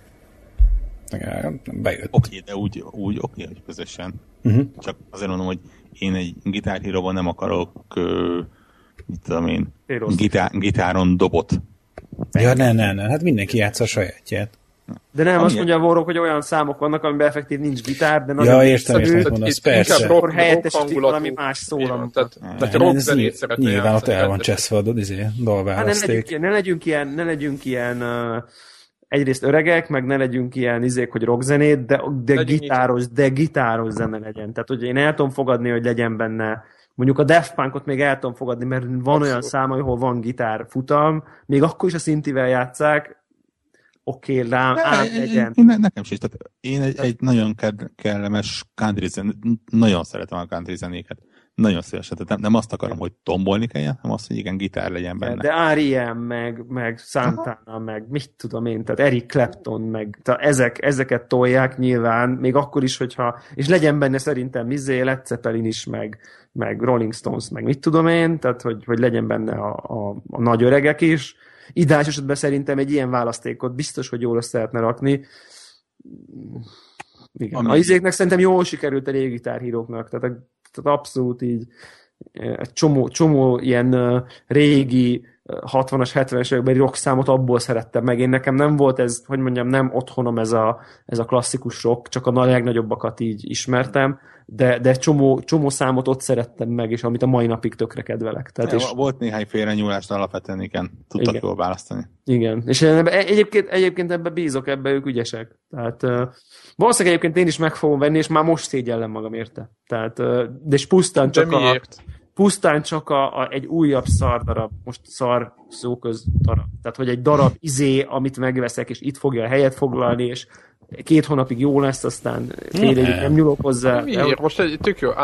S2: Bejött.
S3: Oké, okay, de úgy, úgy oké, okay, hogy közösen. Uh-huh. Csak azért mondom, hogy én egy Guitar Hero-ban nem akarok uh, mit tudom én, gitár, gitáron dobot.
S2: Ja, ne, ne, ne, hát mindenki játsza a sajátját.
S4: De nem, azt mondja a Warhawk, hogy olyan számok vannak, amiben effektív nincs gitár, de nagyon
S2: ja, értem, értem, mondasz, persze.
S4: Akkor helyettesítik valami más szólam.
S2: Nyilván ott el van cseszve a dalválaszték.
S4: Hát ne legyünk ilyen, ne legyünk ilyen uh, egyrészt öregek, meg ne legyünk ilyen izék, hogy rockzenét, de, de gitáros, de gitáros zene legyen. Tehát, hogy én el tudom fogadni, hogy legyen benne, mondjuk a Daft Punkot még el tudom fogadni, mert van Abszolút. Olyan szám, ahol van gitár futam, még akkor is a szintivel játsszák, oké, okay, rám, át legyen.
S3: Én, én, nekem is, tehát én egy, egy nagyon kellemes country zenét, nagyon szeretem a country zenéket. Nagyon szívesen. Tehát nem, nem azt akarom, hogy tombolni kelljen, hanem azt, hogy igen, gitár legyen benne.
S4: De er i em, meg, meg Santana, Aha. meg mit tudom én, tehát Eric Clapton, meg tehát ezek, ezeket tolják nyilván, még akkor is, hogyha, és legyen benne szerintem izé, Led Zeppelin is, meg, meg Rolling Stones, meg mit tudom én, tehát hogy, hogy legyen benne a, a, a nagy öregek is. Ideális esetben szerintem egy ilyen választékot biztos, hogy jól össze lehetne rakni. Igen. A izéknek szerintem jól sikerült a régi gitárhíróknak, tehát, tehát abszolút így egy csomó, csomó ilyen uh, régi uh, hatvanas, hetvenes évekbeli rock számot abból szerettem meg. Én nekem nem volt ez, hogy mondjam, nem otthonom ez a, ez a klasszikus rock, csak a legnagyobbakat így ismertem, de, de csomó, csomó számot ott szerettem meg, és amit a mai napig tökre kedvelek. Tehát és...
S3: Volt néhány félrenyúlást, alapvetően igen, tudtak igen. jól választani.
S4: Igen, és egyébként, egyébként ebben bízok, ebben ők ügyesek. Tehát uh, valószínűleg egyébként én is meg fogom venni, és már most szégyellem magam érte. Tehát, uh, de és pusztán csak, a, pusztán csak a, a, egy újabb szar darab, most szar szóköz darab. Tehát, hogy egy darab izé, amit megveszek, és itt fogja a helyet foglalni, és két hónapig jó lesz, aztán fél évig nem nyúlok hozzá.
S1: Miért? Most egy tök jó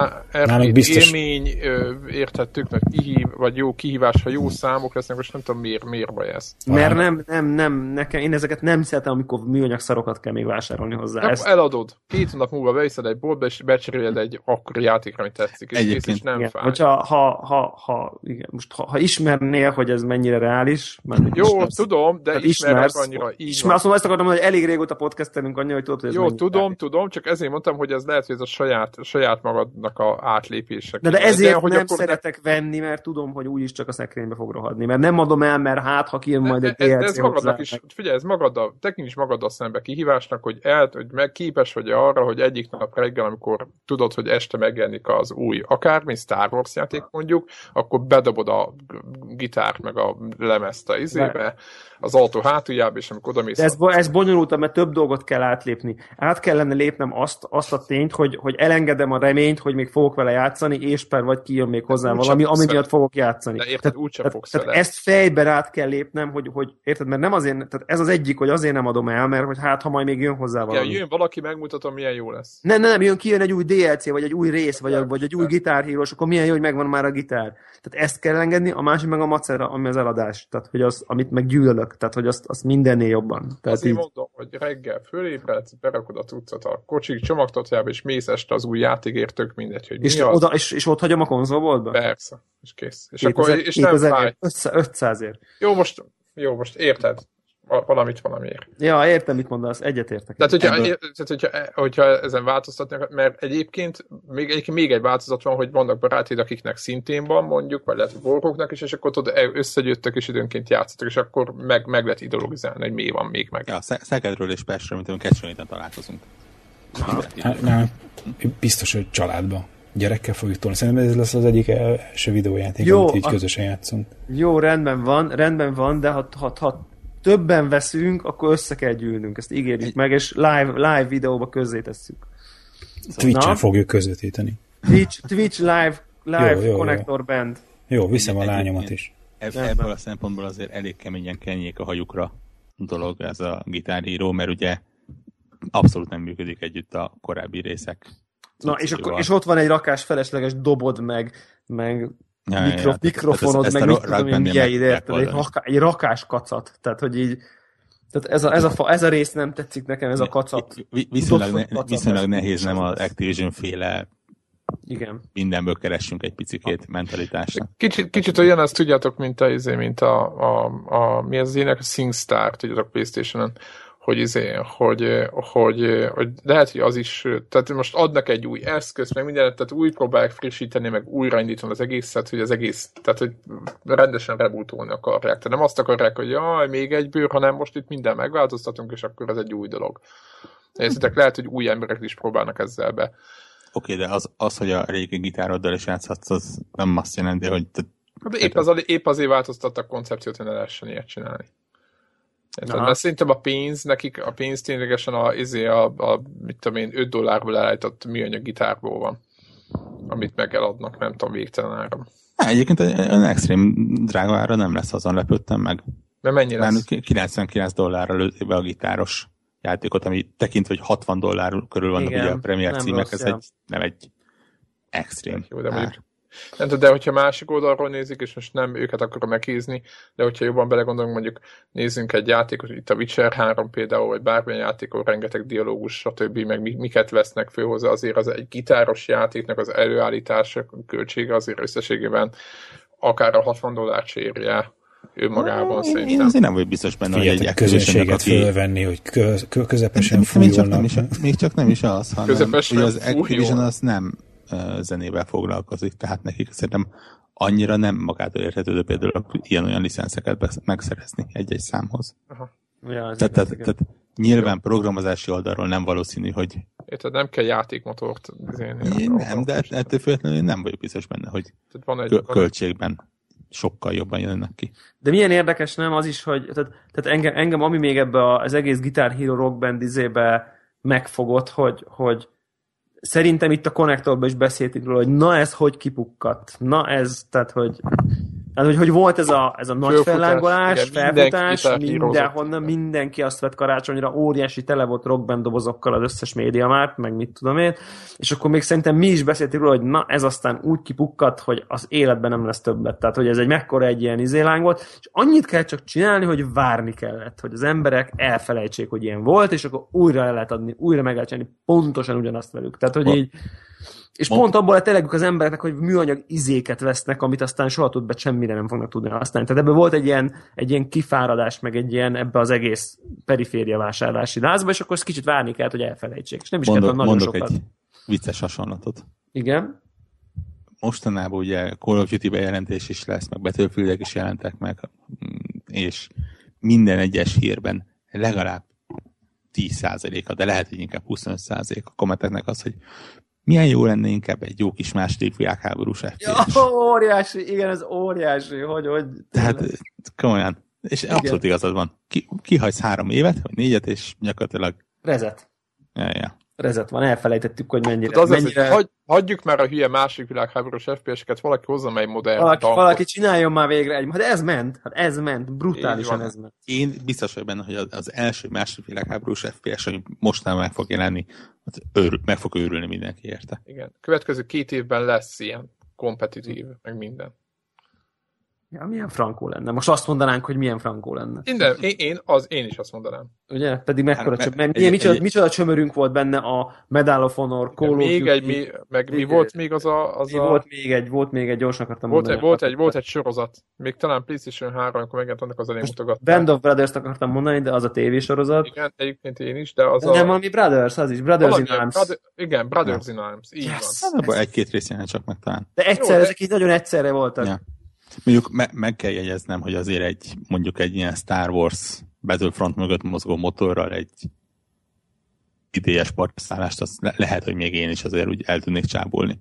S1: élmény, érted, tök nagy kihív, vagy jó kihívás, ha jó számok lesznek, most nem tudom miért, miért baj ez.
S4: Mert nem, nem, nem, nekem, én ezeket nem szeretem, amikor műanyag szarokat kell még vásárolni hozzá.
S1: Nem, ezt... eladod. Két hónap múlva beviszed egy boltba, és becseréled egy akkori játékra, amit tetszik, és kész, és nem
S4: igen.
S1: fáj.
S4: Hogyha, ha, ha, ha, igen. Most, ha, ha ismernél, hogy ez mennyire reális,
S1: jó, ismersz, tudom, de ismersz annyira.
S4: Ismer, azt azt akartam, hogy elég régóta podcastelünk annyira, hogy tudod, hogy ez
S1: jó, tudom, el. tudom, csak ezért mondtam, hogy ez lehet, hogy ez a saját, saját magadnak a átlépések.
S4: De, de ezért de, nem akkor szeretek ne... venni, mert tudom, hogy úgyis csak a szekrénybe fog rohadni. Mert nem adom el, mert hát, ha kijön majd egy
S1: dé el cé. Ez magadnak is, figyelj, ez magaddal, tekint is magaddal szembe kihívásnak, hogy, el, hogy meg képes vagy arra, hogy egyik nap reggel, amikor tudod, hogy este megjelenik az új akármi, Star Wars játék mondjuk, akkor bedobod a gitárt, meg a lemezt a izébe, az autó hátuljába, és amikor odamész...
S4: Ez, bo- ez bonyolultabb, mert több dolgot kell átlépni. Át kellene lépnem azt, azt a tényt, hogy, hogy elengedem a reményt, hogy még fogok vele játszani, és per vagy kijön még hozzá úgy valami, ami miatt fogok játszani.
S1: De érted, úgysem fogsz
S4: tehát ezt fejben át kell lépnem, hogy, hogy érted, mert nem azért, tehát ez az egyik, hogy azért nem adom el, mert hogy hát, ha majd még jön hozzá valami.
S1: Ja, jön valaki, megmutatom, milyen jó lesz.
S4: Nem, nem, jön, kijön egy új dé el cé, vagy egy új rész, vagy, a, vagy egy új gitárhírós, akkor milyen jó, hogy megvan már a gitár. Tehát ezt kell engedni, a másik meg a macera, ami az eladás. Tehát, hogy az, amit meg gyűlölök, tehát, hogy azt, azt mindennél jobban. Tehát
S1: azért így... mondom, hogy reggel fölébredsz, berakod a cuccot a kocsik csomagtartójába, és mész este az új játékért, tök mindegy, hogy
S4: és
S1: mi az.
S4: Oda, és, és ott hagyom a konzolboltba?
S1: Persze, és kész. És akkor, és nem fáj.
S4: ötszázért.
S1: Jó, most, jó, most érted. Valamit valamiért.
S4: Ja, értem, mit mondasz, egyetértek.
S1: Tehát, hogyha, tehát hogyha, hogyha ezen változtatnak, mert egyébként még, egyébként még egy változat van, hogy vannak barátaid, akiknek szintén van mondjuk, vagy lehet, hogy borgóknak is, és akkor tudod, összegyűjtök, és időnként játszottak, és akkor meg, meg lehet ideologizálni, hogy mi van még meg.
S3: Ja, Szegedről és Pestről, mint olyan Kecskeméten találkozunk.
S2: Hát, nem, biztos, hogy családba. Gyerekkel fogjuk tolni. Szerintem ez lesz az egyik első videójáték, jó, amit így a... közösen játszunk.
S4: Jó, rendben van, rendben van, de ha, ha, ha többen veszünk, akkor össze kell gyűlnünk. Ezt ígérjük egy... meg, és live, live videóba közzétesszük.
S2: Twitch-en fogjuk közvetíteni.
S4: Twitch, Twitch live, live jó, jó, Connector jó. Band.
S2: Jó, viszem a lányomat is.
S3: Ebből a szempontból azért elég keményen kenjék a hajukra dolog ez a gitáríró, mert ugye abszolút nem működik együtt a korábbi részek.
S4: Na, és, akkor, és ott van egy rakás felesleges dobod, meg, meg ja, mikro, ja, mikrofonod, meg mit tudom én, milyen ide, egy, raka, egy rakás kacat. Tehát, hogy így, tehát ez a, ez, a, ez a rész nem tetszik nekem, ez a kacat.
S3: Viszonylag, ne, kacat, viszonylag nehéz nem az Activision féle
S4: igen.
S3: Mindenből keressünk egy picikét mentalitásra.
S1: Kicsit, kicsit olyan, ezt tudjátok, mint a, mint a, a, a mi az ének, a SingStar, tudjátok PlayStation-on, hogy, izé, hogy, hogy, hogy lehet, hogy az is, tehát most adnak egy új eszközt, meg mindenet, tehát úgy próbálják frissíteni, meg újraindítani az egészet, hogy az egész, tehát hogy rendesen rebootolni akarják. Tehát nem azt akarják, hogy jaj, még egy bőr, hanem most itt minden megváltoztatunk, és akkor ez egy új dolog. Érzitek, lehet, hogy új emberek is próbálnak ezzel be.
S3: Oké, okay, de az, az, hogy a régi gitároddal is játszhatsz, az nem azt jelenti, hogy... Te,
S1: de épp, az, épp azért változtattak a koncepciót, hogy ne lehessen ilyet csinálni. Mert szerintem a pénz, nekik a pénz ténylegesen a, a, a mit tudom én, öt dollárból elállított műanyag gitárból van, amit meg eladnak, nem tudom, végtelen áram.
S3: Há, egyébként olyan extrém drága ára nem lesz, azon lepődtem meg.
S1: Mert mennyi lesz?
S3: kilencvenkilenc dollárra lőtték be a gitáros játékot, ami tekintve, hogy hatvan dollár körül vannak ugye a Premier címek, ez egy, nem egy extrém
S1: jó, de mondjuk, nem tudom, de hogyha másik oldalról nézik, és most nem őket akarom meghízni, de hogyha jobban belegondolunk, mondjuk nézzünk egy játékot, itt a Witcher három például, vagy bármilyen játékon, rengeteg dialógus, stb., meg miket vesznek fő hozzá, azért az egy gitáros játéknak az előállítása költsége azért összességében akár a hatvan dollárt se érje el önmagában, szerintem.
S3: Én azért nem vagyok biztos benne,
S2: hogy egy közönséget aki... fölvenni, hogy köz, közepesen fújolnak.
S3: Még, még csak nem is az, hanem hogy az Activision az nem uh, zenével foglalkozik, tehát nekik szerintem annyira nem magától érhetődő például ilyen-olyan licenszeket megszerezni egy-egy számhoz. Aha. Ja, tehát, tehát, tehát nyilván programozási oldalról nem valószínű, hogy...
S1: Érted, nem kell játékmotort.
S3: Én nem, de ettől függetlenül nem vagyok biztos benne, hogy van egy, kö- költségben sokkal jobban jönnek ki.
S4: De milyen érdekes, nem? Az is, hogy tehát, tehát engem, engem, ami még ebbe az egész Guitar Hero Rock Band izébe megfogott, hogy, hogy szerintem itt a konnektorban is beszéltük róla, hogy na ez hogy kipukkadt. Na ez, tehát hogy tehát, hogy, hogy volt ez a, ez a nagy fellángolás, igen, felfutás, mindenhonnan mindenki azt vett karácsonyra, óriási tele volt rockband dobozokkal az összes média már, meg mit tudom én, és akkor még szerintem mi is beszéltünk róla, hogy na ez aztán úgy kipukkadt, hogy az életben nem lesz többet. Tehát, hogy ez egy mekkora egy ilyen izéláng volt, és annyit kell csak csinálni, hogy várni kellett, hogy az emberek elfelejtsék, hogy ilyen volt, és akkor újra el lehet adni, újra meg lehet csinálni pontosan ugyanazt velük. Tehát, hogy így és Mond. pont abból a tényleg az embereknek, hogy műanyag izéket vesznek, amit aztán soha többet semmire nem fognak tudni használni. Tehát ebből volt egy ilyen, egy ilyen kifáradás, meg egy ilyen ebbe az egész periféria vásárlási lázba, és akkor ezt kicsit várni kell, hogy elfelejtsék. És nem is mondok, kell nagyon
S3: mondok
S4: sokat.
S3: Egy vicces hasonlatot.
S4: Igen.
S3: Mostanában ugye Call of Duty bejelentés is lesz, meg Battlefieldek is jelentek meg, és minden egyes hírben legalább tíz százaléka, de lehet, hogy inkább huszonöt százalék a kommenteknek az, hogy milyen jó lenne inkább egy jó kis második világháborús ef pé es.
S4: Ja, óriási, igen, ez óriási, hogy, hogy...
S3: Tehát komolyan, és igen. Abszolút igazad van. Ki, kihagysz három évet, vagy négyet, és gyakorlatilag...
S4: Rezet.
S3: Ja, ja.
S4: Rezet van, elfelejtettük, hogy mennyire...
S1: Az
S4: mennyire...
S1: Az, hagy, hagyjuk már a hülye másik világháborús ef pé es-eket, valaki hozzá mely modern
S4: valaki, valaki csináljon már végre egy... Hát ez ment, hát ez ment, brutálisan ez ment.
S3: Én biztos vagyok benne, hogy az, az első másik világháborús ef pé es, ami mostanában meg fog jelenni, őr, meg fog őrülni mindenki érte.
S1: Igen. Következő két évben lesz ilyen kompetitív, meg minden.
S4: Ja, milyen frankó lenne. Most azt mondanánk, hogy milyen frankó lenne.
S1: Minden, én, én, az, én is azt mondanám.
S4: Ugye? Pedig mekkora csöm... Mert milyen, micsoda, micsoda csömörünk volt benne a Medal of Honor, Call of
S1: Duty. Egy, mi, meg mi volt még az a... Az a...
S4: Volt még egy, volt még egy, gyorsan akartam
S1: volt
S4: mondani.
S1: Egy, volt, egy, volt egy sorozat. Még talán PlayStation három, amikor megjelent annak az elég mutogatták.
S4: Band of Brothers-t akartam mondani, de az a tévésorozat.
S1: Igen, egyébként én is, de az
S4: de
S1: a...
S4: Nem, valami Brothers, az is. Brothers valami, in Arms.
S1: Brother, igen, Brothers in Arms. Így yes. van.
S3: Abban egy-két részén csak meg talán.
S4: De egyszer, ezek így nagyon egyszerre voltak.
S3: Ja. Mondjuk me- meg kell jegyeznem, hogy azért egy, mondjuk egy ilyen Star Wars Battlefront mögött mozgó motorral egy idéjes partszállást, azt le- lehet, hogy még én is azért úgy el tudnék csábulni.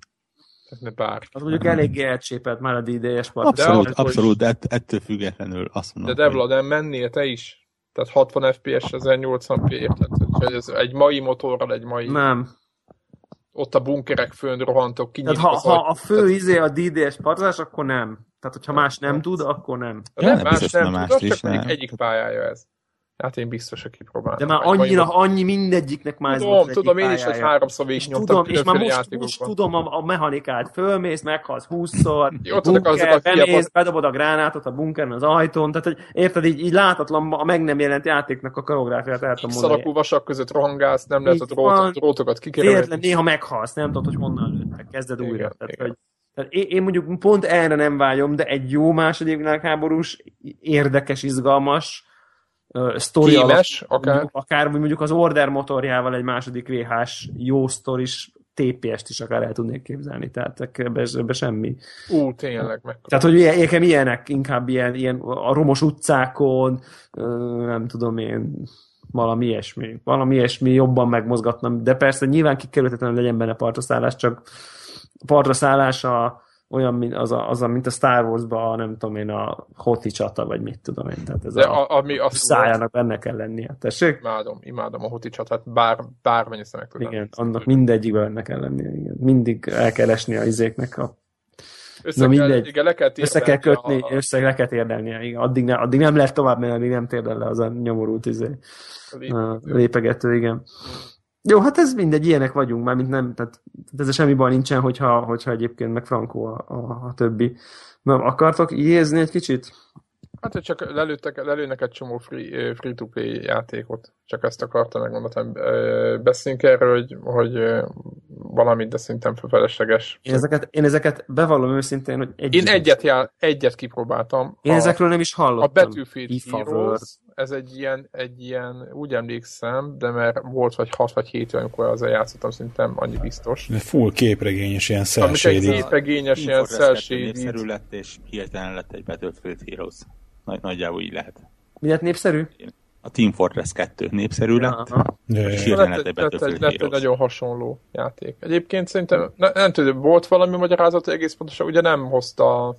S1: Bár.
S4: Az mondjuk eléggé elcsépelt már a idéjes part.
S3: Abszolút,
S1: de
S3: abszolút, de ett, ettől függetlenül azt mondom.
S1: De Devla, nem mennél te is? Tehát hatvan ef pé es, ezernyolcvan pé, érted? Ez egy mai motorral, egy mai...
S4: Nem.
S1: Ott a bunkerek fönn rohantok, kinyitva.
S4: Tehát ha, ha a fő izé a dé dé es partozás, akkor nem. Tehát, hogyha más nem tud, akkor nem.
S1: De nem,
S3: Ja,
S1: más
S3: biztos,
S1: nem
S3: nem
S1: tud,
S3: mást
S1: az
S3: is,
S1: csak mondjuk
S3: nem.
S1: egyik pályája ez. Hát én biztos, hogy kipróbálom.
S4: De már annyira, annyi mindegyiknek már ez
S1: Tudom,
S4: volt az
S1: tudom,
S4: egyik
S1: én is, hogy
S4: pályája.
S1: háromszor
S4: És
S1: végignyomtam
S4: tudom, és már
S1: különféle
S4: most, most
S1: játékokban.
S4: tudom a, a mechanikát. Fölmész, meghalsz húszszor,
S1: Jó, tudok, azok
S4: bunker,
S1: a fiatal-
S4: bemész, bedobod a gránátot a bunkeren az ajtón, tehát hogy érted, így, így látatlan a meg nem jelent játéknak a koreográfiát el tudom mondani.
S1: Szalakú vasak között rohangálsz, nem lehet a
S4: Így van.
S1: drótot, drótokat kikerülni.
S4: Véletlen, néha meghalsz, nem tudod, hogy honnan lőttek, kezded
S1: Igen,
S4: újra. Tehát,
S1: igen.
S4: hogy, tehát én, én mondjuk pont erre nem vágyom, de egy jó második világháborús, érdekes, izgalmas, uh, sztori alap,
S1: Kémes, akár.
S4: mondjuk, akár mondjuk az Order motorjával egy második vé hás jó sztoris té pé est is akár el tudnék képzelni, tehát ebbe, ebbe semmi.
S1: Ú, tényleg meg.
S4: Tehát, hogy ilyen, nekem ilyenek, inkább ilyen, ilyen a romos utcákon, uh, nem tudom én, valami ilyesmi. Valami ilyesmi jobban megmozgatnám, de persze nyilván kikerülhetetlenül legyen benne partraszállás, csak partraszállás a, olyan, mint az, a, az a, mint a Star Wars-ban, nem tudom én, a Hoti csata, vagy mit tudom én. Tehát ez
S1: De
S4: a,
S1: a, ami azt
S4: szájának benne kell lennie. Tessék?
S1: Imádom, imádom a Hoti csatát, bár, bármennyiszer meg tudom.
S4: Igen, annak mindegyikben benne kell lennie. Igen. Mindig el kell esni a izéknek a
S1: Össze,
S4: Na
S1: kell,
S4: mindegy.
S1: igen, le kell
S4: össze kell kötni,
S1: a,
S4: össze le kell térdelnie. Igen. Addig, ne, addig nem lehet tovább menni, addig nem térdel le az a nyomorult izé.
S1: a,
S4: A lépegető, igen. Jó, hát ez mindegy, ilyenek vagyunk már, mint nem, tehát ez semmi baj nincsen, hogyha, hogyha egyébként meg frankó a, a, a többi. Na, akartok ijézni egy kicsit?
S1: Hát, hogy csak lelőttek, lelőnek egy csomó free, free-to-play játékot. Csak ezt akartam megmondani. Beszéljünk erről, hogy, hogy valamit, de szerintem felesleges.
S4: Én ezeket, én ezeket bevallom őszintén, hogy
S1: egy Én egyet, já, egyet kipróbáltam.
S4: Én a, ezekről nem is hallottam.
S1: A Battlefield Heroes, ez egy ilyen, egy ilyen, úgy emlékszem, de mert volt vagy hat vagy hét, amikor azzal játszottam, szerintem annyi biztos.
S2: Full képregényes, ilyen cel-shading.
S1: Amikor egy képregényes, ilyen cel-shading.
S3: Népszerű lett, és hirtelen lett egy Battlefield Heroes. Nagy, nagyjából így lehet.
S4: Mi lett népszerű?
S3: A Team Fortress kettő népszerű lett,
S4: Aha.
S3: és hirtelen lett egy
S1: lett,
S3: Battlefield
S1: lett egy
S3: Heroes.
S1: nagyon hasonló játék. Egyébként szerintem, ne, nem tudom, volt valami magyarázat egész pontosan, ugye nem hozta...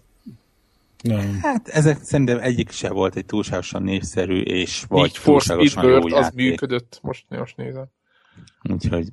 S2: Nem.
S3: Hát ezek szerintem egyik se volt egy túlságosan népszerű, és vagy
S1: Need for
S3: túlságosan jó
S1: Speed az
S3: játék.
S1: működött, most, most nézem.
S3: Úgyhogy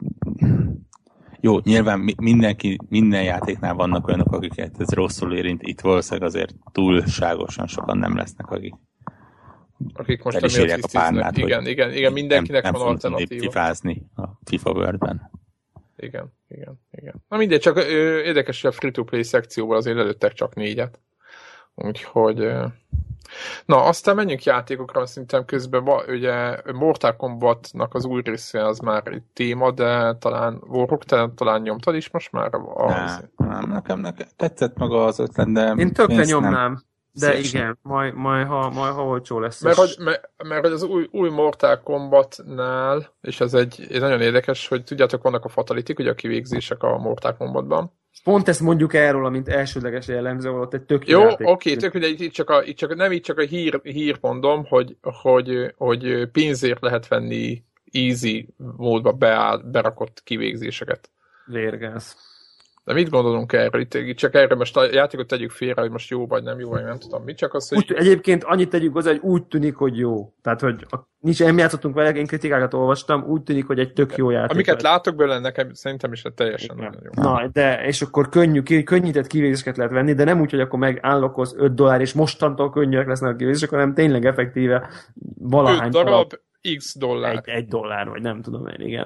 S3: jó, nyilván mi- mindenki, minden játéknál vannak olyanok, akiket ez rosszul érint, itt valószínűleg azért túlságosan sokan nem lesznek, akik
S1: Akik most
S3: el is érják a párnát,
S1: igen,
S3: hogy
S1: igen, igen, mindenkinek
S3: nem, nem
S1: van
S3: fogunk tudni
S1: alternatíva.
S3: fifázni a FIFA World-ben.
S1: Igen, igen, igen. Na mindegy, csak ö, érdekes, hogy a free-to-play szekcióból azért előttek csak négyet. Úgyhogy... Ö, na, aztán menjünk játékokra, szerintem közben ugye Mortal Kombatnak az új része az már egy téma, de talán Warrock, te talán nyomtad is most már? Az...
S3: Nem, nem, nekem, nekem tetszett maga az ötlet, de
S4: Én tökre
S3: pénzt nem.
S4: nyomnám. De
S3: Szívesen.
S4: igen, majd, majd, ha, majd ha olcsó lesz.
S1: Mert,
S4: és-
S1: hogy, mert, mert hogy az új, új Mortal Kombatnál, és ez egy, egy nagyon érdekes, hogy tudjátok, vannak a fatalitik, ugye a kivégzések a Mortal Kombatban.
S4: Pont ezt mondjuk erről, amint elsődleges jellemző volt, egy tök
S1: Jó,
S4: játék.
S1: oké, tök mindegy, itt csak, a, itt csak nem így csak a hír, hír mondom, hogy, hogy, hogy pénzért lehet venni easy módba beáll, berakott kivégzéseket.
S4: Vérgáz.
S1: De mit gondolunk erről? Itt, itt csak erről most a játékot tegyük félre, hogy most jó vagy nem jó, vagy nem tudom mit, csak az, hogy...
S4: Úgy, egyébként annyit tegyük hozzá, hogy úgy tűnik, hogy jó. Tehát, hogy a, nincs, nem játszottunk vele, én kritikákat olvastam, úgy tűnik, hogy egy tök jó játék.
S1: Amiket látok belőle, nekem szerintem is teljesen
S4: Igen.
S1: nagyon jó.
S4: Na, de, és akkor könnyű, ki- könnyített kivégzéseket lehet venni, de nem úgy, hogy akkor megállokhoz öt dollár, és mostantól könnyűek lesznek a kivégzések, hanem tényleg effektíve valahány
S1: öt darab, x dollár.
S4: egy, egy dollár, vagy nem tudom én, igen.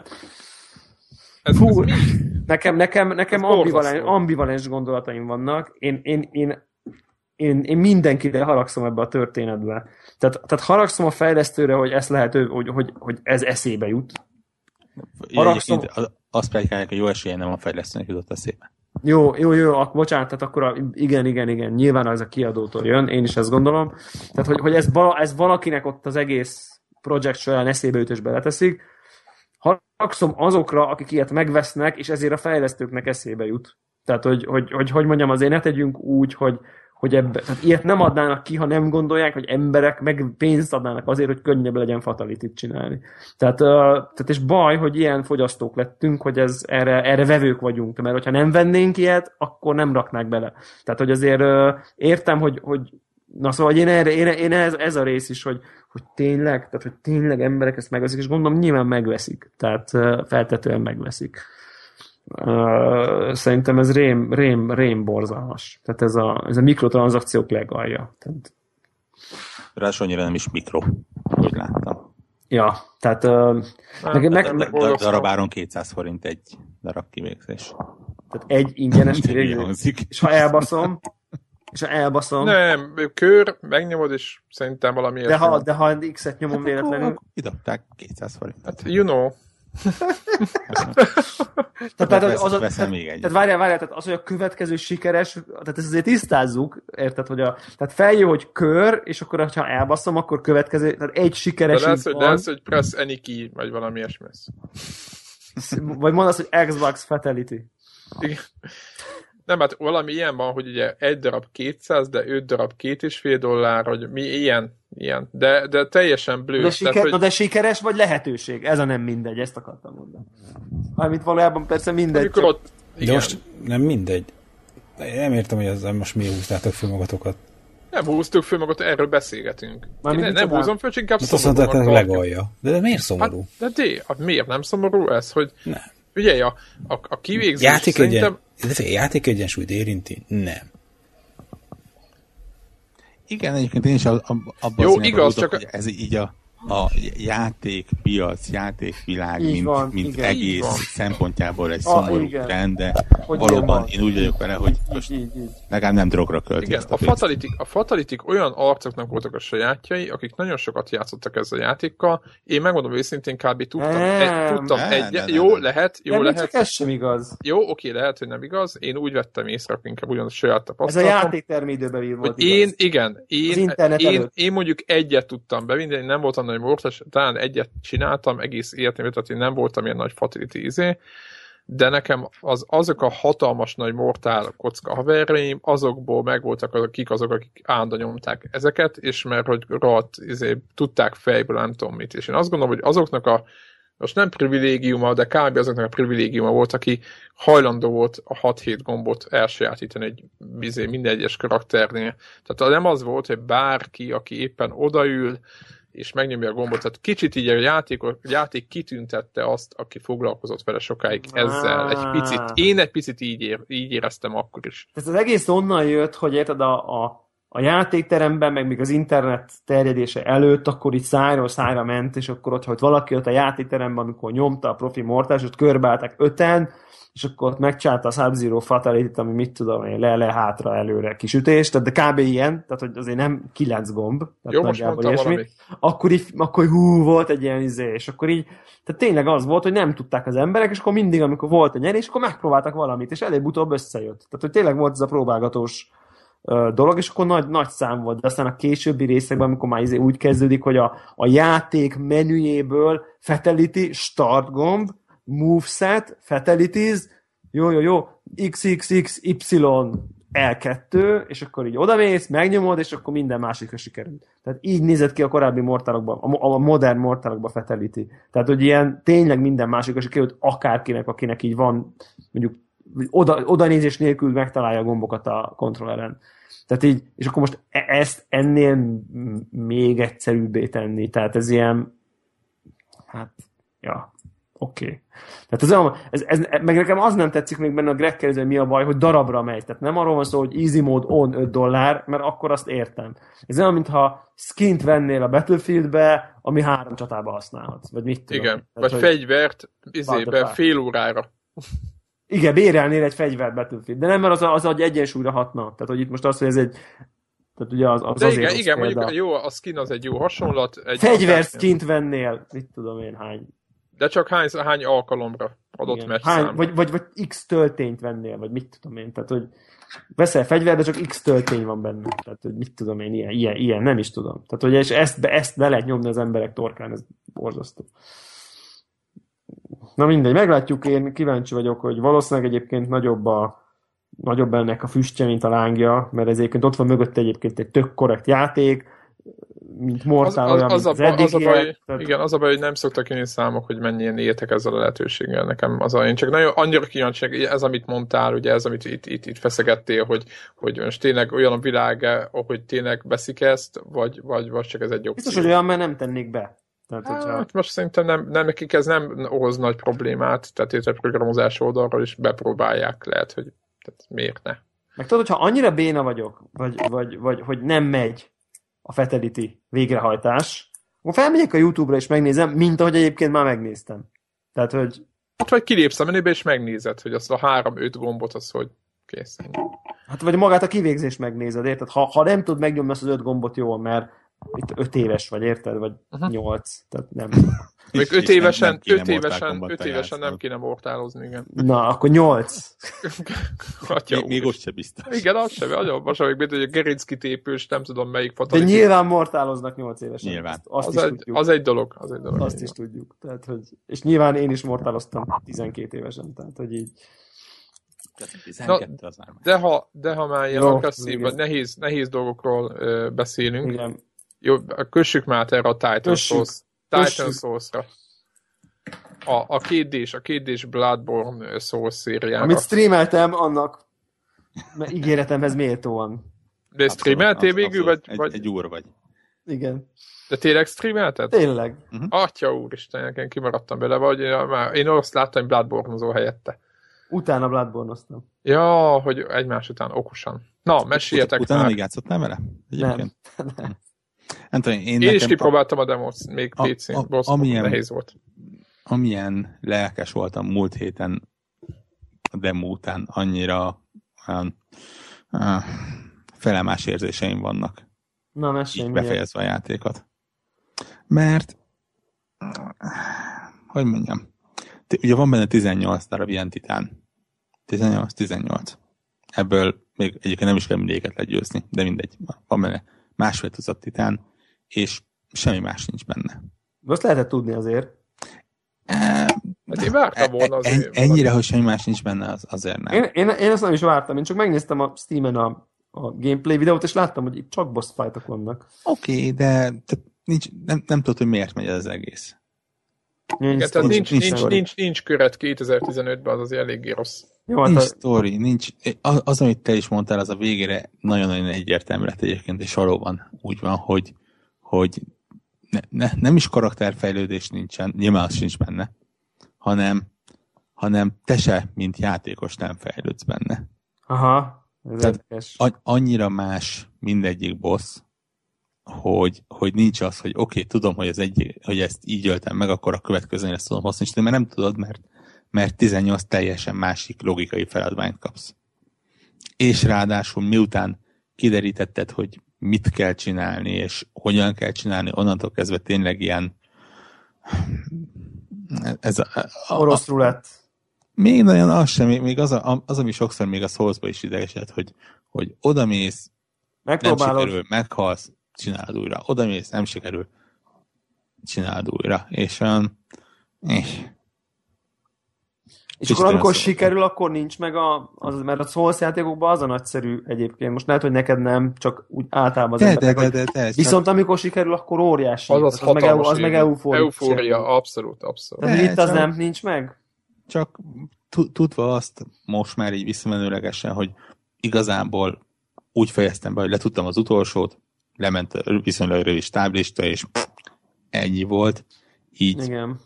S1: Ez,
S4: Fú,
S1: ez mi?
S4: Nekem, nekem, nekem
S1: Ez
S4: ambivalens,
S1: borzasztó.
S4: ambivalens gondolataim vannak. Én, én, én, én, én mindenkire haragszom ebbe a történetbe. Tehát, tehát haragszom a fejlesztőre, hogy ezt lehet, hogy, hogy, hogy ez eszébe jut. Haragszom.
S3: Egyébként azt predikálják, hogy jó esélye nem a fejlesztőnek jutott eszébe.
S4: Jó, jó, jó, ak- bocsánat, tehát akkor a, igen, igen, igen, nyilván ez a kiadótól jön, én is ezt gondolom. Tehát, hogy, hogy ez, vala, ez valakinek ott az egész projekt során eszébe jut és beleteszik. Haragszom azokra, akik ilyet megvesznek, és ezért a fejlesztőknek eszébe jut. Tehát, hogy, hogy, hogy, hogy mondjam, azért ne tegyünk úgy, hogy, hogy ebbe, tehát ilyet nem adnának ki, ha nem gondolják, hogy emberek meg pénzt adnának azért, hogy könnyebb legyen fatalityt csinálni. Tehát, uh, tehát és baj, hogy ilyen fogyasztók lettünk, hogy ez, erre, erre vevők vagyunk, mert hogyha nem vennénk ilyet, akkor nem raknák bele. Tehát, hogy azért uh, értem, hogy, hogy na szóval én, erre, én, én ez, ez a rész is, hogy, hogy tényleg, tehát hogy tényleg emberek ezt megveszik, és gondolom nyilván megveszik. Tehát uh, feltetően megveszik. Uh, szerintem ez rém, rém, rém borzalmas. Tehát ez a, ez a mikrotranszakciók legalja. Tehát...
S3: Ráadásul annyira nem is mikro, hogy láttam.
S4: Ja, tehát uh, meg, meg, meg,
S3: darabáron kétszáz forint egy darab kivégzés.
S4: Tehát egy ingyenes kivégzés. És ha elbaszom, és ha elbaszom...
S1: Nem, kör, megnyomod, és szerintem valami...
S4: De ha, de ha X-et nyomom véletlenül...
S3: Kidobták kétszáz forint.
S1: Hát, you know...
S3: tehát, tehát, az, az, az, tehát,
S4: tehát várjál, várjál, tehát az, hogy a következő sikeres, tehát ezt azért tisztázzuk, érted, hogy a, tehát feljön, hogy kör, és akkor, ha elbaszom, akkor következő, tehát egy sikeres
S1: de lesz, van. De lesz, hogy press any key, vagy valami ilyesmi.
S4: Vagy mondasz, hogy Xbox Fatality.
S1: Igen. Nem, hát valami ilyen van, hogy ugye egy darab kétszáz, de öt darab két és fél dollár, hogy mi ilyen, ilyen. De, de teljesen blő.
S4: De, siker, tehát, hogy... de sikeres vagy lehetőség? Ez a nem mindegy, ezt akartam mondani. Amit valójában persze mindegy. Csak... Ott,
S2: de most nem mindegy. Nem értem, hogy ezzel most miért húztátok föl magatokat.
S1: Nem húztuk föl magat, erről beszélgetünk. Én ne, nem húzom föl, csak inkább
S2: szomorú. Azt mondták, hogy legalja. De miért szomorú?
S1: Hát, de de, hát miért nem szomorú ez, hogy...
S2: Nem.
S1: Ugye, a, a, a kivégzés
S2: játék
S1: szerintem...
S2: Egyen, játék egyensúlyt érinti? Nem.
S3: Igen, egyébként én is abban
S1: Jó, igaz, csak...
S3: hogy ez így a, a játékpiac, játékvilág, mint, van, mint igen, egész szempontjából egy szomorú ah, trend, de hogy valóban én úgy vagyok vele, hogy most így, így, így. legalább nem drogra költi.
S1: Igen, a fatalitik, a fatalitik olyan arcoknak voltak a sajátjai, akik nagyon sokat játszottak ezzel a játékkal. Én megmondom őszintén, kb. tudtam, egy, tudtam ne, egy, ne, ne, jó, ne. lehet, jó,
S4: nem,
S1: lehet.
S4: Csak ez sem igaz.
S1: Jó, oké, lehet, hogy nem igaz. Én úgy vettem észre, inkább ugyanaz saját tapasztalatom.
S4: Ez a játéktermidőben volt
S1: igaz. Én, igen, én, én, én mondjuk egyet tudtam bevinni, nem voltam nagy mortás, talán egyet csináltam, egész életemben, tehát én nem voltam ilyen nagy fatality izé, de nekem az, azok a hatalmas nagy mortál kocka haverjaim, azokból megvoltak azok, akik azok, akik állandóan nyomták ezeket, és mert hogy rohadt, izé, tudták fejből, nem tudom mit, és én azt gondolom, hogy azoknak a, most nem privilégiuma, de kb. Azoknak a privilégiuma volt, aki hajlandó volt a hat-hét gombot elsajátítani egy izé, minden egyes karakternél. Tehát nem az volt, hogy bárki, aki éppen odaül, és megnyomja a gombot. Tehát kicsit így a játék, a játék kitüntette azt, aki foglalkozott vele sokáig ezzel. Egy picit, én egy picit így, ér, így éreztem akkor is.
S4: Tehát az egész onnan jött, hogy érted a, a, a játékteremben, meg még az internet terjedése előtt, akkor így szájról szájra ment, és akkor ott, hogy valaki ott a játékteremben, amikor nyomta a profi mortás, ott körbeálltak öten, és akkor ott megcsinálta a Sub-Zero Fatality-t, ami mit tudom én, le-le, hátra, előre kisütés, tehát de kb. Ilyen, tehát hogy azért nem kilenc gomb, tehát
S1: jó, most mondtam valamit.
S4: Akkor így, akkor hú, volt egy ilyen izé, és akkor így, tehát tényleg az volt, hogy nem tudták az emberek, és akkor mindig, amikor volt egy nyerés, akkor megpróbáltak valamit, és előbb-utóbb összejött. Tehát, hogy tényleg volt ez a próbálgatós uh, dolog, és akkor nagy, nagy szám volt, de aztán a későbbi részekben, amikor már izé úgy kezdődik, hogy a, a játék menüjéből Fatality, start gomb, moveset, fatalities, jó, jó, jó, iksz iksz iksz ipszilon el kettő, és akkor így odamész, megnyomod, és akkor minden másikra sikerül. Tehát így nézett ki a korábbi mortálokban, a, a modern mortálokban fatality. Tehát, hogy ilyen tényleg minden másikra sikerült akárkinek, akinek így van, mondjuk oda, odanézés nélkül megtalálja a gombokat a kontrolleren. Tehát így, és akkor most ezt ennél még egyszerűbbé tenni. Tehát ez ilyen, hát, ja, oké. Okay. Tehát ez, ez, ez, meg nekem az nem tetszik még benne a Greg kérdező, hogy mi a baj, hogy darabra megy. Tehát nem arról van szó, hogy easy mode on öt dollár, mert akkor azt értem. Ez olyan, mintha skint vennél a Battlefieldbe, ami három csatába használhatsz. Vagy mit tudom.
S1: Igen, tehát, vagy fegyvert izébe, fél órára.
S4: Igen, bérelnél egy fegyvert Battlefield. De nem, mert az, az egy egyensúlyra hatna. Tehát, hogy itt most az, hogy ez egy tehát ugye az, az
S1: de
S4: azért
S1: igen, igen mondjuk jó, a skin az egy jó hasonlat. Egy
S4: fegyver skint vennél, mit tudom én, hány.
S1: De csak hány, hány alkalomra adott meccs szám.
S4: Vagy, vagy, vagy X töltényt vennél, vagy mit tudom én. Tehát, hogy veszel fegyver, de csak X töltény van benne. Tehát, hogy mit tudom én, ilyen, ilyen, ilyen nem is tudom. Tehát, hogy és ezt, be, ezt be lehet nyomni az emberek torkán, ez borzasztó. Na mindegy, meglátjuk, én kíváncsi vagyok, hogy valószínűleg egyébként nagyobb a nagyobb ennek a füstje, mint a lángja, mert ez egyébként ott van mögött egyébként egy tök korrekt játék, mint Mortal,
S1: az,
S4: olyan,
S1: az,
S4: mint
S1: az,
S4: az,
S1: az a baj,
S4: tehát...
S1: igen, az a baj, hogy nem szoktak jönni számok, hogy mennyien éltek ezzel a lehetőséggel nekem. Az a, én csak nagyon annyira kíváncsiak, ez, amit mondtál, ugye ez, amit itt, itt, itt feszegettél, hogy, hogy most tényleg olyan a világ, hogy tényleg veszik ezt, vagy, vagy, vagy csak ez egy opció.
S4: Biztos, hogy olyan, mert nem tennék be. Tehát,
S1: hát,
S4: hogyha...
S1: most szerintem nem, nem, nekik ez nem okoz nagy problémát, tehát itt a programozás oldalról is bepróbálják, lehet, hogy tehát miért ne.
S4: Meg tudod, hogyha annyira béna vagyok, vagy, vagy, vagy hogy nem megy a Fatality végrehajtás, akkor felmegyek a YouTube-ra és megnézem, mint ahogy egyébként már megnéztem. Tehát, hogy...
S1: Hát vagy kilépsz a menübe és megnézed, hogy azt a három-öt gombot az, hogy kész.
S4: Hát vagy magát a kivégzést megnézed, érted? Ha, ha nem tud megnyomni azt az öt gombot jól, mert itt öt éves vagy, érted? Vagy uh-huh. nyolc, tehát nem.
S1: Még öt évesen, nem, öt évesen, öt évesen nem kéne mortálozni, igen.
S4: Na, akkor nyolc.
S3: még, még ott se biztos.
S1: Igen, az sem, nagyon vasabik, mint hogy a Gerinczki tépős, nem tudom melyik
S4: fatality. De nyilván mortáloznak nyolc évesen.
S3: Nyilván.
S4: Azt
S1: az,
S4: is
S1: egy,
S4: tudjuk.
S1: az egy dolog. Az egy dolog.
S4: Azt is tudjuk. Tehát, hogy... És nyilván én is mortáloztam tizenkét évesen, tehát, hogy így...
S1: Na, de, ha, de ha már ilyen agresszív, vagy nehéz, nehéz dolgokról ö, beszélünk,
S4: igen.
S1: Jó, kössük már erre a Titan Souls, Titan Souls-ra. A, a kétdés, a kétdés Bloodborne Souls szériára.
S4: Amit streameltem, annak ígéretemhez méltóan.
S1: De streameltél végül, vagy,
S3: egy,
S1: vagy?
S3: Egy úr vagy.
S4: Igen.
S1: De tényleg streamelted?
S4: Tényleg.
S1: Uh-huh. Atya úristen, én kimaradtam bele, vagy én azt láttam, hogy Bloodborne-ozó helyette.
S4: Utána Bloodborne-oztam.
S1: Ja, hogy egymás után okosan. Na, meséljetek
S3: Ut- Utána még játszottál vele?
S4: Nem.
S3: nem. Nem tudom, én,
S1: én is kipróbáltam a demót, még pé cén,
S3: a, a, amilyen,
S1: nehéz volt.
S3: Amilyen lelkes voltam múlt héten a demo után, annyira olyan uh, felemás érzéseim vannak.
S4: Na, mesélj,
S3: így befejezve miért? A játékot. Mert, hogy mondjam, ugye van benne tizennyolc darab ilyen titán. tizennyolc tizennyolc. Ebből még egyébként nem is kell mindegyiket legyőzni, de mindegy. Van benne másfél tucat titán, és semmi más nincs benne.
S4: Azt lehetett tudni azért.
S1: E, hát én vártam volna azért.
S3: En, ennyire, hogy semmi más nincs benne, az, azért nem.
S4: Én, én, én azt nem is vártam, én csak megnéztem a Steamen a, a gameplay videót, és láttam, hogy itt csak boss fightok vannak.
S3: Oké, okay, de nincs, nem, nem tudod, hogy miért megy ez az egész.
S1: Nincs, Igen, tehát nincs, nincs, nincs, nincs, nincs köret kétezer-tizenötben, az azért eléggé rossz.
S3: Jó, nincs a... sztori, nincs. Az, az, amit te is mondtál, az a végére nagyon-nagyon egyértelmű lett egyébként, és valóban úgy van, hogy, hogy ne, ne, nem is karakterfejlődés nincsen, nyilván az sincs benne, hanem, hanem te se, mint játékos nem fejlődsz benne.
S4: Aha, ez
S3: tehát a, annyira más mindegyik boss, hogy, hogy nincs az, hogy oké, okay, tudom, hogy, ez egy, hogy ezt így öltem meg, akkor a következőn ezt tudom hasznosítani, mert nem tudod, mert, mert tizennyolc teljesen másik logikai feladványt kapsz. És ráadásul miután kiderítetted, hogy mit kell csinálni, és hogyan kell csinálni, onnantól kezdve tényleg ilyen ez a, a, a,
S4: orosz rulett.
S3: Még nagyon az sem, még az, a, az ami sokszor még a Soulsba is idegesett, hogy, hogy odamész, nem sikerül, meghalsz, csinálod újra. Odamész, nem sikerül, csinálod újra. És um, eh.
S4: És akkor amikor sikerül, akkor nincs meg a, az, mert a Souls játékokban az a nagyszerű egyébként. Most lehet, hogy neked nem, csak úgy általában az
S3: de,
S4: emberek,
S3: de, de, de, de,
S4: viszont csak... amikor sikerül, akkor óriási.
S1: Az az,
S4: az, meg, az meg eufória.
S1: Eufória, abszolút, abszolút.
S4: De, itt az csak, nem, nincs meg?
S3: Csak tudva azt most már így visszamenőlegesen, hogy igazából úgy fejeztem be, hogy letudtam az utolsót, lement viszonylag rövid stáblista, és pff, ennyi volt. Így,
S4: igen.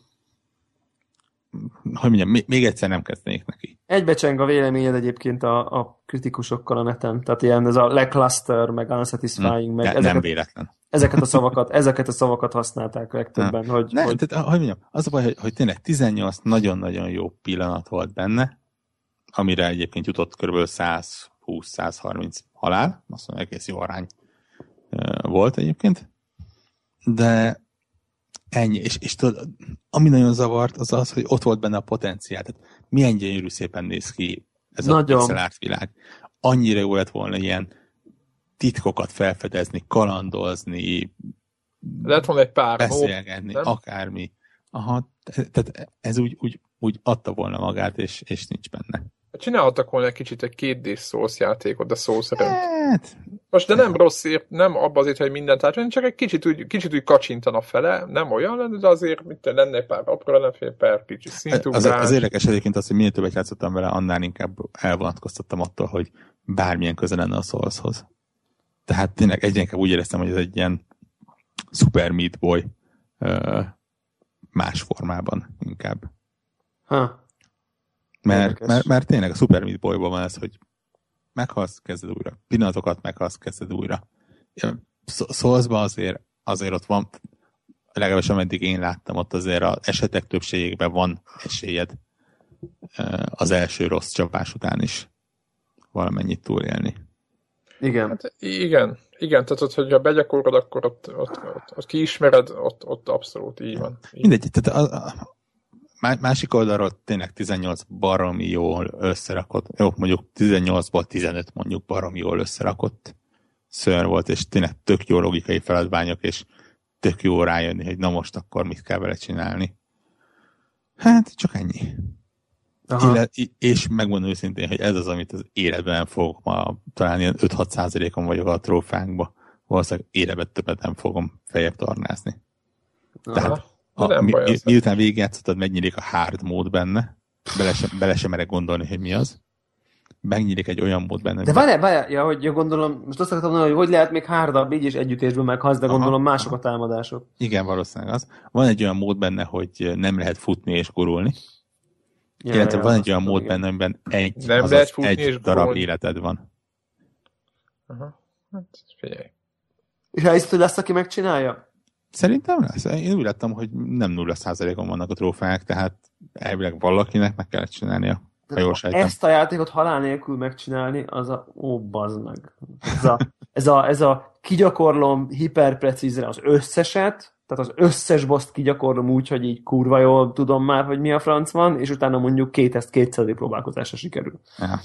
S3: Hogy mondjam, még, még egyszer nem kezdenék neki.
S4: Egybecseng a véleményed egyébként a, a kritikusokkal a neten. Tehát ilyen ez a lackluster, meg unsatisfying, meg
S3: ne,
S4: ezeket,
S3: nem véletlen.
S4: Ezeket a szavakat, ezeket a szavakat használták legtöbben.
S3: Ne.
S4: Hogy,
S3: ne,
S4: hogy...
S3: Tehát, hogy mondjam, az a baj, hogy, hogy tényleg tizennyolc nagyon-nagyon jó pillanat volt benne, amire egyébként jutott kb. száz húsz száz harminc halál, azt mondom, egész jó arány volt egyébként, de ennyi, és, és tudod, ami nagyon zavart, az az, hogy ott volt benne a potenciál, tehát milyen gyönyörű szépen néz ki ez nagyon. A pixel art világ. Annyira jó lett volna ilyen titkokat felfedezni, kalandozni,
S1: lehet volna egy pár
S3: beszélgetni, mód, akármi. Aha, tehát ez úgy, úgy, úgy adta volna magát, és, és nincs benne.
S1: Csinálhattak volna egy kicsit egy két dés Souls játékot, de szó szerint.
S3: Hát...
S1: Most de nem rossz, nem abban azért, hogy mindent átvenni, csak egy kicsit úgy, kicsit úgy kacsintana fele, nem olyan lenne, de azért mit lenne pár apró ellenfél, pár kicsi szintugrás.
S3: Az, az érdekes egyébként az, hogy minél többet játszottam vele, annál inkább elvonatkoztattam attól, hogy bármilyen köze lenne a Soulshoz. Tehát tényleg egyre inkább úgy éreztem, hogy ez egy ilyen Super Meat Boy más formában inkább.
S4: Ha.
S3: Mert, mert, mert tényleg a Super Meat Boy-ban van ez, hogy meghalsz, kezded újra. Pillanatokat meghalsz, kezded újra. Soulsban azért, azért ott van, legalábbis ameddig én láttam, ott azért az esetek többségében van esélyed az első rossz csapás után is valamennyit túlélni.
S4: Igen.
S1: Hát igen, igen, tehát ott, hogyha begyakorod, akkor ott, ott, ott, ott kiismered, ott, ott abszolút így van. Így.
S3: Mindegy, tehát a, a, másik oldalról tényleg tizennyolc baromi jól összerakott, jó, mondjuk tizennyolcból tizenöt mondjuk baromi jól összerakott ször volt, és tényleg tök jó logikai feladványok, és tök jó rájönni, hogy na most akkor mit kell vele csinálni. Hát, csak ennyi. Illet, és megmondom őszintén, hogy ez az, amit az életben fogok ma, talán ilyen öt-hat százalékon vagyok a trófánkba, valószínűleg életben többet nem fogom feljebb tornázni.
S1: Aha.
S3: Tehát a, mi, mi, miután végigjátszottad, megnyílik a hard mód benne, bele sem, bele sem merek gondolni, hogy mi az. Megnyílik egy olyan mód benne.
S4: De várjál, várjál, ja, hogy ja, gondolom, most azt akartam mondani, hogy hogy lehet még hardabb így is együttésben meghalsz, de gondolom aha, mások aha. a támadások.
S3: Igen, valószínűleg az. Van egy olyan mód benne, hogy nem lehet futni és gurulni. Ja, illetve ja, van egy olyan mód benne, amiben egy,
S1: nem
S3: azaz egy darab gurulni. Életed van.
S1: Aha, hát figyelj.
S4: És elhiszed, hogy lesz, aki megcsinálja?
S3: Szerintem lesz. Én úgy láttam, hogy nem nulla százalékon vannak a trófeák, tehát elvileg valakinek meg kellett csinálnia.
S4: Ezt a játékot halál nélkül megcsinálni, az a... Ó, bazd meg. Ez a, ez a, ez a kigyakorlom hiperprecízre az összeset, tehát az összes boszt kigyakorlom úgy, hogy így kurva jól tudom már, hogy mi a franc van, és utána mondjuk két ezt kétszázadik próbálkozásra sikerül.
S3: Ja.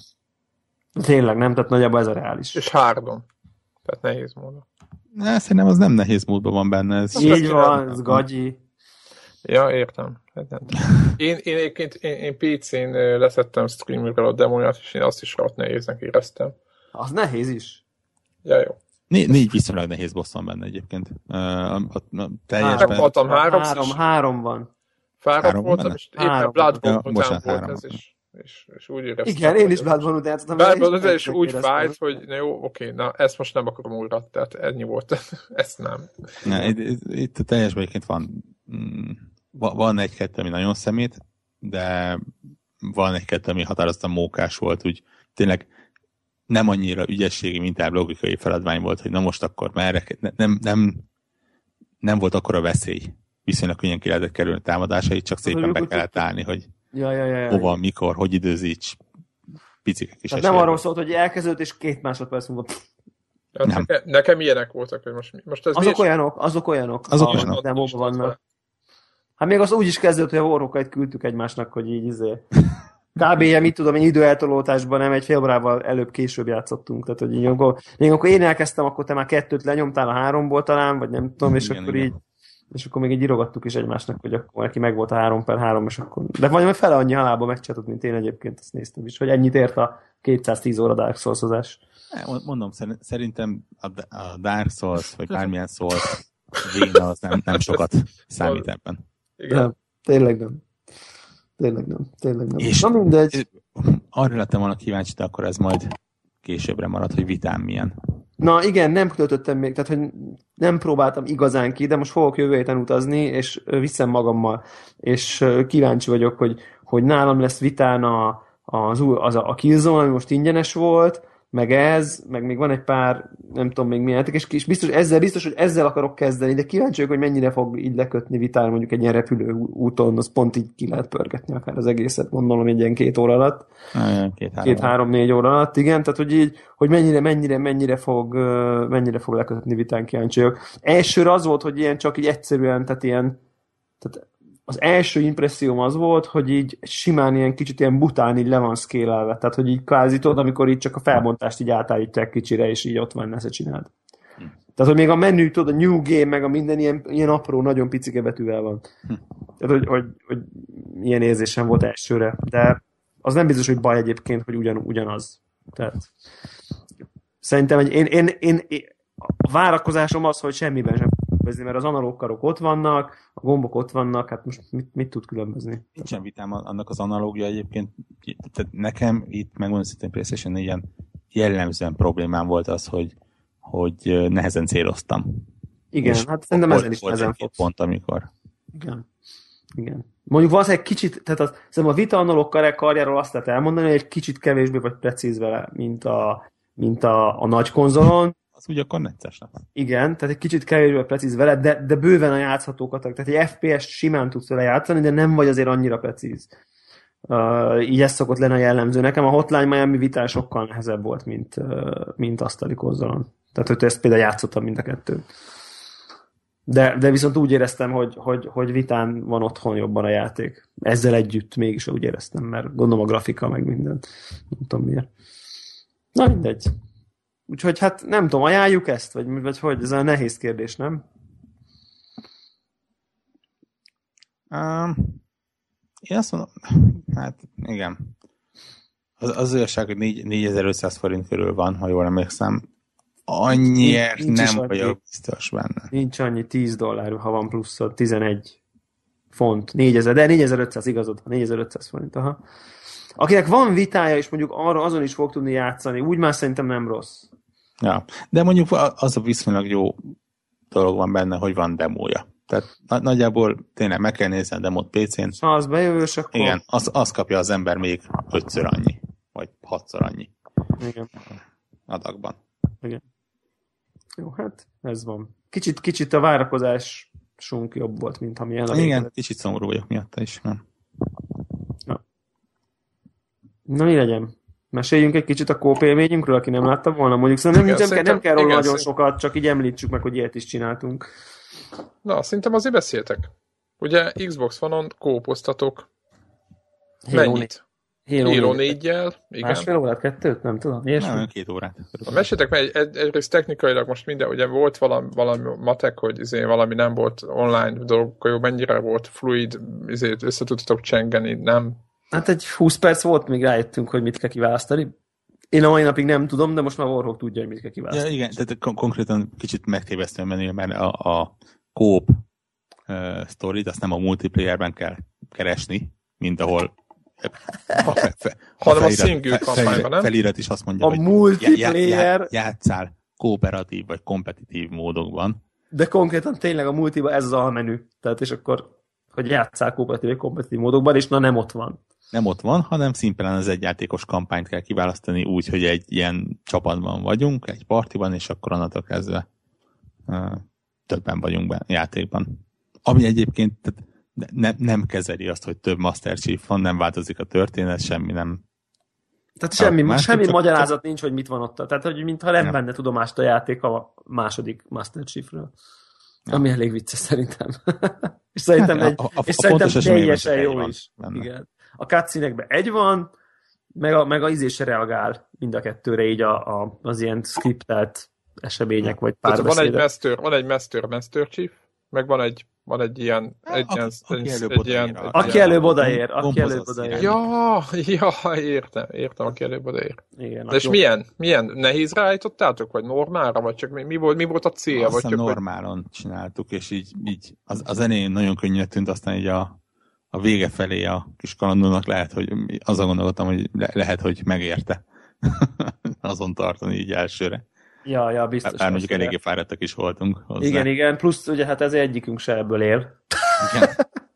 S4: Tényleg nem, tehát nagyjából ez a reális.
S1: És hardon. Tehát nehéz módon.
S3: Ne, szerintem az nem nehéz módban van benne. Ez
S4: így van, ez gagyi.
S1: Ja, értem. Én, én egyébként én, én pé cén leszettem streamerrel a demóját, és én azt is rohadt nehéznek éreztem.
S4: Az nehéz is.
S1: Ja, jó.
S3: Né, négy viszonylag nehéz boss van benne egyébként. Uh, a, a, a teljesben...
S1: Három, voltam, három,
S4: három, három van.
S1: Fáradt voltam, és éppen Bloodborne ja, után volt ez, és, és, és úgy éreztem.
S4: Igen, én is Bloodborne után játszottam.
S1: Bloodborne után, és úgy fájt, hogy na jó, oké, na ezt most nem akarom újra, tehát ennyi volt. Ezt nem.
S3: Na, itt, itt a teljesben egyébként van mm, van egy-kettő, ami nagyon szemét, de van egy-kettő, ami határozottan mókás volt, úgy tényleg nem annyira ügyességi, mint logikai feladvány volt, hogy na most akkor merre, nem, nem, nem volt akkora veszély. Viszonylag könnyen ki lehetett kerülni támadásait, csak szépen be kellett állni, hogy
S4: ja, ja, ja, ja.
S3: hova, mikor, hogy időzíts, picikek is.
S4: Nem arról szólt, hogy elkezdődött, és két másodperc múlva.
S1: Ja, nem. Nekem, nekem ilyenek voltak, hogy most, most ez
S4: azok olyanok, azok olyanok,
S3: azok
S4: a,
S3: olyanok.
S4: A demóban vannak. Hát még az úgy is kezdődött, hogy a warhawkait küldtük egymásnak, hogy így izé. Kb. Mit tudom, egy időeltolódásban nem egy fél órával előbb később játszottunk. Tehát, hogy így, amikor, még akkor én elkezdtem, akkor te már kettőt lenyomtál a háromból talán, vagy nem tudom, és igen, akkor igen. így és akkor még így írogattuk is egymásnak, hogy akkor neki meg volt a három per három, és akkor... De majd fele annyi halálba megcsináltad, mint én egyébként, ezt néztem is, hogy ennyit ért a kétszáztíz óra Dark Souls-ozás.
S3: Mondom, szerintem a Dark Souls, vagy bármilyen Souls véna, az nem, nem sokat számít ebben.
S1: Igen.
S4: Nem, tényleg nem. Tényleg nem. Tényleg nem.
S3: És
S4: na mindegy.
S3: Arra lettem volna kíváncsi, de akkor ez majd későbbre marad, hogy vitám milyen.
S4: Na igen, nem töltöttem még, tehát hogy nem próbáltam igazán ki, de most fogok jövő héten utazni, és viszem magammal. És kíváncsi vagyok, hogy, hogy nálam lesz vitán a, az, az a, a Killzone, ami most ingyenes volt, meg ez, meg még van egy pár, nem tudom még milyen, és, és biztos, ezzel, biztos, hogy ezzel akarok kezdeni, de kíváncsi vagyok, hogy mennyire fog így lekötni vitán mondjuk egy ilyen repülő úton, az pont így ki lehet pörgetni akár az egészet, mondom, egy ilyen két óra alatt. Két-három-négy óra alatt, igen, tehát hogy így, hogy mennyire, mennyire, mennyire fog, mennyire fog lekötni vitán, kíváncsi vagyok. Elsőre az volt, hogy ilyen csak így egyszerűen, tehát ilyen, tehát az első impresszióm az volt, hogy így simán ilyen kicsit ilyen bután így le van szkélelve. Tehát, hogy így kvázi tudod, amikor így csak a felbontást így átállítják kicsire, és így ott van, ne se csináld. Hm. Tehát, hogy még a menü, tudod, a New Game, meg a minden ilyen, ilyen apró, nagyon picike betűvel van. Hm. Tehát, hogy, hogy, hogy ilyen érzésem volt elsőre. De az nem biztos, hogy baj egyébként, hogy ugyan, ugyanaz. Tehát szerintem egy, én, én, én, én, a várakozásom az, hogy semmiben sem különbözni, mert az analóg karok ott vannak, a gombok ott vannak, hát most mit, mit tud különbözni?
S3: Nincsen vitám annak az analógia egyébként. Tehát nekem itt, megmondom szintén PlayStation négyen jellemzően problémám volt az, hogy, hogy nehezen céloztam.
S4: Igen, és hát szerintem ezen is nehezen fogsz.
S3: Pont, amikor.
S4: Igen. Igen. Mondjuk valószínűleg kicsit, tehát az, szerintem a Vita analóg karjáról azt lehet elmondani, hogy egy kicsit kevésbé vagy precíz vele, mint a, mint a, a nagy konzolon.
S3: Az úgy akkor necces lesz.
S4: Igen, tehát egy kicsit kevésbé precíz vele, de, de bőven a játszhatókat. Tehát egy ef pé es-t simán tudsz vele játszani, de nem vagy azért annyira precíz. Uh, így ez szokott lenni a jellemző. Nekem a Hotline Miami Vitán sokkal nehezebb volt, mint, uh, mint asztali konzolon. Tehát, hogy ezt például játszottam mind a kettőt. De, de viszont úgy éreztem, hogy, hogy, hogy Vitán van otthon jobban a játék. Ezzel együtt mégis úgy éreztem, mert gondolom a grafika meg minden. Nem tudom miért. Na mindegy. Úgyhogy hát nem tudom, ajánljuk ezt? Vagy, vagy hogy? Ez a nehéz kérdés, nem?
S3: Um, én azt mondom, hát igen. Az, az igazság, hogy négyezer-ötszáz forint körül van, ha jól emlékszem. Annyiért nincs, nincs nem vagyok biztos benne.
S4: Nincs annyi, tíz dollár, ha van pluszod, tizenegy font, négyezer, de négyezer-ötszáz igazod, négyezer-ötszáz forint, aha. Akinek van vitája, és mondjuk arra azon is fog tudni játszani, úgy már szerintem nem rossz.
S3: Ja, de mondjuk az a viszonylag jó dolog van benne, hogy van demója. Tehát nagyjából tényleg meg kell nézni a demót pé cén.
S4: Ha az bejövős, akkor...
S3: Igen, az, az kapja az ember még ötször annyi, vagy hatszor annyi.
S4: Igen.
S3: Adagban.
S4: Igen. Jó, hát ez van. Kicsit, kicsit a várakozásunk jobb volt, mint amilyen a
S3: Igen, végül. Kicsit szomorú vagyok miatta is. Nem?
S4: Na. Na mi legyen? Meséljünk egy kicsit a kóp élményünkről, aki nem látta volna. Mondjuk szerintem nem, nem, nem, nem kell róla nagyon szerintem... sokat, csak így említsük meg, hogy ilyet is csináltunk.
S1: Na, szerintem azért beszéltek. Ugye Xbox One-on kópoztatok. Mennyit? Halo négyel.
S4: Másfél órát, kettőt? Nem tudom.
S3: Nem, két órát.
S1: Meséltek meg, egy, egy, egyrészt technikailag most minden, ugye volt valami, valami matek, hogy izé, valami nem volt online dolgok, jó, mennyire volt fluid, izé, össze tudtatok csengeni, nem?
S4: Hát egy húsz perc volt, még rájöttünk, hogy mit kell kiválasztani. Én a mai napig nem tudom, de most már Warhawk tudja, hogy mit kell kiválasztani.
S3: Ja, igen, tehát kon- konkrétan kicsit megtévesztően menni, mert a, a co-op uh, sztorit, azt nem a multiplayerben kell keresni, mint ahol a, fe, fe, a,
S1: a single kampányban, nem?
S3: Felirat is azt mondja,
S4: a
S3: hogy
S4: multiplayer... já, já,
S3: játszál kooperatív vagy kompetitív módokban.
S4: De konkrétan tényleg a multiban ez az almenü. Tehát és akkor, hogy játszál kooperatív vagy kompetitív módokban, és na nem ott van.
S3: Nem ott van, hanem szimplán az egyjátékos kampányt kell kiválasztani úgy, hogy egy ilyen csapatban vagyunk, egy partiban, és akkor onnantól kezdve uh, többen vagyunk be, játékban. Ami egyébként tehát ne, nem kezeli azt, hogy több Master Chief van, nem változik a történet, semmi nem.
S4: Tehát semmi, a semmi magyarázat nincs, hogy mit van ott. Tehát, hogy mintha nem benne tudomást a játék a második Master Chiefről. Ja. Ami elég vicces szerintem. és szerintem, egy, a, a, és a szerintem teljesen jó is. Igen. A cutscene-ekben egy van, meg a, meg a izé se reagál mind a kettőre így a, a, az ilyen scriptelt események, vagy párbeszédek.
S1: Van egy Master, van egy Master Master Chief, meg van egy van egy ilyen... Egy
S3: aki,
S1: ilyen,
S3: aki
S1: egy,
S3: előbb
S1: egy
S3: odaér.
S1: ilyen,
S4: aki előbb odaér. Aki előbb odaér.
S1: Ja, ja, értem, értem, aki előbb odaér.
S4: Igen,
S1: de és milyen? Milyen? Nehéz ráállítottátok? Vagy normálra? Vagy csak mi, mi, volt, mi volt a cél?
S3: Aztán
S1: vagy csak
S3: normálon hogy... csináltuk, és így, így az, az elején nagyon könnyűen tűnt, aztán így a, a vége felé a kis kalandónak lehet, hogy azon gondoltam, hogy le, lehet, hogy megérte azon tartani így elsőre.
S4: Ja, ja, biztos.
S3: Bár mondjuk eléggé fáradtak is voltunk hozzá.
S4: Igen, igen, plusz ugye hát ez egyikünk se ebből él.
S3: Igen.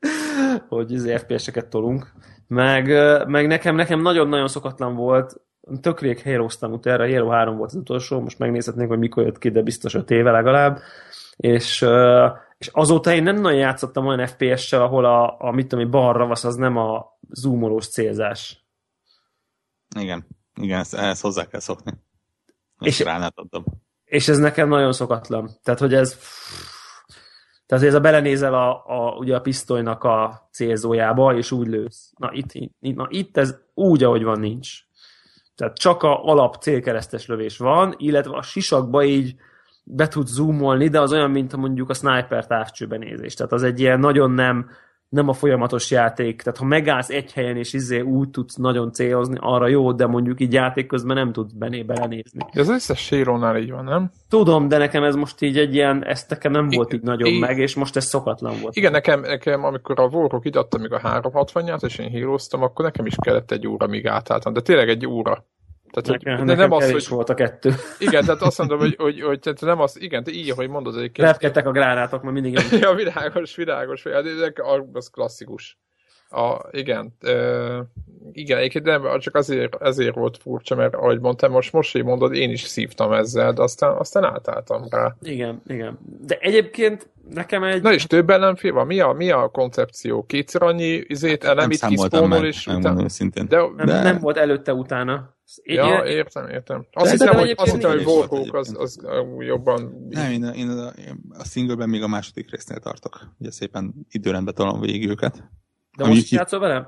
S4: hogy az ef pé es-eket tolunk. Meg, meg nekem, nekem nagyon-nagyon szokatlan volt, tök rég hero-ztam utána, Hero három volt az utolsó, most megnézhetnénk, hogy mikor jött ki, de biztos öt éve legalább. És, és azóta én nem nagyon játszottam olyan ef pé es-sel, ahol a, a mit tudom, balra vasz, az nem a zoomolós célzás.
S3: Igen, igen, ezt, ezt hozzá kell szokni.
S4: És, és ez nekem nagyon szokatlan. Tehát, hogy ez tehát, hogy ez a belenézel a, a, ugye a pisztolynak a célzójába, és úgy lősz. Na itt, itt, na, itt ez úgy, ahogy van, nincs. Tehát csak a alap célkeresztes lövés van, illetve a sisakba így be tud zoomolni, de az olyan, mint mondjuk a sniper távcsőben nézés. Tehát az egy ilyen nagyon nem nem a folyamatos játék. Tehát ha megállsz egy helyen, és izé úgy tudsz nagyon célozni, arra jó, de mondjuk így játék közben nem tudsz bené belenézni.
S1: Ez összes Shiro-nál így van, nem?
S4: Tudom, de nekem ez most így egy ilyen, ezt nekem nem volt így nagyon I, meg, és most ez szokatlan volt.
S1: Igen, nekem, nekem amikor a Warhawk kiadta még a háromszázhatvanját, és én híroztam, akkor nekem is kellett egy óra, míg átálltam. De tényleg egy óra. Tehát,
S4: nekem,
S1: hogy,
S4: de
S1: nekem
S4: nem
S1: az,
S4: hogy volt a kettő.
S1: Igen, tehát azt mondom, hogy, hogy, hogy tehát nem az, igen, te így, ahogy mondod egyébként.
S4: Repkedtek a gránátok, mert mindig nem.
S1: Ja, világos, világos. Az klasszikus. A, igen, uh, igen, egyébként nem, csak azért, ezért volt furcsa, mert ahogy mondtam, most most így mondod, én is szívtam ezzel, de aztán, aztán átálltam rá.
S4: Igen, igen. De egyébként nekem egy...
S1: Na és több ellenfél van? Mi a, mi a koncepció? Kétszer annyi izét elemit kiszpónol, és utána...
S3: De,
S4: nem,
S3: de...
S4: nem volt előtte-utána.
S1: Ja, értem, értem. Azt hiszem, hogy, azt hiszem, hogy Warhawk az, az jobban...
S3: Nem, én, én a, a singleben még a második résznél tartok. Ugye szépen időrendbe találom végig őket.
S4: De most ki... játszol velem?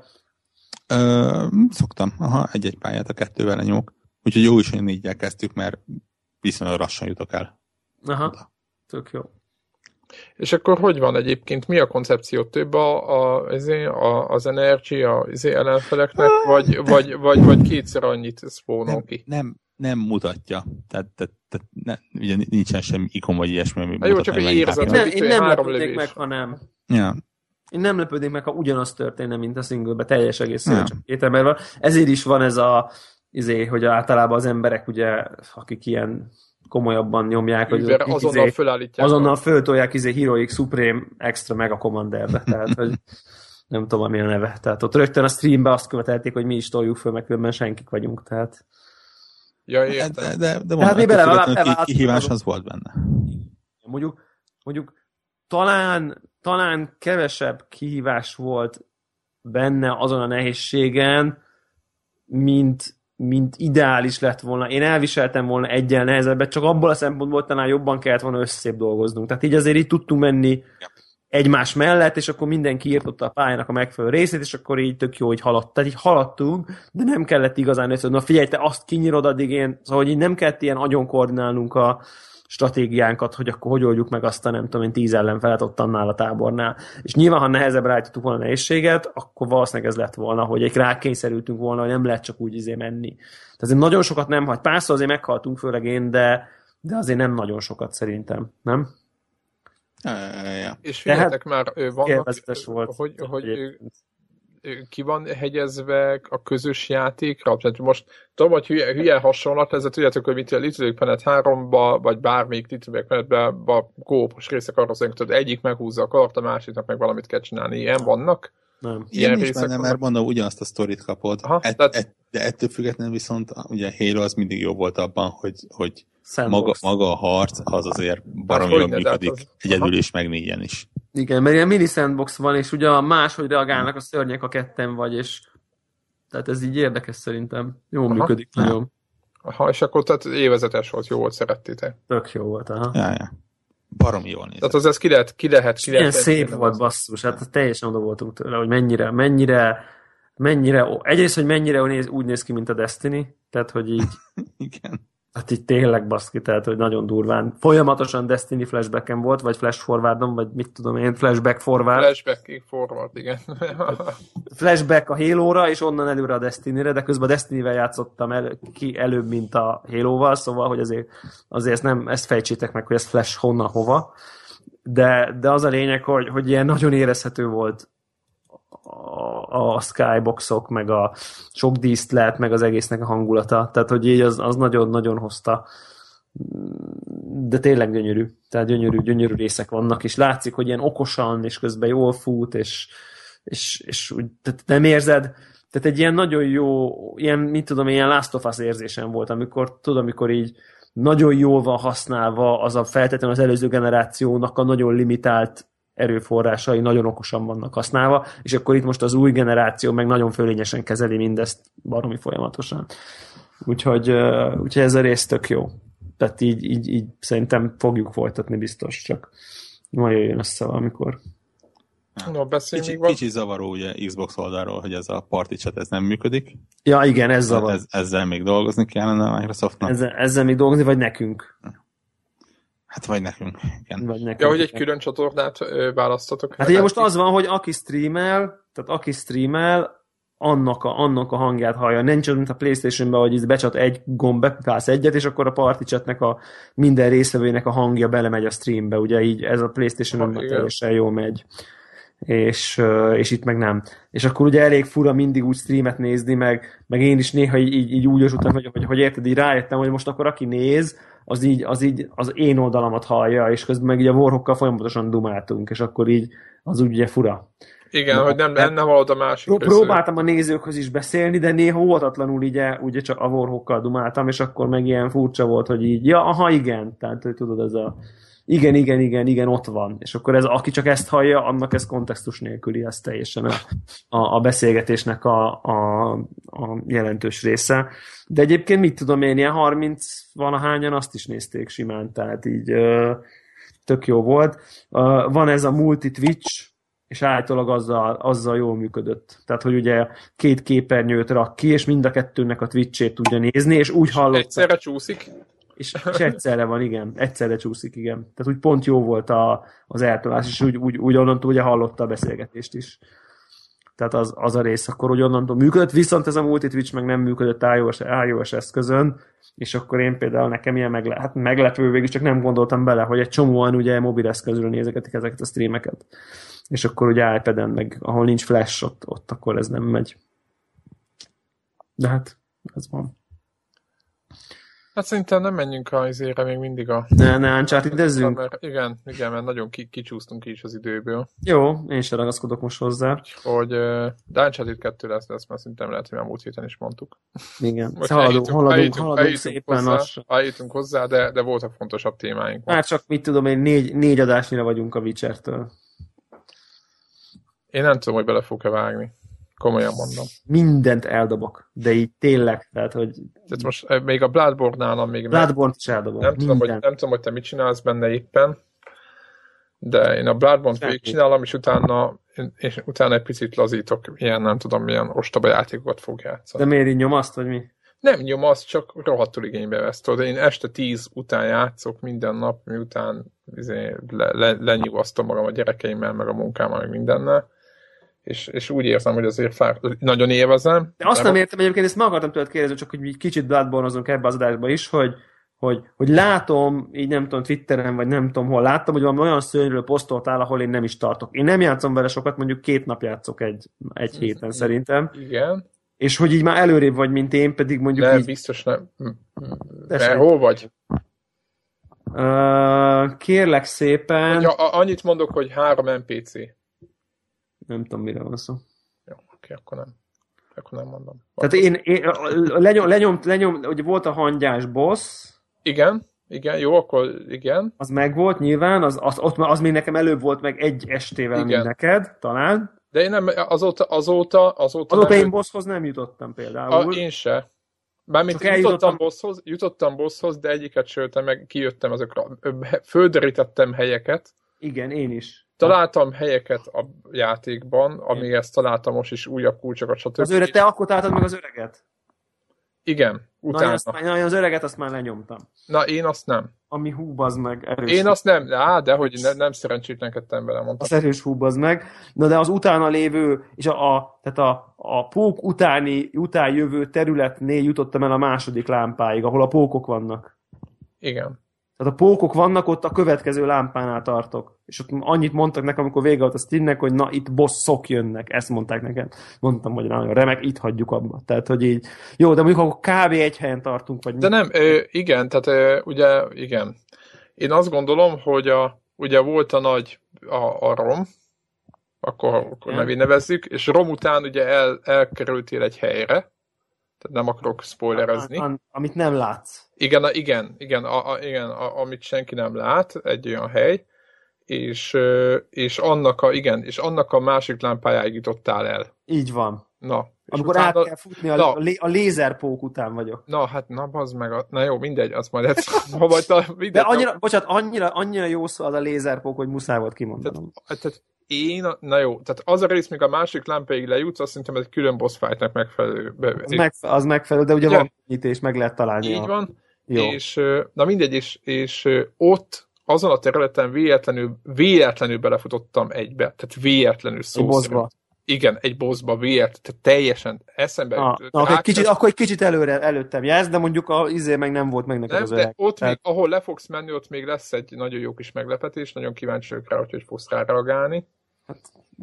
S3: Ö, szoktam. Aha, egy-egy pályát a kettővel lenyomok. Úgyhogy jó is, hogy négyel kezdtük, mert viszonylag lassan jutok el.
S4: Aha, oda. Tök jó.
S1: És akkor hogy van egyébként? Mi a koncepció? Több a, a, a, az energy az ellenfeleknek, vagy, vagy, vagy, vagy kétszer annyit spónol ki?
S3: Nem, nem mutatja. Tehát, tehát, tehát ne, ugye nincsen semmi ikon vagy ilyesmi, ami
S1: jó, csak hogy érzed,
S4: hogy nem, én nem lepődnék meg, ha nem.
S3: Ja.
S4: Én nem lepődnék meg, ha ugyanaz történne, mint a singleben, teljes egészében, ja. Csak két ember van. Ezért is van ez a, izé, hogy általában az emberek, ugye, akik ilyen komolyabban nyomják, hogy
S1: Über, azonnal izé, fölállítják.
S4: Azonnal föltolják izé Heroic Supreme Extra Mega Commanderbe. Tehát, hogy nem tudom, mi a neve. Tehát ott rögtön a streambe azt követelték, hogy mi is toljuk föl, meg különben senkik vagyunk. Tehát...
S1: Ja,
S3: de, de, de, de
S4: mondom, mi bele,
S3: a kihívás az volt benne.
S4: Mondjuk, mondjuk talán, talán kevesebb kihívás volt benne azon a nehézségen, mint mint ideális lett volna. Én elviseltem volna egyen nehezebbet, csak abból a szempontból talán jobban kellett volna összébb dolgoznunk. Tehát így azért így tudtunk menni egymás mellett, és akkor mindenki írtotta a pályának a megfelelő részét, és akkor így tök jó, hogy haladt. Tehát így haladtunk, de nem kellett igazán össze. Na figyelj, te azt kinyírod, addig én, szóval hogy így nem kellett ilyen agyon koordinálnunk a stratégiánkat, hogy akkor hogy oldjuk meg azt a nem tudom én tíz ellenfelet ott annál a tábornál. És nyilván, ha nehezebb rájtottuk volna a nehézséget, akkor valószínűleg ez lett volna, hogy egy rákényszerültünk volna, hogy nem lehet csak úgy izé menni. Tehát azért nagyon sokat nem hagy. Párszor azért meghaltunk, főleg én, de, de azért nem nagyon sokat szerintem, nem?
S3: Ja, ja, ja.
S1: És figyeljetek már, vannak,
S4: volt,
S1: hogy, hogy ki van hegyezve a közös játékra? Tehát most tudom, hogy hülye, hülye hasonlat, ez a tudjátok, hogy mit a Little Planet háromba, vagy bármelyik Little Planetbe a kópos részek arra szerint, hogy egyik meghúzza a kart, a másiknak meg valamit kell csinálni. Ilyen vannak?
S3: Nem. Ilyen is benne, mert mondom, ugyanazt a sztorit kapod. Aha, et, tehát... et, de ettől függetlenül viszont ugye Halo az mindig jó volt abban, hogy, hogy maga, maga a harc az azért baromi jól működik, az... egyedül is, meg négyen is.
S4: Igen, mert ilyen mini sandbox van, és ugye máshogy reagálnak a szörnyek, a ketten vagy, és tehát ez így érdekes szerintem. Jól aha. működik aha. nagyon.
S1: Aha, és akkor tehát évezetes volt, jó volt, szerettétek.
S4: Tök jó volt, aha.
S3: Ja, ja. Baromi jól nézett.
S1: Tehát az ez ki lehet, ki lehet, ki lehet.
S4: Ilyen szép volt, basszus, hát teljesen oda voltunk tőle, hogy mennyire, mennyire, mennyire, egyrészt, hogy mennyire néz, úgy néz ki, mint a Destiny, tehát, hogy így,
S3: igen.
S4: Hát így tényleg baszki, tehát, hogy nagyon durván. Folyamatosan Destiny flashbacken volt, vagy flash forwardon, vagy mit tudom én, flashback forward.
S1: Flashback forward, igen.
S4: Flashback a Halo-ra, és onnan előre a Destiny-re, de közben a Destiny-vel játszottam el, ki előbb, mint a Halo-val, szóval, hogy azért, azért ezt, nem, ezt fejtsétek meg, hogy ez flash honnan hova. De, de az a lényeg, hogy, hogy ilyen nagyon érezhető volt a, a skyboxok, meg a sok díszlet, meg az egésznek a hangulata. Tehát, hogy így az, az nagyon-nagyon hozta. De tényleg gyönyörű. Tehát gyönyörű, gyönyörű részek vannak, és látszik, hogy ilyen okosan, és közben jól fut, és, és, és úgy, tehát nem érzed. Tehát egy ilyen nagyon jó, ilyen, mit tudom, ilyen Last of Us érzésem volt, amikor, tudom, amikor így nagyon jól van használva az a feltétlenül az előző generációnak a nagyon limitált erőforrásai nagyon okosan vannak használva, és akkor itt most az új generáció meg nagyon fölényesen kezeli mindezt baromi folyamatosan. Úgyhogy, úgyhogy ez a rész tök jó. Tehát így, így, így szerintem fogjuk folytatni biztos, csak majd jöjjön össze valamikor.
S1: No,
S3: kicsi, kicsi zavaró ugye Xbox oldalról, hogy ez a party chat ez nem működik.
S4: Ja, igen, ez zavar.
S3: Ez, ezzel még dolgozni kellene a Microsoftnak.
S4: Ezzel, ezzel még dolgozni, vagy nekünk?
S3: Hát vagy nekünk. Igen.
S4: Vagy nekünk.
S1: Ja, hogy egy külön csatornát választatok.
S4: Hát ugye most az van, hogy aki streamel, tehát aki streamel, annak a, annak a hangját hallja. Nincs az, mint a PlayStation-ben, hogy itt becsat egy gomb, bepálsz egyet, és akkor a party chatnek a minden részvevőnek a hangja belemegy a streambe. Ugye így ez a PlayStation-on teljesen jól megy. És, és itt meg nem. És akkor ugye elég fura mindig úgy streamet nézni, meg, meg én is néha így, így, így úgy után, hogy, hogy, hogy érted, így rájöttem, hogy most akkor aki néz, az így, az így az én oldalamat hallja, és közben meg így a Warhawkkal folyamatosan dumáltunk, és akkor így az úgy ugye fura.
S1: Igen, de, hogy nem, nem, nem hallod a másik
S4: pró- Próbáltam a nézőkhöz is beszélni, de néha óvatatlanul ugye, ugye csak a Warhawkkal dumáltam, és akkor meg ilyen furcsa volt, hogy így, ja, aha, igen, tehát hogy tudod, ez a igen, igen, igen, igen, ott van. És akkor ez, aki csak ezt hallja, annak ez kontextus nélküli, ez teljesen a, a, a beszélgetésnek a, a, a jelentős része. De egyébként mit tudom én, ilyen harminc valahányan azt is nézték simán, tehát így ö, tök jó volt. Ö, van ez a multi Twitch, és állítólag azzal, azzal jól működött. Tehát, hogy ugye két képernyőt rak ki, és mind a kettőnek a Twitch-ét tudja nézni, és úgy hallott.
S1: Egyszerre csúszik.
S4: És, és egyszerre van, igen. Egyszerre csúszik, igen. Tehát úgy pont jó volt a, az eltolás, és úgy, úgy, úgy onnantól ugye hallotta a beszélgetést is. Tehát az, az a rész akkor úgy onnantól működött, viszont ez a multi-Twitch meg nem működött iOS, iOS eszközön, és akkor én például nekem ilyen megle, hát meglepő végül, csak nem gondoltam bele, hogy egy csomóan ugye mobil eszközről nézegetik ezeket a streameket. És akkor ugye iPad-en meg, ahol nincs flash, ott, ott akkor ez nem megy. De hát, ez van.
S1: Hát szerintem nem menjünk a izére még mindig a...
S4: Ne, ne, Uncharted-ezzünk.
S1: Mert igen, igen, mert nagyon ki, kicsúsztunk is az időből.
S4: Jó, én sem ragaszkodok most hozzá.
S1: Hogy de Uncharted kettő lesz, lesz, mert szerintem lehet, hogy már múlt héten is mondtuk.
S4: Igen, most haladunk, haladunk,
S1: eljutunk,
S4: haladunk szépen
S1: hozzá, eljutunk hozzá, de, de voltak fontosabb témáink.
S4: Hát csak mit tudom én, négy, négy adásnyira vagyunk a Witcher-től.
S1: Én nem tudom, hogy bele fogok-e vágni. Komolyan mondom.
S4: Mindent eldobok, de így tényleg, tehát, hogy...
S1: Tehát most még a Bloodborne-nál még...
S4: Bloodborne-t is eldobok.
S1: Nem tudom, hogy, nem tudom, hogy te mit csinálsz benne éppen, de én a Bloodborne-t végig csinálom, és utána, és utána egy picit lazítok, ilyen nem tudom, milyen ostoba játékokat fog játszani.
S4: De miért így nyomaszt, vagy mi?
S1: Nem nyomaszt, csak rohadtul igénybe vesz. Tudod, én este tíz után játszok minden nap, miután izé, le, le, lenyugasztom magam a gyerekeimmel, meg a munkámmal, meg mindennel. És, és úgy érzem, hogy azért fár, nagyon élvezem.
S4: De azt nem értem, egyébként ezt meg akartam tőled kérdezni, csak hogy kicsit Bloodborne-ozunk ebbe az adásba is, hogy, hogy, hogy látom, így nem tudom, Twitteren, vagy nem tudom hol láttam, hogy valami olyan szörnyről posztoltál, ahol én nem is tartok. Én nem játszom vele sokat, mondjuk két nap játszok egy, egy héten szerintem.
S1: Igen.
S4: És hogy így már előrébb vagy, mint én, pedig mondjuk
S1: de
S4: így...
S1: biztos nem. De hol vagy?
S4: Uh, kérlek szépen...
S1: Hogy a, annyit mondok, hogy három en pé cé.
S4: Nem tudom, mire van szó.
S1: Jó, oké, akkor nem. Akkor nem mondom.
S4: Tehát én, én lenyom, lenyom, lenyom, ugye volt a hangyás boss.
S1: Igen, igen, jó, akkor igen.
S4: Az meg volt nyilván, az, az, ott, az még nekem előbb volt meg egy estével, igen, mint neked, talán.
S1: De én nem, azóta, azóta, azóta,
S4: azóta én bosshoz nem jutottam például.
S1: A, én se. Bármint jutottam bosshoz, jutottam bosshoz, de egyiket söltem meg, kijöttem ezekre, földderítettem helyeket.
S4: Igen, én is.
S1: Találtam helyeket a játékban, amihez találtam most is újabb kulcsokat, stb.
S4: Az öreg, te akkor találtad meg az öreget?
S1: Igen, utána.
S4: Na, azt, na, az öreget azt már lenyomtam.
S1: Na, én azt nem.
S4: Ami hú, az meg erős.
S1: Én azt nem, á, de hogy ne, nem szerencsétlenkedtem vele, mondtam.
S4: Az erős hú, az meg. Na, de az utána lévő, és a, a, tehát a, a pók utáni, után jövő területnél jutottam el a második lámpáig, ahol a pókok vannak.
S1: Igen.
S4: Tehát a pókok vannak, ott a következő lámpánál tartok. És ott annyit mondtak nekem, amikor vége volt a streamnek, hogy na, itt bosszok jönnek. Ezt mondták nekem. Mondtam, hogy nagyon remek, itt hagyjuk abba. Tehát, hogy így, jó, de mondjuk akkor kb. Egy helyen tartunk. Vagy
S1: de nem, ö, igen, tehát ö, ugye, igen. Én azt gondolom, hogy a, ugye volt a nagy, a, a rom, akkor, akkor nevén nevezzük, és rom után ugye el, elkerültél egy helyre, tehát nem akarok spoilerezni.
S4: A, a, amit nem látsz.
S1: Igen, a, igen, igen, a, a, igen a, amit senki nem lát, egy olyan hely, és, és annak a, igen, és annak a másik lámpájáig jutottál el.
S4: Így van.
S1: Na.
S4: Amikor utána, át kell futni, a, na, a lézerpók után vagyok.
S1: Na, hát na, bazd meg, a, na jó, mindegy, azt majd egyszer, ha vagy ta, mindegy.
S4: De annyira, bocsánat, annyira, annyira jó szó az a lézerpók, hogy muszáj volt kimondanom.
S1: Tehát, tehát én, na jó, tehát az a rész, még a másik lámpáig lejutsz, azt szerintem ez egy külön boss fight-nek megfelelő.
S4: Az, meg, az megfelelő, de ugye, ugye? van könnyítés, meg lehet találni.
S1: Így
S4: a...
S1: van,
S4: jó.
S1: És na mindegy, és, és ott azon a területen véletlenül, véletlenül belefutottam egybe, tehát véletlenül szó szerint. Igen, egy bossba véletlenül, tehát teljesen eszembe
S4: ah,
S1: jutott.
S4: Na, egy kicsit, akkor egy kicsit előre, előttem jársz, de mondjuk a izé meg nem volt meg neked
S1: nem,
S4: az
S1: de
S4: öreg.
S1: ott
S4: tehát...
S1: még, ahol le fogsz menni, ott még lesz egy nagyon jó kis meglepetés, nagyon kíváncsi vagyok rá, hogy hogy fogsz rá reagálni. Hát,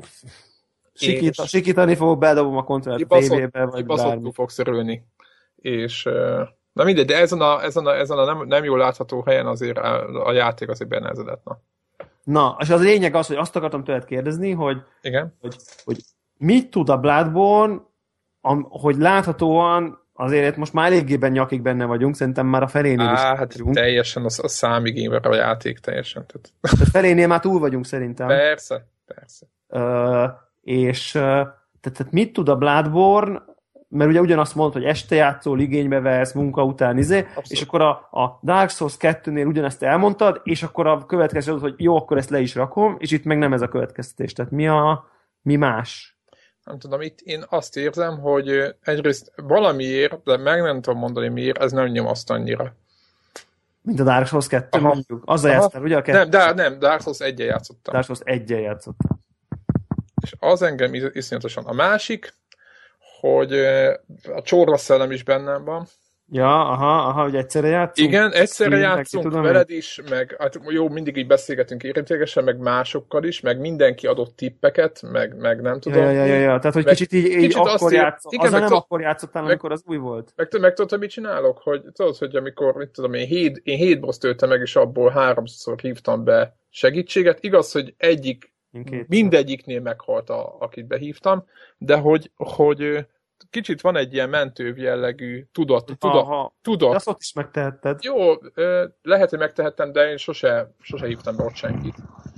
S4: sikít, és... Sikítani fogok, bedobom a kontrollert a tévébe, vagy bármi.
S1: fogsz örülni. És na mindegy, de ezen a, ezen a, ezen a nem, nem jól látható helyen azért a, a játék azért benehezedett. Na.
S4: na, és az a lényeg az, hogy azt akartam tőled kérdezni, hogy,
S1: igen?
S4: hogy, hogy mit tud a Bloodborne, am, hogy láthatóan azért most már eléggében nyakig benne vagyunk, szerintem már a felénél
S1: Á,
S4: is
S1: hát vagyunk. Teljesen a, a számigényben a játék teljesen. Tehát.
S4: A felénél már túl vagyunk szerintem.
S1: Persze, persze.
S4: Uh, és uh, tehát, tehát mit tud a Bloodborne, mert ugye ugyanazt mondod, hogy este játszol, igénybe vesz, munka után, izé, abszolút. És akkor a, a Dark Souls kettőnél ugyanezt elmondtad, és akkor a következő az, hogy jó, akkor ezt le is rakom, és itt meg nem ez a következtetés. Tehát mi, a, mi más?
S1: Nem tudom, itt én azt érzem, hogy egyrészt valamiért, de meg nem tudom mondani miért, ez nem nyomaszt annyira.
S4: Mint a Dark Souls kettő, aha. mondjuk. Azzal játsztál, ugye a kettő?
S1: Nem, de, nem, Dark Souls egyen játszottam.
S4: Dark Souls egyen játszottam.
S1: És az engem iszonyatosan. A másik, hogy a csorra szellem is bennem van.
S4: Ja, aha, aha, hogy egyszerre játszunk.
S1: Igen, egyszerre játszunk tudom, veled is, meg hát jó, mindig így beszélgetünk érintégesen, meg másokkal is, meg mindenki adott tippeket, meg, meg nem tudom.
S4: Ja, ja, ja, ja. Tehát, hogy meg kicsit így, így kicsit akkor játszol. Igen, azzal nem tud, akkor játszottál, meg, amikor az új volt.
S1: Meg, meg, meg tudod, hogy mit csinálok? Hogy, tudod, hogy amikor, mit tudom, én hét, én hét boss töltem meg, és abból háromszor hívtam be segítséget. Igaz, hogy egyik, mindegyiknél meghalt, a, akit behívtam, de hogy, hogy kicsit van egy ilyen mentőv jellegű tudat. tudat, tudat.
S4: De azt ott is megtehetted.
S1: Jó, lehet, hogy megtehettem, de én sose, sose hívtam be ott senkit.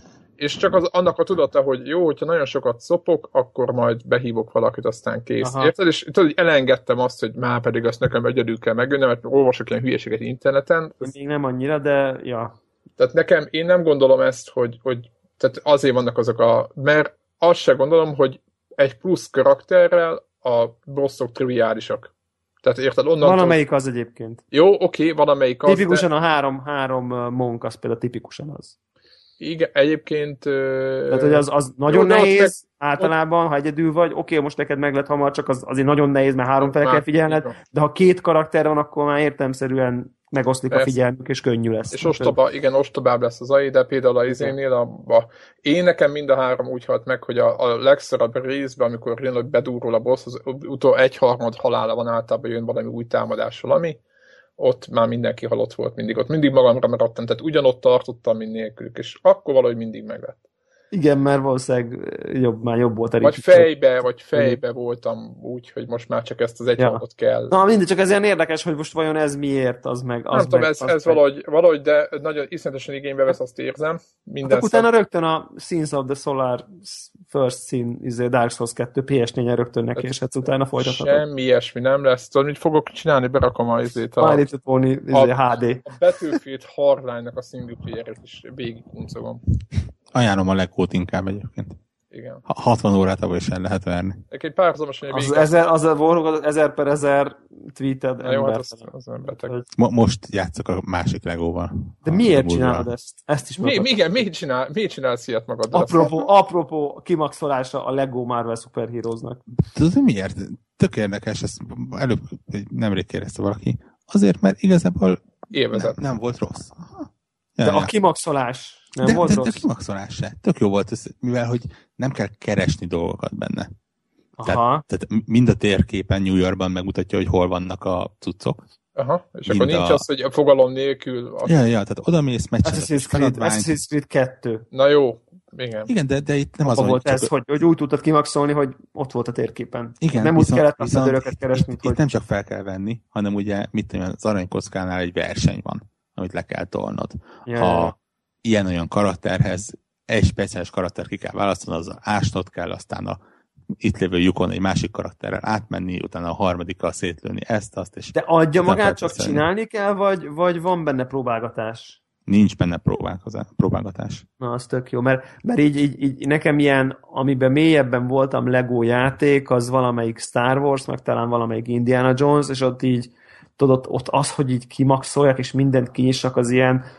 S1: És csak az, annak a tudata, hogy jó, hogyha nagyon sokat szopok, akkor majd behívok valakit, aztán kész. Aha. Érted? És tudod, elengedtem azt, hogy már pedig azt nekem egyedül kell megjönni, mert olvasok ilyen hülyeséget interneten.
S4: Még nem annyira, de ja.
S1: Tehát nekem, én nem gondolom ezt, hogy, hogy tehát azért vannak azok a... Mert azt se gondolom, hogy egy plusz karakterrel a bosszok triviálisak. Tehát érted, onnantól...
S4: Valamelyik az egyébként.
S1: Jó, oké, valamelyik az,
S4: tipikusan
S1: de...
S4: a három, három monk, az például tipikusan az.
S1: Igen, egyébként...
S4: Tehát, hogy az, az nagyon jó, nehéz, meg... általában, ha egyedül vagy, oké, most neked meg lett hamar, csak az azért nagyon nehéz, mert három fel kell figyelned, de ha két karakter van, akkor már értelemszerűen megoszlik persze. A figyelmük, és könnyű lesz.
S1: És ostoba, igen, ostobább lesz az á i, de például a izénél, a, a, én nekem mind a három úgy halt meg, hogy a, a legszarabb részben, amikor jön, hogy bedúrul a boss, az utol egyharmad halála van, általában jön valami új támadás, valami, ott már mindenki halott volt mindig, ott mindig magamra maradtam, tehát ugyanott tartottam, mint nélkülük, és akkor valahogy mindig meglett.
S4: Igen, mert valószínűleg jobb, már jobb volt.
S1: Vagy fejbe, vagy fejbe voltam úgy, hogy most már csak ezt az egy ja. hangot kell.
S4: Na mindig, csak ez ilyen érdekes, hogy most vajon ez miért, az meg... Az
S1: nem tudom,
S4: meg,
S1: ez, ez valahogy, valahogy, de nagyon iszonyatosan igénybe vesz, azt érzem.
S4: Hát utána rögtön a Sins of the Solar First Sin, izé, Dark Souls kettő pé es négyen rögtön neki, és hát utána folytathatod.
S1: Semmi ilyesmi nem lesz. Tudod, mit fogok csinálni? Berakom a izét a...
S4: My Little Pony izé, há dé.
S1: A Battlefield Hardline-nak a single player-et is végig kuncogom.
S3: Ajánlom a legót inkább egyébként.
S1: Igen.
S3: hatvan órát abban is el lehet verni.
S1: Egy párhuzamosan
S4: az, végig... ezer, az, az ezer per ezer tweeted
S1: ember. Jó, hát az, az nem beteg.
S3: Mo- most játszok a másik legóval.
S4: De miért csinálod ezt? Ezt is
S1: mi, igen, miért, csinál, miért csinálsz ilyet magaddal?
S4: Apropó, apropó kimaxolása a Lego Marvel Super Heroesnak.
S3: Tudod, miért? Tök érdekes, ezt előbb nemrég kérdezte valaki. Azért, mert igazából nem, nem volt rossz. Aha.
S4: Ja, de ja. A kimaxolás nem
S3: de,
S4: volt
S3: de,
S4: rossz?
S3: De a kimaxolás se. Tök jó volt, ez, mivel hogy nem kell keresni dolgokat benne.
S4: Aha.
S3: Tehát, tehát mind a térképen New Yorkban megmutatja, hogy hol vannak a cuccok.
S1: Aha, és mind akkor nincs a... az, hogy a fogalom nélkül...
S3: A... Ja, ja, tehát odamész, meccseled.
S4: Assassin's Creed, Assassin's Creed kettő.
S1: Na jó, igen.
S3: Igen, de, de itt nem az,
S4: volt
S3: hogy...
S4: ez, hogy, hogy úgy tudtad kimaxolni, hogy ott volt a térképen.
S3: Igen,
S4: nem
S3: viszont,
S4: úgy kellett azt a döröket keresni,
S3: itt,
S4: hogy...
S3: Itt nem csak fel kell venni, hanem ugye, mit tudom, az aranykockánál egy verseny van, amit le kell tolnod.
S4: Ja,
S3: ha
S4: ja.
S3: ilyen-olyan karakterhez egy speciális karakter ki kell választani, az ásnod kell, aztán a itt lévő lyukon egy másik karakterrel átmenni, utána a harmadikkal szétlőni ezt, azt, és...
S4: De adja magát, csak csinálni kell, vagy, vagy van benne próbálgatás?
S3: Nincs benne próbálgatás.
S4: Na, az tök jó, mert, mert így, így, így nekem ilyen, amiben mélyebben voltam Lego játék, az valamelyik Star Wars, meg talán valamelyik Indiana Jones, és ott így, tudod, ott az, hogy így kimaxolják, és mindent kinyissak, az ilyen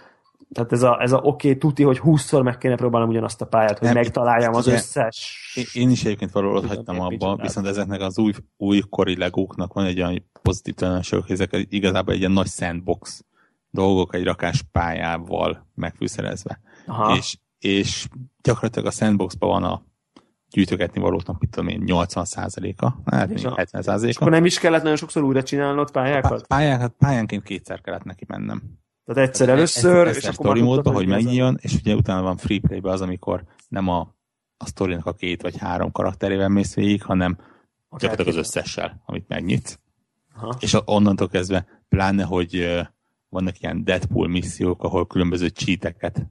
S4: Tehát ez a, ez a oké, okay, tuti, hogy húszszor meg kéne próbálnom ugyanazt a pályát, hogy nem, megtaláljam az
S3: ugye,
S4: összes...
S3: Én, én is egyébként valahol ott hagytam abba, viszont ezeknek az új, újkori legóknak van egy olyan pozitív tulajdonságok, hogy ezek igazából egy ilyen nagy sandbox dolgok egy rakás pályával megfűszerezve. És, és gyakorlatilag a sandboxban van a gyűjtögetni valóknak, mit tudom én, nyolcvan százaléka, hát még hetven százaléka. És
S4: akkor nem is kellett nagyon sokszor újra csinálnod pályákat?
S3: Pályákat, pályánként kétszer kellett neki mennem.
S4: Tehát egyszer először,
S3: és akkor story módban, hogy megnyíljon, és ugye utána van free play-be az, amikor nem a, a sztorinak a két vagy három karakterével mész végig, hanem gyakorlatilag az összessel, amit megnyitsz. Aha. És onnantól kezdve, pláne, hogy vannak ilyen Deadpool missziók, ahol különböző cheateket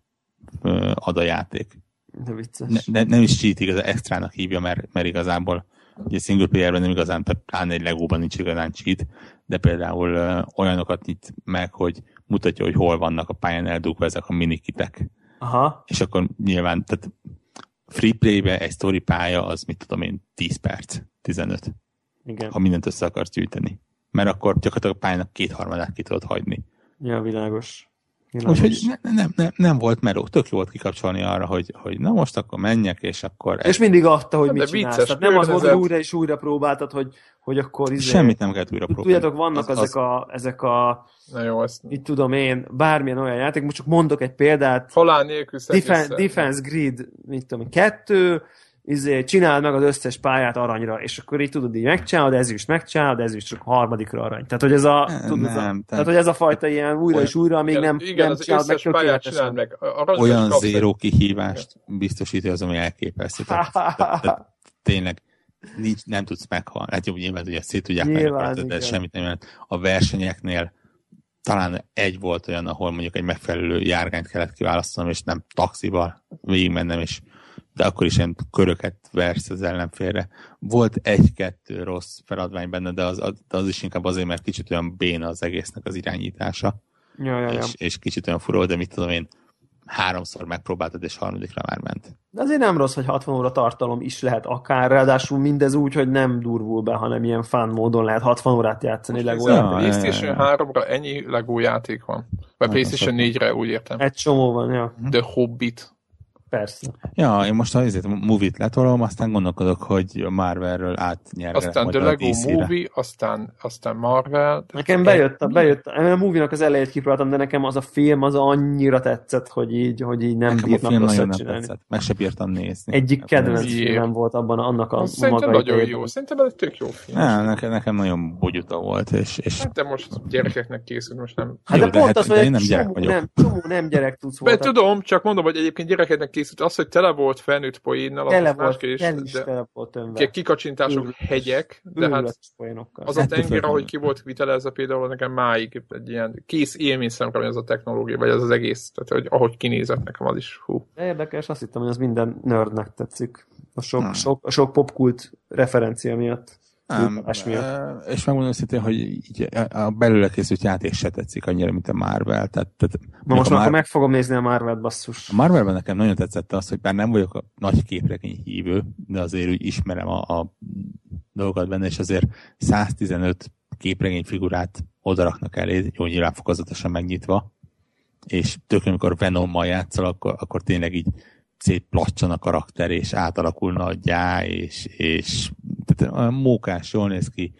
S3: ad a játék.
S4: De vicces.
S3: Ne, ne, nem is cheat, igaz, extrának hívja, mert, mert igazából ugye single playerben nem igazán, pláne egy Legóban nincs igazán cheat, de például uh, olyanokat nyit meg, hogy mutatja, hogy hol vannak a pályán eldugva ezek a minikitek.
S4: Aha.
S3: És akkor nyilván, tehát free play-be egy story pálya az, mit tudom én, tíz perc, tizenöt.
S4: Igen.
S3: Ha mindent össze akarsz gyűjteni. Mert akkor gyakorlatilag a pályának kétharmadát ki tudod hagyni.
S4: Ja, világos.
S3: Úgyhogy ne, nem, nem, nem volt meló. Tök jó volt kikapcsolni arra, hogy, hogy na most akkor menjek, és akkor...
S4: És egy... mindig adta, hogy mit csinálsz. Tehát nem az volt, hogy újra és újra próbáltad, hogy, hogy akkor... Izé...
S3: Semmit nem kellett újra próbálni.
S4: Tudjátok, vannak az, ezek, az... A, ezek a...
S1: Na jó, ezt...
S4: Itt tudom én, bármilyen olyan játék, most csak mondok egy példát.
S1: Halál nélkül
S4: Defen- Defense Grid, mit tudom, kettő, izé, csináld meg az összes pályát aranyra, és akkor így tudod, így megcsinálod, ezüst, megcsinálod, ezüst, csak harmadikra arany. Tehát, hogy ez a,
S3: nem,
S4: tudod,
S3: nem,
S4: a
S3: tehát,
S4: tehát, hogy ez a fajta ilyen újra
S1: olyan,
S4: és újra, amíg
S1: igen,
S4: nem,
S1: igen,
S4: nem csinálod meg tökéletesen.
S1: Meg.
S3: Olyan zéró kihívást biztosít, az, ami elképesztő. Tehát, tehát, tehát, tényleg nincs, nem tudsz meghalni. Hát jó, nyilván, ugye szét tudják meg, de semmit nem jelent. A versenyeknél talán egy volt olyan, ahol mondjuk egy megfelelő járgányt kellett kiválasztanom, és nem taxival végigmennem, és de akkor is ilyen köröket versz az ellenfélre. Volt egy-kettő rossz feladvány benne, de az, az, az is inkább azért, mert kicsit olyan béna az egésznek az irányítása.
S4: Ja, ja, ja.
S3: És, és kicsit olyan furó, de mit tudom én, háromszor megpróbáltad, és harmadikra már ment.
S4: De azért nem rossz, hogy hatvan óra tartalom is lehet akár, ráadásul mindez úgy, hogy nem durvul be, hanem ilyen fun módon lehet hatvan órát játszani Lego
S1: játék. PlayStation háromra ennyi Lego játék van. Vagy PlayStation négyre, úgy értem.
S4: Egy csomó van, ja.
S1: The Hobbit.
S4: Persze.
S3: Ja, én most azért a Movie-t letolom, aztán gondolkodok, hogy a Marvelről átnyergelek.
S1: Aztán The Lego Movie, aztán, aztán Marvel.
S4: Nekem bejött, a, bejött, a Movie-nak az elejét kipróbáltam, de nekem az a film az annyira tetszett, hogy így, hogy így nem
S3: nekem
S4: bírnak rosszat csinálni.
S3: Tetszett. Meg se bírtam nézni.
S4: Egyik kedvenc filmem volt abban annak a
S1: szerintem nagyon idejében. Jó, szerintem ez egy tök jó film.
S3: Ja, nekem, nekem nagyon bugyuta volt. És, és...
S1: Hát de most gyerekeknek készült, most nem...
S4: Hát
S3: jó,
S4: de, de pont
S3: hát,
S4: az, hogy
S3: én
S4: egy
S3: nem gyerek
S4: csomó,
S3: vagyok.
S4: nem, csomó nem gyerek tudsz volt.
S1: Tudom, csak mondom, hogy egyébként gyerekeknek készült. Az, hogy tele volt felnőtt poénnal,
S4: tele volt, tele is tele volt önve.
S1: Kikacsintások, Őrül, hegyek, de hát az a tenger, ahogy ki volt vitelezve például, nekem máig egy ilyen kész élmény szemre, ez a technológia, vagy az az egész, tehát hogy ahogy kinézett nekem az is, hú.
S4: De érdekes, azt hittem, hogy az minden nerdnek tetszik. A sok, hmm. sok, a sok popkult referencia miatt.
S3: Nem, és megmondom őszintén, hogy így a belőle készült játék se tetszik annyira, mint a Marvel. Tehát, tehát
S4: Na most Mar- akkor meg fogom nézni a Marvel-t, basszus.
S3: A Marvelben nekem nagyon tetszett az, hogy bár nem vagyok a nagy képregény hívő, de azért úgy ismerem a, a dolgokat benne, és azért száztizenöt képregény figurát odaraknak elé, jó nyilván fokozatosan megnyitva, és tök, amikor Venommal játszol, akkor, akkor tényleg így szétplacsan a karakter, és átalakulna a gyá, és, és tehát olyan mókás, jól néz ki,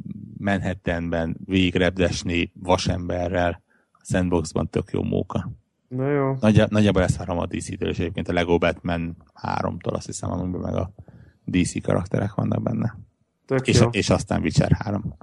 S3: Manhattanben végigrepdesni vasemberrel, a Sandboxban tök jó móka.
S4: Na jó.
S3: Nagy, nagyjából ezt várom a dé cé-től, és egyébként a Lego Batman háromtól azt hiszem, amiben meg a dé cé karakterek vannak benne.
S4: Tök
S3: és,
S4: jó.
S3: és aztán Witcher három.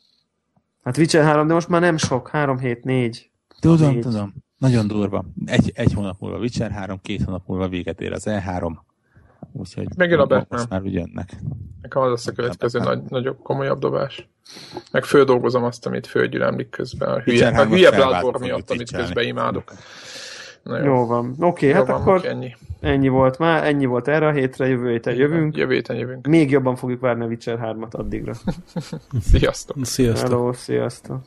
S4: Hát Witcher három, de most már nem sok, három hét négy.
S3: Tudom, négy. tudom. Nagyon durva. Egy, egy hónap múlva Witcher három, két hónap múlva véget ér az E három. Úgyhogy
S1: megint a Batman.
S3: Most már úgy jönnek.
S1: Nekem az lesz a következő nagy, nagyobb, komolyabb dobás. Meg földolgozom azt, amit földgyülemlik közben. A hülye, a hülye Bloodborne miatt, amit közben imádok.
S4: Na jó. jó van. Oké, okay, hát van, akkor ennyi. ennyi volt már, ennyi volt erre a hétre, jövő héten jövünk.
S1: Jövő héten jövünk.
S4: Még jobban fogjuk várni a Witcher hármat addigra.
S1: Sziasztok.
S2: Sziasztok.
S4: Hello, sziasztok.